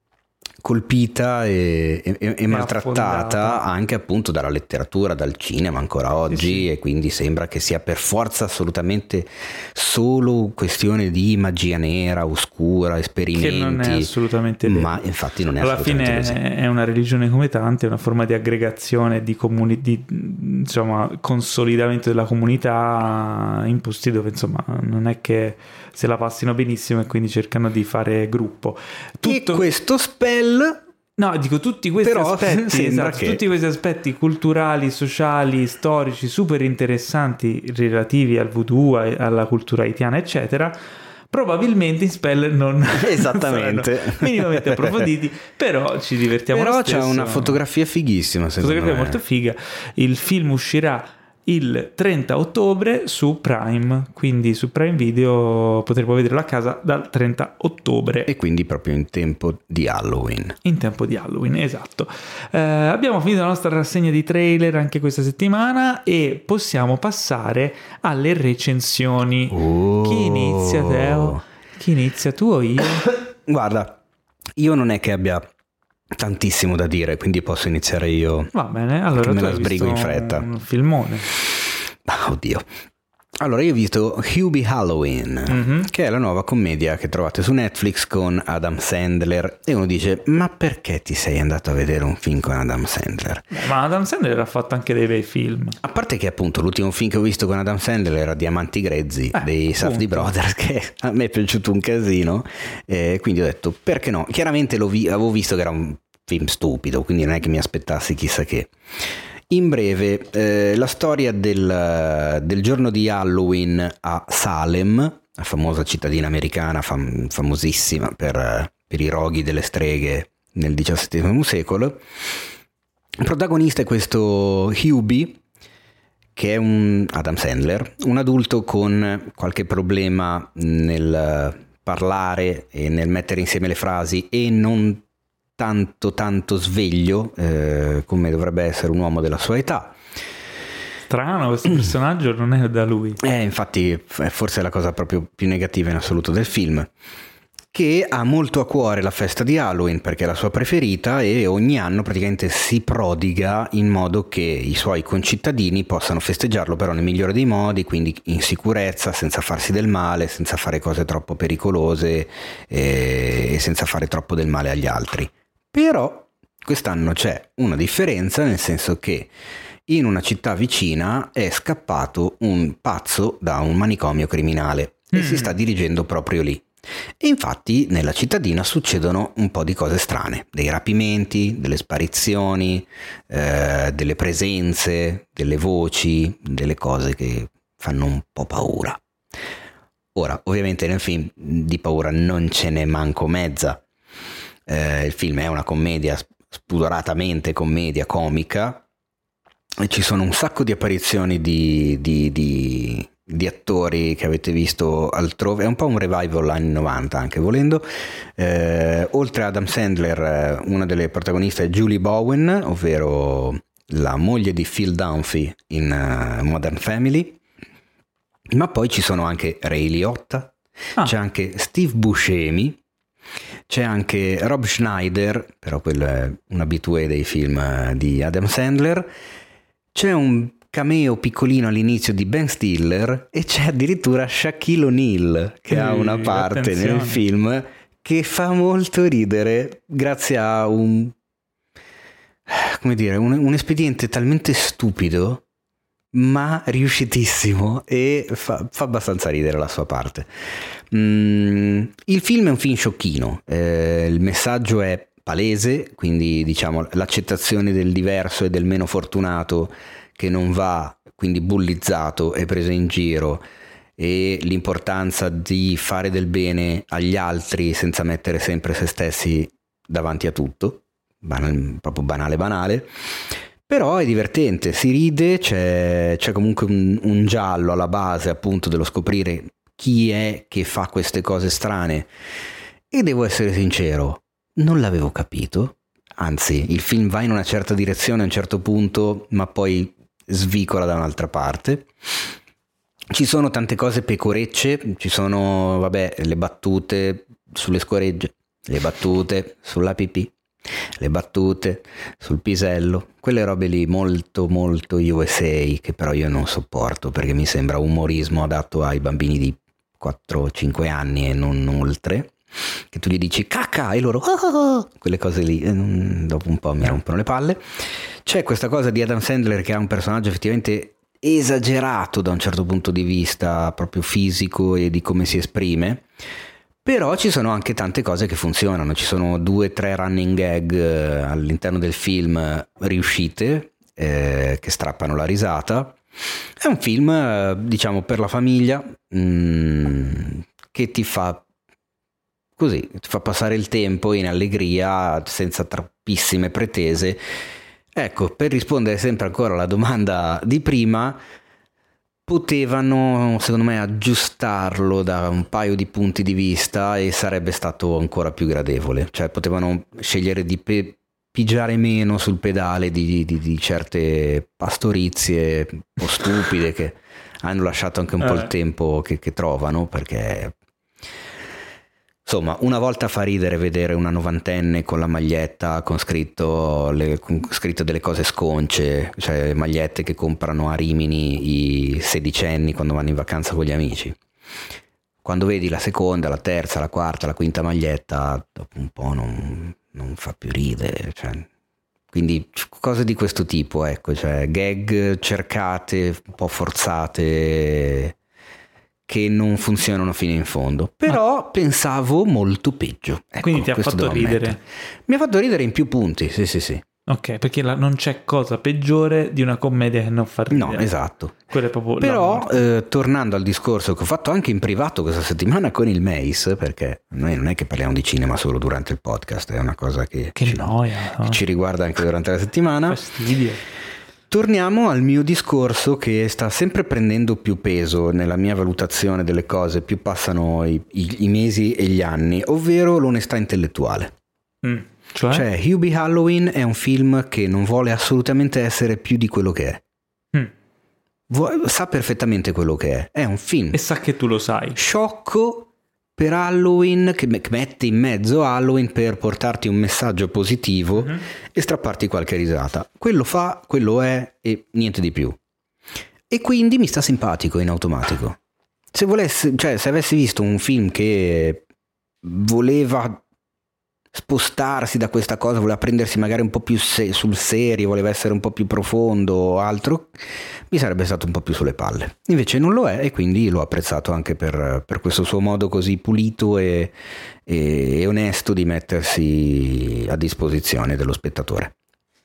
colpita e maltrattata anche appunto dalla letteratura, dal cinema ancora oggi, e quindi sembra che sia per forza assolutamente solo questione di magia nera, oscura, esperimenti, che non è assolutamente vero. Ma infatti non è alla assolutamente fine così. È una religione come tante, è una forma di aggregazione, di insomma consolidamento della comunità in posti dove insomma non è che se la passino benissimo e quindi cercano di fare gruppo. E questo spell, no, dico tutti questi aspetti, esatto, tutti questi aspetti culturali, sociali, storici super interessanti relativi al voodoo, alla cultura haitiana eccetera, probabilmente in spell non esattamente saranno minimamente approfonditi, però ci divertiamo lo stesso. C'è una fotografia fighissima, fotografia molto figa. Il film uscirà il 30 ottobre su Prime, quindi su Prime Video potremo vederlo a casa dal 30 ottobre. E quindi proprio in tempo di Halloween. In tempo di Halloween, esatto. Abbiamo finito la nostra rassegna di trailer anche questa settimana e possiamo passare alle recensioni. Chi inizia, Teo? Chi inizia, tu o io? Guarda, io non è che abbia tantissimo da dire, quindi posso iniziare io. Va bene, allora me la sbrigo in fretta. Un filmone. Oddio. Allora, io ho visto Hubie Halloween, che è la nuova commedia che trovate su Netflix con Adam Sandler, e uno dice: ma perché ti sei andato a vedere un film con Adam Sandler? Ma Adam Sandler ha fatto anche dei bei film. A parte che appunto l'ultimo film che ho visto con Adam Sandler era Diamanti Grezzi dei Safdie Brothers, che a me è piaciuto un casino, quindi ho detto perché no. Chiaramente avevo visto che era un film stupido, quindi non è che mi aspettassi chissà che. In breve, la storia del giorno di Halloween a Salem, la famosa cittadina americana famosissima per i roghi delle streghe nel XVII secolo. Il protagonista è questo Hubie, che è un Adam Sandler, un adulto con qualche problema nel parlare e nel mettere insieme le frasi, e non tanto sveglio come dovrebbe essere un uomo della sua età. Strano, questo personaggio non è da lui. Infatti forse è la cosa proprio più negativa in assoluto del film. che ha molto a cuore la festa di Halloween perché è la sua preferita e ogni anno praticamente si prodiga in modo che i suoi concittadini possano festeggiarlo però nel migliore dei modi, quindi in sicurezza, senza farsi del male, senza fare cose troppo pericolose e senza fare troppo del male agli altri. Però quest'anno c'è una differenza, nel senso che in una città vicina è scappato un pazzo da un manicomio criminale e si sta dirigendo proprio lì. E infatti nella cittadina succedono un po' di cose strane, dei rapimenti, delle sparizioni, delle presenze, delle voci, delle cose che fanno un po' paura. Ora, ovviamente nel film di paura non ce n'è manco mezza. Il film è una commedia, spudoratamente commedia comica, e ci sono un sacco di apparizioni di attori che avete visto altrove. È un po' un revival anni 90 anche volendo. Oltre a Adam Sandler, una delle protagoniste è Julie Bowen, ovvero la moglie di Phil Dunphy in Modern Family, ma poi ci sono anche Ray Liotta, c'è anche Steve Buscemi, c'è anche Rob Schneider, però quello è un habitué dei film di Adam Sandler, c'è un cameo piccolino all'inizio di Ben Stiller e c'è addirittura Shaquille O'Neal che ha una parte nel film che fa molto ridere grazie a un espediente talmente stupido ma riuscitissimo e fa abbastanza ridere la sua parte. Il film è un film sciocchino, il messaggio è palese, quindi diciamo l'accettazione del diverso e del meno fortunato che non va quindi bullizzato e preso in giro, e l'importanza di fare del bene agli altri senza mettere sempre se stessi davanti a tutto, proprio banale. Però è divertente, si ride, c'è comunque un giallo alla base appunto dello scoprire chi è che fa queste cose strane, e devo essere sincero, non l'avevo capito, anzi il film va in una certa direzione a un certo punto ma poi svicola da un'altra parte. Ci sono tante cose pecorecce, ci sono le battute sulle scoregge, le battute sulla pipì, le battute sul pisello, quelle robe lì molto molto USA che però io non sopporto perché mi sembra umorismo adatto ai bambini di 4-5 anni e non oltre, che tu gli dici cacca e loro quelle cose lì dopo un po' mi rompono le palle. C'è questa cosa di Adam Sandler che ha un personaggio effettivamente esagerato da un certo punto di vista proprio fisico e di come si esprime, però ci sono anche tante cose che funzionano, ci sono 2-3 running gag all'interno del film riuscite che strappano la risata. È un film diciamo per la famiglia che ti fa passare il tempo in allegria senza troppissime pretese. Ecco, per rispondere sempre ancora alla domanda di prima, potevano secondo me aggiustarlo da un paio di punti di vista e sarebbe stato ancora più gradevole, cioè potevano scegliere di pigiare meno sul pedale di certe pastorizie un po' stupide che hanno lasciato anche un po' il tempo che trovano, perché insomma una volta fa ridere vedere una novantenne con la maglietta con scritto delle cose sconce, cioè magliette che comprano a Rimini i sedicenni quando vanno in vacanza con gli amici. Quando vedi la seconda, la terza, la quarta, la quinta maglietta, dopo un po' non fa più ridere, cioè. Quindi cose di questo tipo, ecco, cioè gag cercate, un po' forzate, che non funzionano fino in fondo. Però pensavo molto peggio. Ecco, quindi ti ha fatto ridere? Mi ha fatto ridere in più punti, sì. Ok, perché non c'è cosa peggiore di una commedia che non fa ridere. No, esatto. Quello è proprio però tornando al discorso che ho fatto anche in privato questa settimana con il Mace, perché noi non è che parliamo di cinema solo durante il podcast, è una cosa che noia, no? Ci riguarda anche durante la settimana. Fastidio. Torniamo al mio discorso che sta sempre prendendo più peso nella mia valutazione delle cose, più passano i mesi e gli anni, ovvero l'onestà intellettuale. Cioè Hubie Halloween è un film che non vuole assolutamente essere più di quello che è. Sa perfettamente quello che è un film. E sa che tu lo sai. Sciocco, per Halloween, che mette in mezzo Halloween per portarti un messaggio positivo e strapparti qualche risata. Quello fa, quello è e niente di più. E quindi mi sta simpatico in automatico. Se avessi visto un film che voleva spostarsi da questa cosa, voleva prendersi magari un po' più sul serio, voleva essere un po' più profondo o altro, mi sarebbe stato un po' più sulle palle. Invece non lo è, e quindi l'ho apprezzato anche per questo suo modo così pulito e onesto di mettersi a disposizione dello spettatore.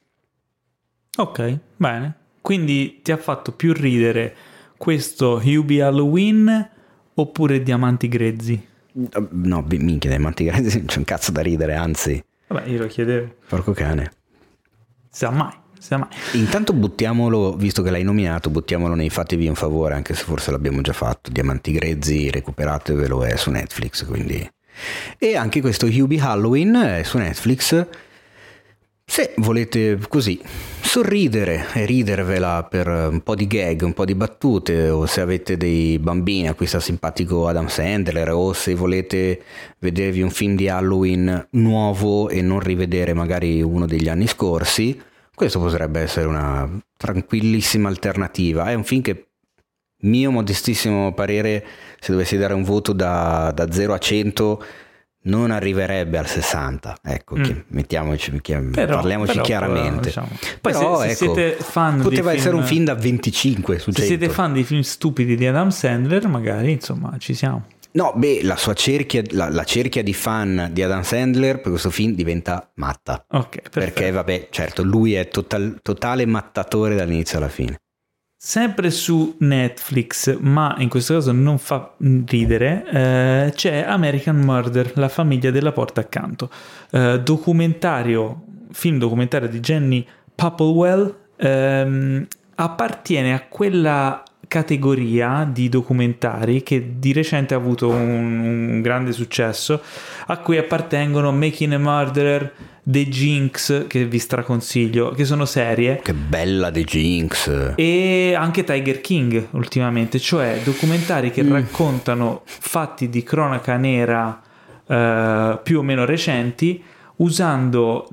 Ok, bene. Quindi ti ha fatto più ridere questo Hubie Halloween oppure Diamanti Grezzi? No, minchia, Diamanti Grezzi non c'è un cazzo da ridere, anzi. Vabbè, io lo chiedevo. Porco cane. Sa mai. Intanto buttiamolo, visto che l'hai nominato, buttiamolo nei fatevi un favore, anche se forse l'abbiamo già fatto. Diamanti Grezzi, recuperatevelo, è su Netflix, quindi. E anche questo Hubie Halloween è su Netflix. Se volete così sorridere e ridervela per un po' di gag, un po' di battute, o se avete dei bambini a cui sta simpatico Adam Sandler, o se volete vedervi un film di Halloween nuovo e non rivedere magari uno degli anni scorsi, questo potrebbe essere una tranquillissima alternativa. È un film che, mio modestissimo parere, se dovessi dare un voto da 0 a 100, non arriverebbe al 60, ecco, parliamoci chiaramente. Poi però, se siete fan poteva di essere film, un film da 25 su 100. Se siete fan di film stupidi di Adam Sandler, magari, insomma, ci siamo. No, la sua cerchia, la cerchia di fan di Adam Sandler per questo film diventa matta. Ok, perché vabbè, certo, lui è totale mattatore dall'inizio alla fine. Sempre su Netflix, ma in questo caso non fa ridere, c'è American Murder, la famiglia della porta accanto, film documentario di Jenny Popplewell, appartiene a quella categoria di documentari che di recente ha avuto un grande successo, a cui appartengono Making a Murderer, The Jinx, che vi straconsiglio, che sono serie. Che bella The Jinx! E anche Tiger King ultimamente, cioè documentari che raccontano fatti di cronaca nera più o meno recenti, usando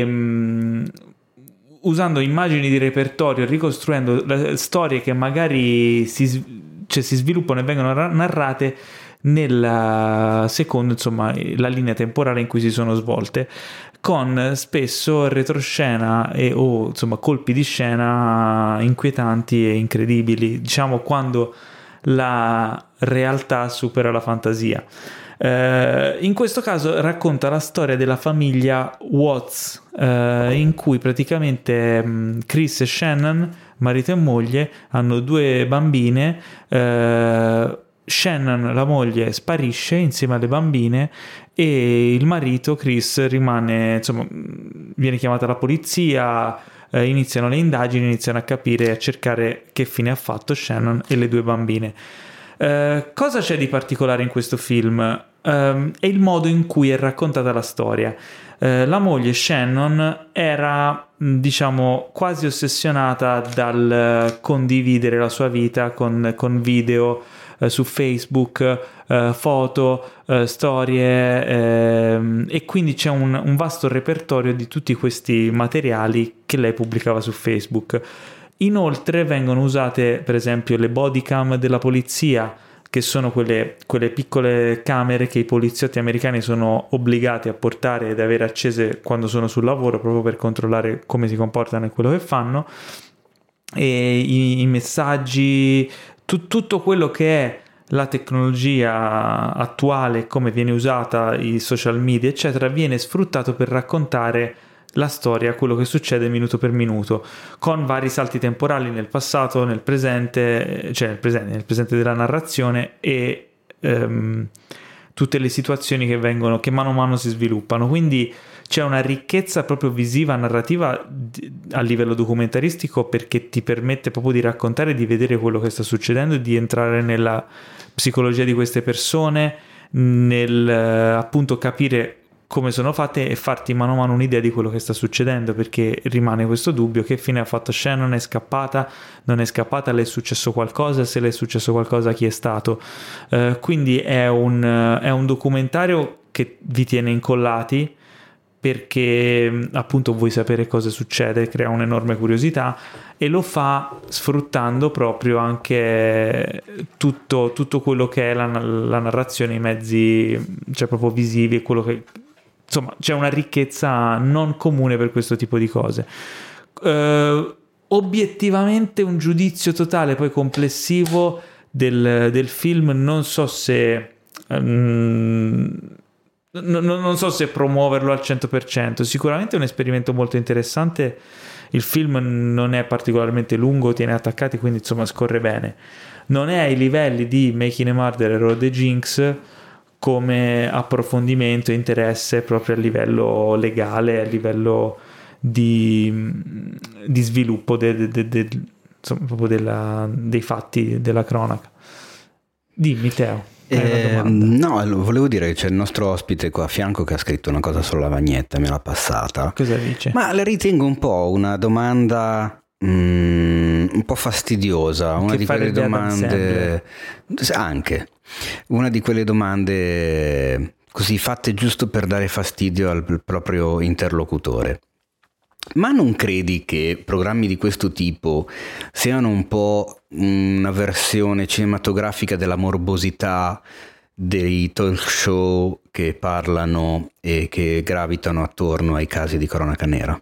immagini di repertorio, ricostruendo le storie che magari si sviluppano e vengono narrate secondo, insomma, la linea temporale in cui si sono svolte, con spesso retroscena o insomma colpi di scena inquietanti e incredibili, diciamo, quando la realtà supera la fantasia. In questo caso racconta la storia della famiglia Watts, in cui praticamente Chris e Shannon, marito e moglie, hanno 2 bambine. Shannon, la moglie, sparisce insieme alle bambine e il marito, Chris, rimane, insomma, viene chiamata la polizia, iniziano le indagini, iniziano a capire e a cercare che fine ha fatto Shannon e le 2 bambine. Cosa c'è di particolare in questo film? È il modo in cui è raccontata la storia. La moglie Shannon era, diciamo, quasi ossessionata dal condividere la sua vita con video su Facebook, foto, storie, e quindi c'è un vasto repertorio di tutti questi materiali che lei pubblicava su Facebook. Inoltre vengono usate, per esempio, le bodycam della polizia, che sono quelle piccole camere che i poliziotti americani sono obbligati a portare ed avere accese quando sono sul lavoro, proprio per controllare come si comportano e quello che fanno, e i messaggi, tutto quello che è la tecnologia attuale, come viene usata, i social media eccetera, viene sfruttato per raccontare la storia, quello che succede minuto per minuto, con vari salti temporali nel passato, nel presente, nel presente della narrazione, e tutte le situazioni che mano a mano si sviluppano. Quindi c'è una ricchezza proprio visiva, narrativa a livello documentaristico, perché ti permette proprio di raccontare, di vedere quello che sta succedendo, di entrare nella psicologia di queste persone, nel appunto capire come sono fatte e farti mano a mano un'idea di quello che sta succedendo, perché rimane questo dubbio: che fine ha fatto Shannon? È scappata? Non è scappata? Le è successo qualcosa? Se le è successo qualcosa, chi è stato? Quindi è un documentario che vi tiene incollati, perché appunto vuoi sapere cosa succede, crea un'enorme curiosità, e lo fa sfruttando proprio anche tutto quello che è la narrazione, i mezzi, cioè proprio visivi, e quello che, insomma, c'è una ricchezza non comune per questo tipo di cose. Obiettivamente un giudizio totale poi complessivo del film, non so se non so se promuoverlo al 100%. Sicuramente è un esperimento molto interessante. Il film non è particolarmente lungo, tiene attaccati, quindi insomma scorre bene. Non è ai livelli di Making a Murderer o The Jinx come approfondimento e interesse proprio a livello legale, a livello di sviluppo insomma, proprio dei fatti della cronaca. Dimmi, Teo. No, volevo dire che c'è il nostro ospite qua a fianco che ha scritto una cosa sulla lavagnetta, me l'ha passata. Cosa dice? Ma la ritengo un po' una domanda un po' fastidiosa, una di quelle domande, anche una di quelle domande così fatte giusto per dare fastidio al proprio interlocutore. Ma non credi che programmi di questo tipo siano un po' una versione cinematografica della morbosità dei talk show che parlano e che gravitano attorno ai casi di cronaca nera?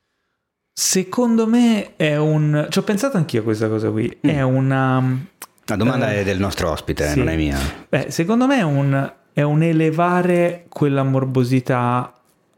Secondo me è ci ho pensato anch'io a questa cosa qui. È una... La domanda è del nostro ospite, sì. Non è mia. Secondo me è un elevare quella morbosità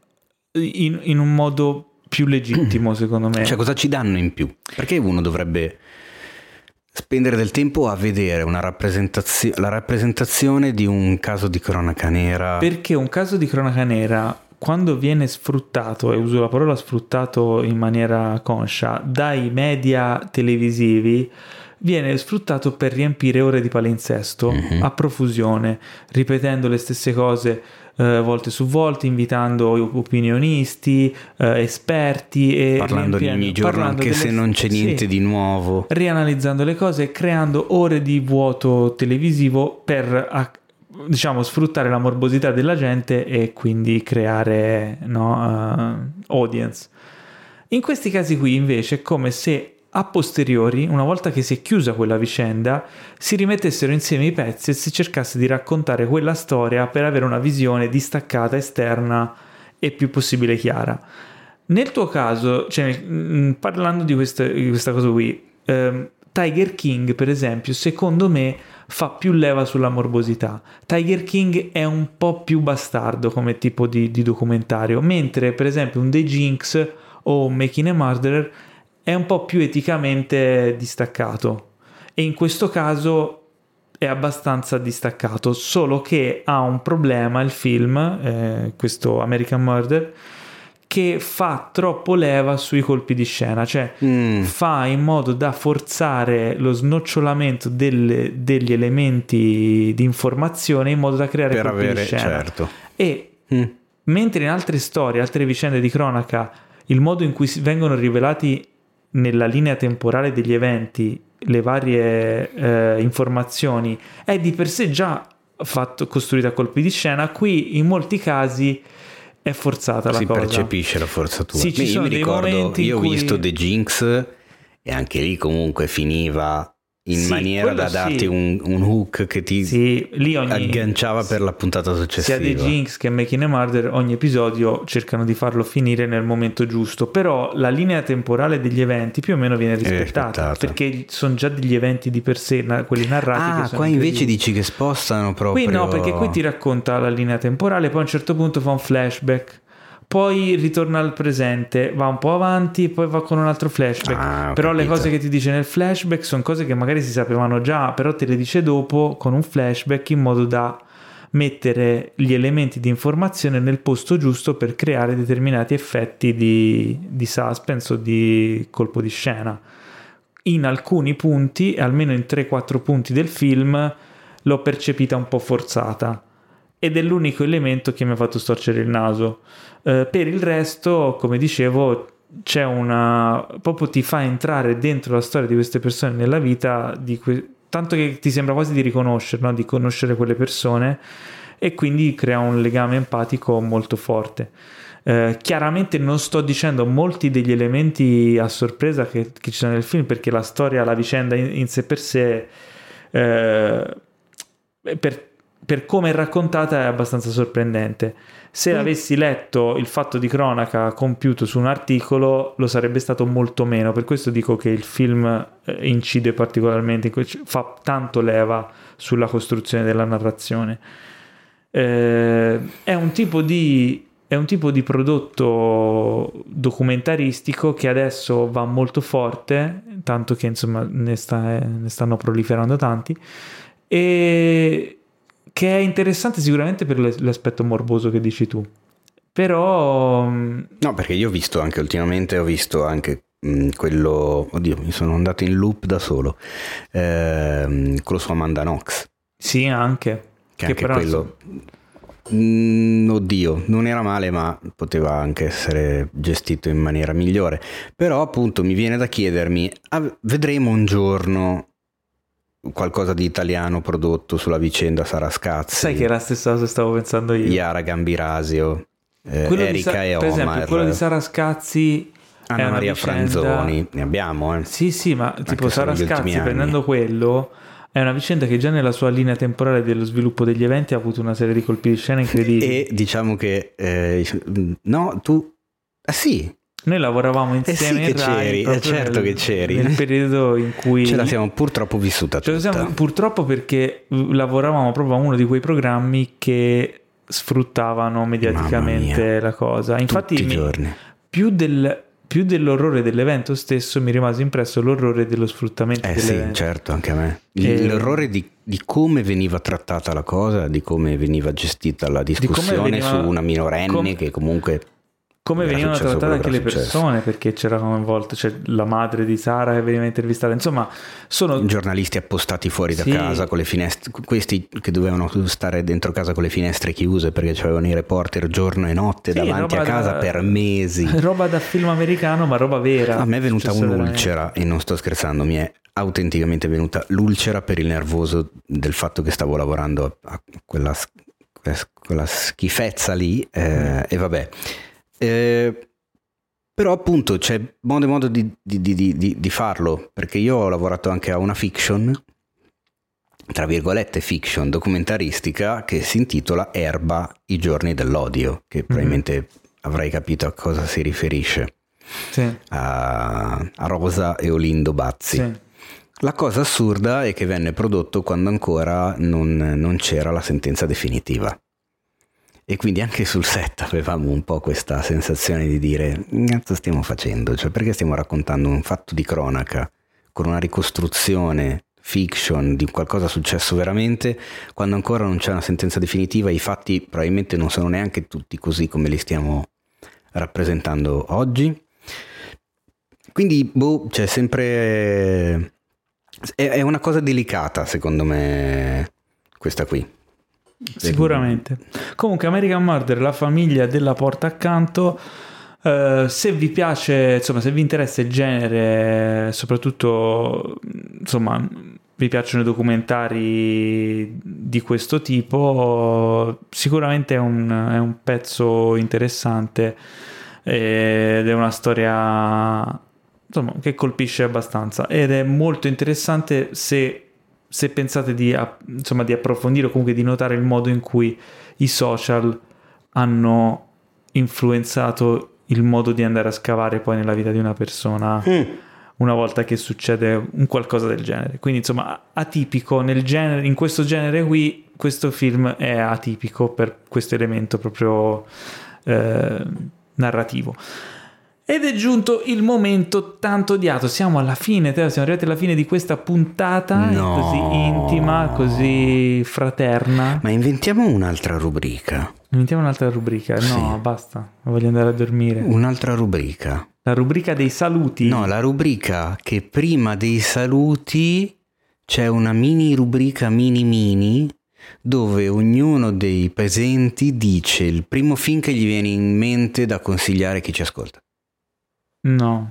in un modo più legittimo, secondo me. Cioè, cosa ci danno in più? Perché uno dovrebbe spendere del tempo a vedere la rappresentazione di un caso di cronaca nera? Perché un caso di cronaca nera, quando viene sfruttato, e uso la parola sfruttato in maniera conscia, dai media televisivi, viene sfruttato per riempire ore di palinsesto a profusione, ripetendo le stesse cose volte su volte, invitando opinionisti, esperti, e parlando di ogni giorno, anche se non c'è niente di nuovo, rianalizzando le cose, creando ore di vuoto televisivo per diciamo sfruttare la morbosità della gente e quindi creare audience. In questi casi qui invece è come se a posteriori, una volta che si è chiusa quella vicenda, si rimettessero insieme i pezzi e si cercasse di raccontare quella storia per avere una visione distaccata, esterna e più possibile chiara. Nel tuo caso, cioè, parlando di questa cosa qui, Tiger King, per esempio, secondo me fa più leva sulla morbosità. Tiger King è un po' più bastardo come tipo di documentario, mentre per esempio un The Jinx o un Making a Murderer è un po' più eticamente distaccato, e in questo caso è abbastanza distaccato, solo che ha un problema il film, questo American Murder, che fa troppo leva sui colpi di scena, cioè fa in modo da forzare lo snocciolamento degli elementi di informazione in modo da creare per colpi avere, di scena. certo. E mentre in altre storie, altre vicende di cronaca, il modo in cui vengono rivelati nella linea temporale degli eventi le varie informazioni è di per sé già costruita a colpi di scena, qui in molti casi è forzata la cosa. Si percepisce la forzatura. Sì, io mi ricordo, io ho visto The Jinx e anche lì comunque finiva in maniera da darti un hook che ti agganciava per la puntata successiva. Sia The Jinx che Making a Murder, ogni episodio cercano di farlo finire nel momento giusto, però la linea temporale degli eventi più o meno viene rispettata, perché sono già degli eventi di per sé, quelli narrati. Che sono qua invece dici che spostano proprio. Qui no, perché qui ti racconta la linea temporale, poi a un certo punto fa un flashback, poi ritorna al presente, va un po' avanti, poi va con un altro flashback. Però le cose che ti dice nel flashback sono cose che magari si sapevano già, però te le dice dopo con un flashback, in modo da mettere gli elementi di informazione nel posto giusto per creare determinati effetti di suspense o di colpo di scena. In alcuni punti, almeno in 3-4 punti del film, l'ho percepita un po' forzata. ed è l'unico elemento che mi ha fatto storcere il naso. Per il resto, come dicevo, c'è proprio ti fa entrare dentro la storia di queste persone nella vita, tanto che ti sembra quasi di riconoscere, no? Di conoscere quelle persone, e quindi crea un legame empatico molto forte. Chiaramente non sto dicendo molti degli elementi a sorpresa che ci sono nel film, perché la storia, la vicenda in sé per sé, per come è raccontata, è abbastanza sorprendente. Se avessi letto il fatto di cronaca compiuto su un articolo, lo sarebbe stato molto meno. Per questo dico che il film incide particolarmente, fa tanto leva sulla costruzione della narrazione. È un tipo di prodotto documentaristico che adesso va molto forte, tanto che insomma ne stanno proliferando tanti, e che è interessante sicuramente per l'aspetto morboso che dici tu. Però no, perché io ho visto anche ultimamente, quello, oddio, mi sono andato in loop da solo, quello su Amanda Knox. Sì, anche che però quello oddio, non era male, ma poteva anche essere gestito in maniera migliore. Però appunto mi viene da chiedermi, vedremo un giorno qualcosa di italiano prodotto sulla vicenda Sarascazzi? Sai che è la stessa cosa stavo pensando io. Yara Gambirasio, Erika e Omar. Per esempio, quello di Sarascazzi, Anna Maria Franzoni, ne abbiamo. Sì, ma tipo Sarascazzi, prendendo quello, è una vicenda che già nella sua linea temporale dello sviluppo degli eventi ha avuto una serie di colpi di scena incredibili. E diciamo che sì. Noi lavoravamo insieme in Rai, certo che c'eri. Nel periodo in cui ce la siamo purtroppo vissuta tutta. Purtroppo, perché lavoravamo proprio a uno di quei programmi che sfruttavano mediaticamente la cosa. Infatti tutti i giorni. Più dell'orrore dell'evento stesso mi rimase impresso l'orrore dello sfruttamento dell'evento. Sì, certo, anche a me. L'orrore di come veniva trattata la cosa, di come veniva gestita la discussione su una minorenne che comunque... Come venivano trattate anche le persone, perché c'era coinvolto, la madre di Sara che veniva intervistata, insomma sono giornalisti appostati fuori da casa con le finestre, questi che dovevano stare dentro casa con le finestre chiuse perché c'avevano i reporter giorno e notte davanti a casa per mesi. Roba da film americano, ma roba vera. A me è venuta un'ulcera, e non sto scherzando, mi è autenticamente venuta l'ulcera per il nervoso del fatto che stavo lavorando a quella schifezza lì, e vabbè. Però appunto c'è modo e modo di farlo, perché io ho lavorato anche a una fiction, tra virgolette fiction documentaristica, che si intitola Erba, i giorni dell'odio, che probabilmente avrai capito a cosa si riferisce. Sì. A Rosa e Olindo Bazzi. Sì. La cosa assurda è che venne prodotto quando ancora non c'era la sentenza definitiva. E quindi anche sul set avevamo un po' questa sensazione di dire: cazzo stiamo facendo? Cioè, perché stiamo raccontando un fatto di cronaca con una ricostruzione fiction di qualcosa successo veramente, quando ancora non c'è una sentenza definitiva? I fatti probabilmente non sono neanche tutti così come li stiamo rappresentando oggi. Quindi c'è sempre... È una cosa delicata, secondo me, questa qui. Sicuramente. Comunque, American Murder, la famiglia della porta accanto, se vi piace, insomma, se vi interessa il genere, soprattutto, insomma, vi piacciono i documentari di questo tipo, sicuramente è un pezzo interessante, ed è una storia, insomma, che colpisce abbastanza, ed è molto interessante se pensate di approfondire o comunque di notare il modo in cui i social hanno influenzato il modo di andare a scavare poi nella vita di una persona una volta che succede un qualcosa del genere. Quindi insomma, atipico nel genere, in questo genere qui, questo film è atipico per questo elemento proprio narrativo. Ed è giunto il momento tanto odiato. Siamo alla fine, Teo, siamo arrivati alla fine di questa puntata così intima, così fraterna. Ma inventiamo un'altra rubrica. Sì. No, basta, voglio andare a dormire. Un'altra rubrica. La rubrica dei saluti. No, la rubrica che prima dei saluti c'è una mini rubrica mini dove ognuno dei presenti dice il primo film che gli viene in mente da consigliare a chi ci ascolta. No.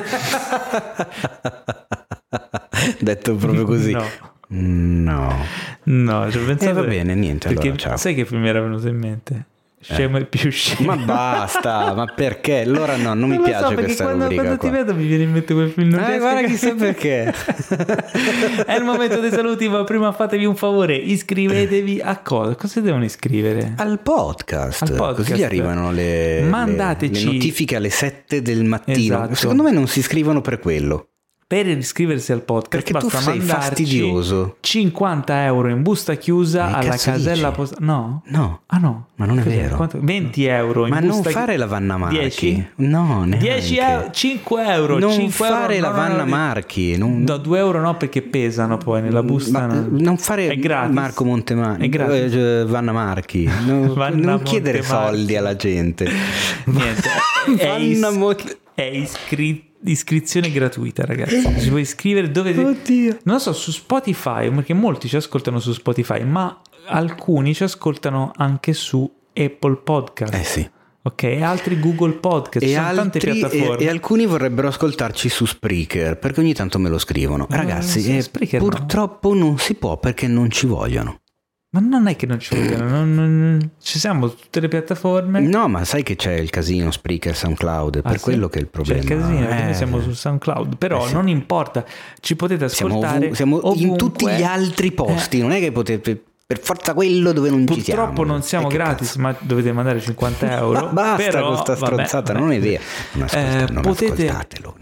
Detto proprio così. No, ci ho pensato. Va bene, niente, allora ciao. Sai che film mi era venuto in mente? Scemo e più scemo. Ma basta, ma perché? Allora no, non mi piace questa rubrica quando qua. ti vedo mi viene in mente quel film. Guarda chissà perché. È il momento dei saluti, ma prima fatevi un favore, iscrivetevi a cosa? Cosa devono iscrivere? Al podcast. Così gli arrivano le notifiche alle 7 del mattino. Esatto. Secondo me non si iscrivono per quello. Per iscriversi al podcast perché basta tu sei fastidioso. 50 euro in busta chiusa alla casella postale. No? Ah no, ma non è vero. 20 euro in ma busta. Ma non fare la Vanna Marchi. 10? No, neanche. 10 euro, 5 euro. Non 5 fare euro, la Vanna Marchi. No, 2 euro no, perché pesano poi nella busta. Non fare Marco Montemagno. È gratis. Vanna Marchi. Non chiedere soldi alla gente. Niente. È iscrizione gratuita, ragazzi. Si può iscrivere dove. Oddio. Non lo so, su Spotify, perché molti ci ascoltano su Spotify, ma alcuni ci ascoltano anche su Apple Podcast. Sì. Ok, e altri Google Podcast, ci sono tante piattaforme. E alcuni vorrebbero ascoltarci su Spreaker, perché ogni tanto me lo scrivono. Ragazzi, purtroppo non si può perché non ci vogliono. Ma non è che non ci vogliono, ci siamo su tutte le piattaforme. No, ma sai che c'è il casino Spreaker, SoundCloud, per quello che è il problema. C'è il casino, noi siamo su SoundCloud, però non importa, ci potete ascoltare. Siamo in tutti gli altri posti, non è che potete per forza quello dove non ci siamo. Purtroppo non siamo gratis, ma dovete mandare 50 euro. Ma basta però, con sta stronzata, non è vero. Non potete, ascoltatelo.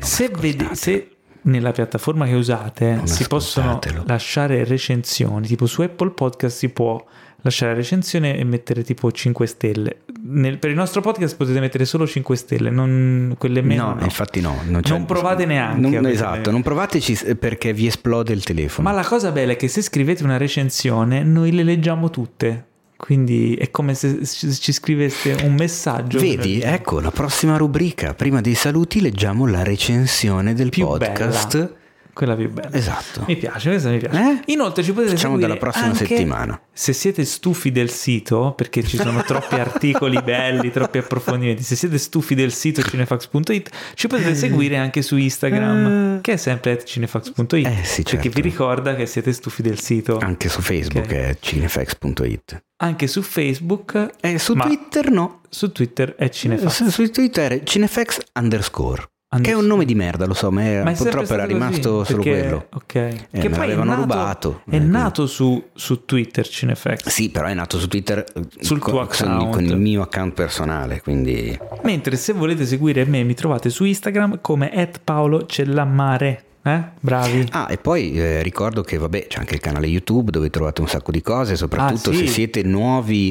Se nella piattaforma che usate si possono lasciare recensioni, tipo su Apple Podcast si può lasciare recensione e mettere tipo 5 stelle. Per il nostro podcast potete mettere solo 5 stelle, non quelle meno. No, infatti no. Non provate neanche. Esatto, non provateci perché vi esplode il telefono. Ma la cosa bella è che se scrivete una recensione noi le leggiamo tutte. Quindi è come se ci scriveste un messaggio. Vedi, ecco la prossima rubrica. Prima dei saluti leggiamo la recensione del podcast. Bella. Quella più bella. Esatto. Mi piace, questa mi piace. Inoltre ci potete seguire dalla prossima settimana. Se siete stufi del sito, perché ci sono troppi articoli belli, troppi approfondimenti. Se siete stufi del sito cinefax.it, ci potete seguire anche su Instagram, che è sempre @cinefax.it. Sì, certo. Perché vi ricorda che siete stufi del sito. Anche su Facebook è cinefax.it. Anche su Facebook. Su Twitter no. Su Twitter è Cinefax. Su Twitter è Cinefax_. Che è un nome di merda, lo so, ma purtroppo era rimasto solo quello. Ok. Che me l'avevano rubato. È nato su Twitter Cinefax. Sì, però è nato su Twitter sul tuo account. Con il mio account personale, quindi. Mentre se volete seguire me mi trovate su Instagram come @paolocellammare. Bravi. E poi ricordo che c'è anche il canale YouTube dove trovate un sacco di cose, soprattutto se siete nuovi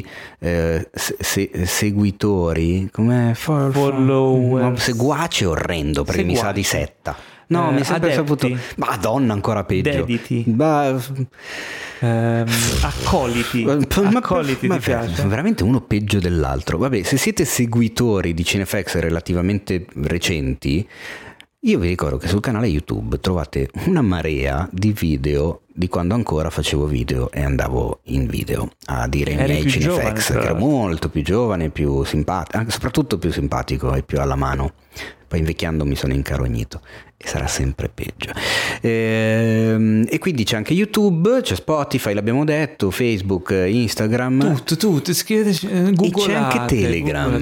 seguitori, come follower. Seguace è orrendo perché mi sa di setta. No, mi è sempre saputo. Madonna, ancora peggio. Dediti. Accoliti. Accoliti ti piace? Veramente uno peggio dell'altro. Vabbè, se siete seguitori di Cinefax relativamente recenti, io vi ricordo che sul canale YouTube trovate una marea di video di quando ancora facevo video e andavo in video a dire i miei Cinefax, che ero molto più giovane, più simpatico, anche soprattutto più simpatico e più alla mano. Poi invecchiando mi sono incarognito e sarà sempre peggio. E quindi c'è anche YouTube, c'è Spotify, l'abbiamo detto, Facebook, Instagram. Tutto, scriveteci, Google. E c'è anche Telegram.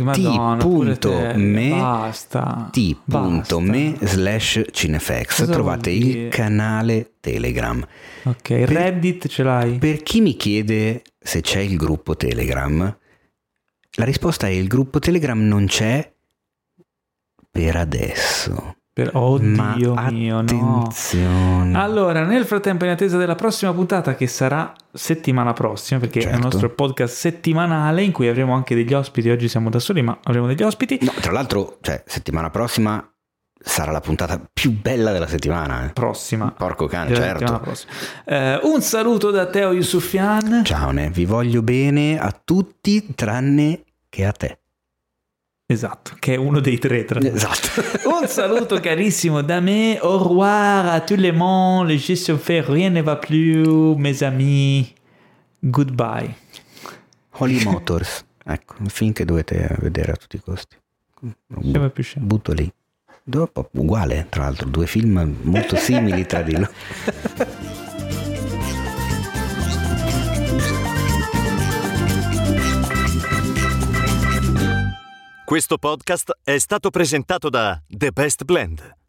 T.me/Cinefax. Trovate il canale Telegram. Ok, Reddit ce l'hai? Per chi mi chiede se c'è il gruppo Telegram, la risposta è: il gruppo Telegram non c'è per adesso. Oddio mio, attenzione. No. Allora, nel frattempo, in attesa della prossima puntata, che sarà settimana prossima, perché è il nostro podcast settimanale in cui avremo anche degli ospiti. Oggi siamo da soli, ma avremo degli ospiti. No, tra l'altro, settimana prossima sarà la puntata più bella della settimana. Prossima. Porco cane, certo. Un saluto da Teo Yusufian. Ciao, vi voglio bene a tutti tranne che a te. Esatto, che è uno dei 3. Esatto. Un saluto carissimo da me. Au revoir à tout le monde. Les gestions fait rien ne va plus, mes amis. Goodbye. Holy Motors, ecco, un film che dovete vedere a tutti i costi. Butto lì. Uguale, tra l'altro, 2 film molto simili tra di loro. Questo podcast è stato presentato da The Best Blend.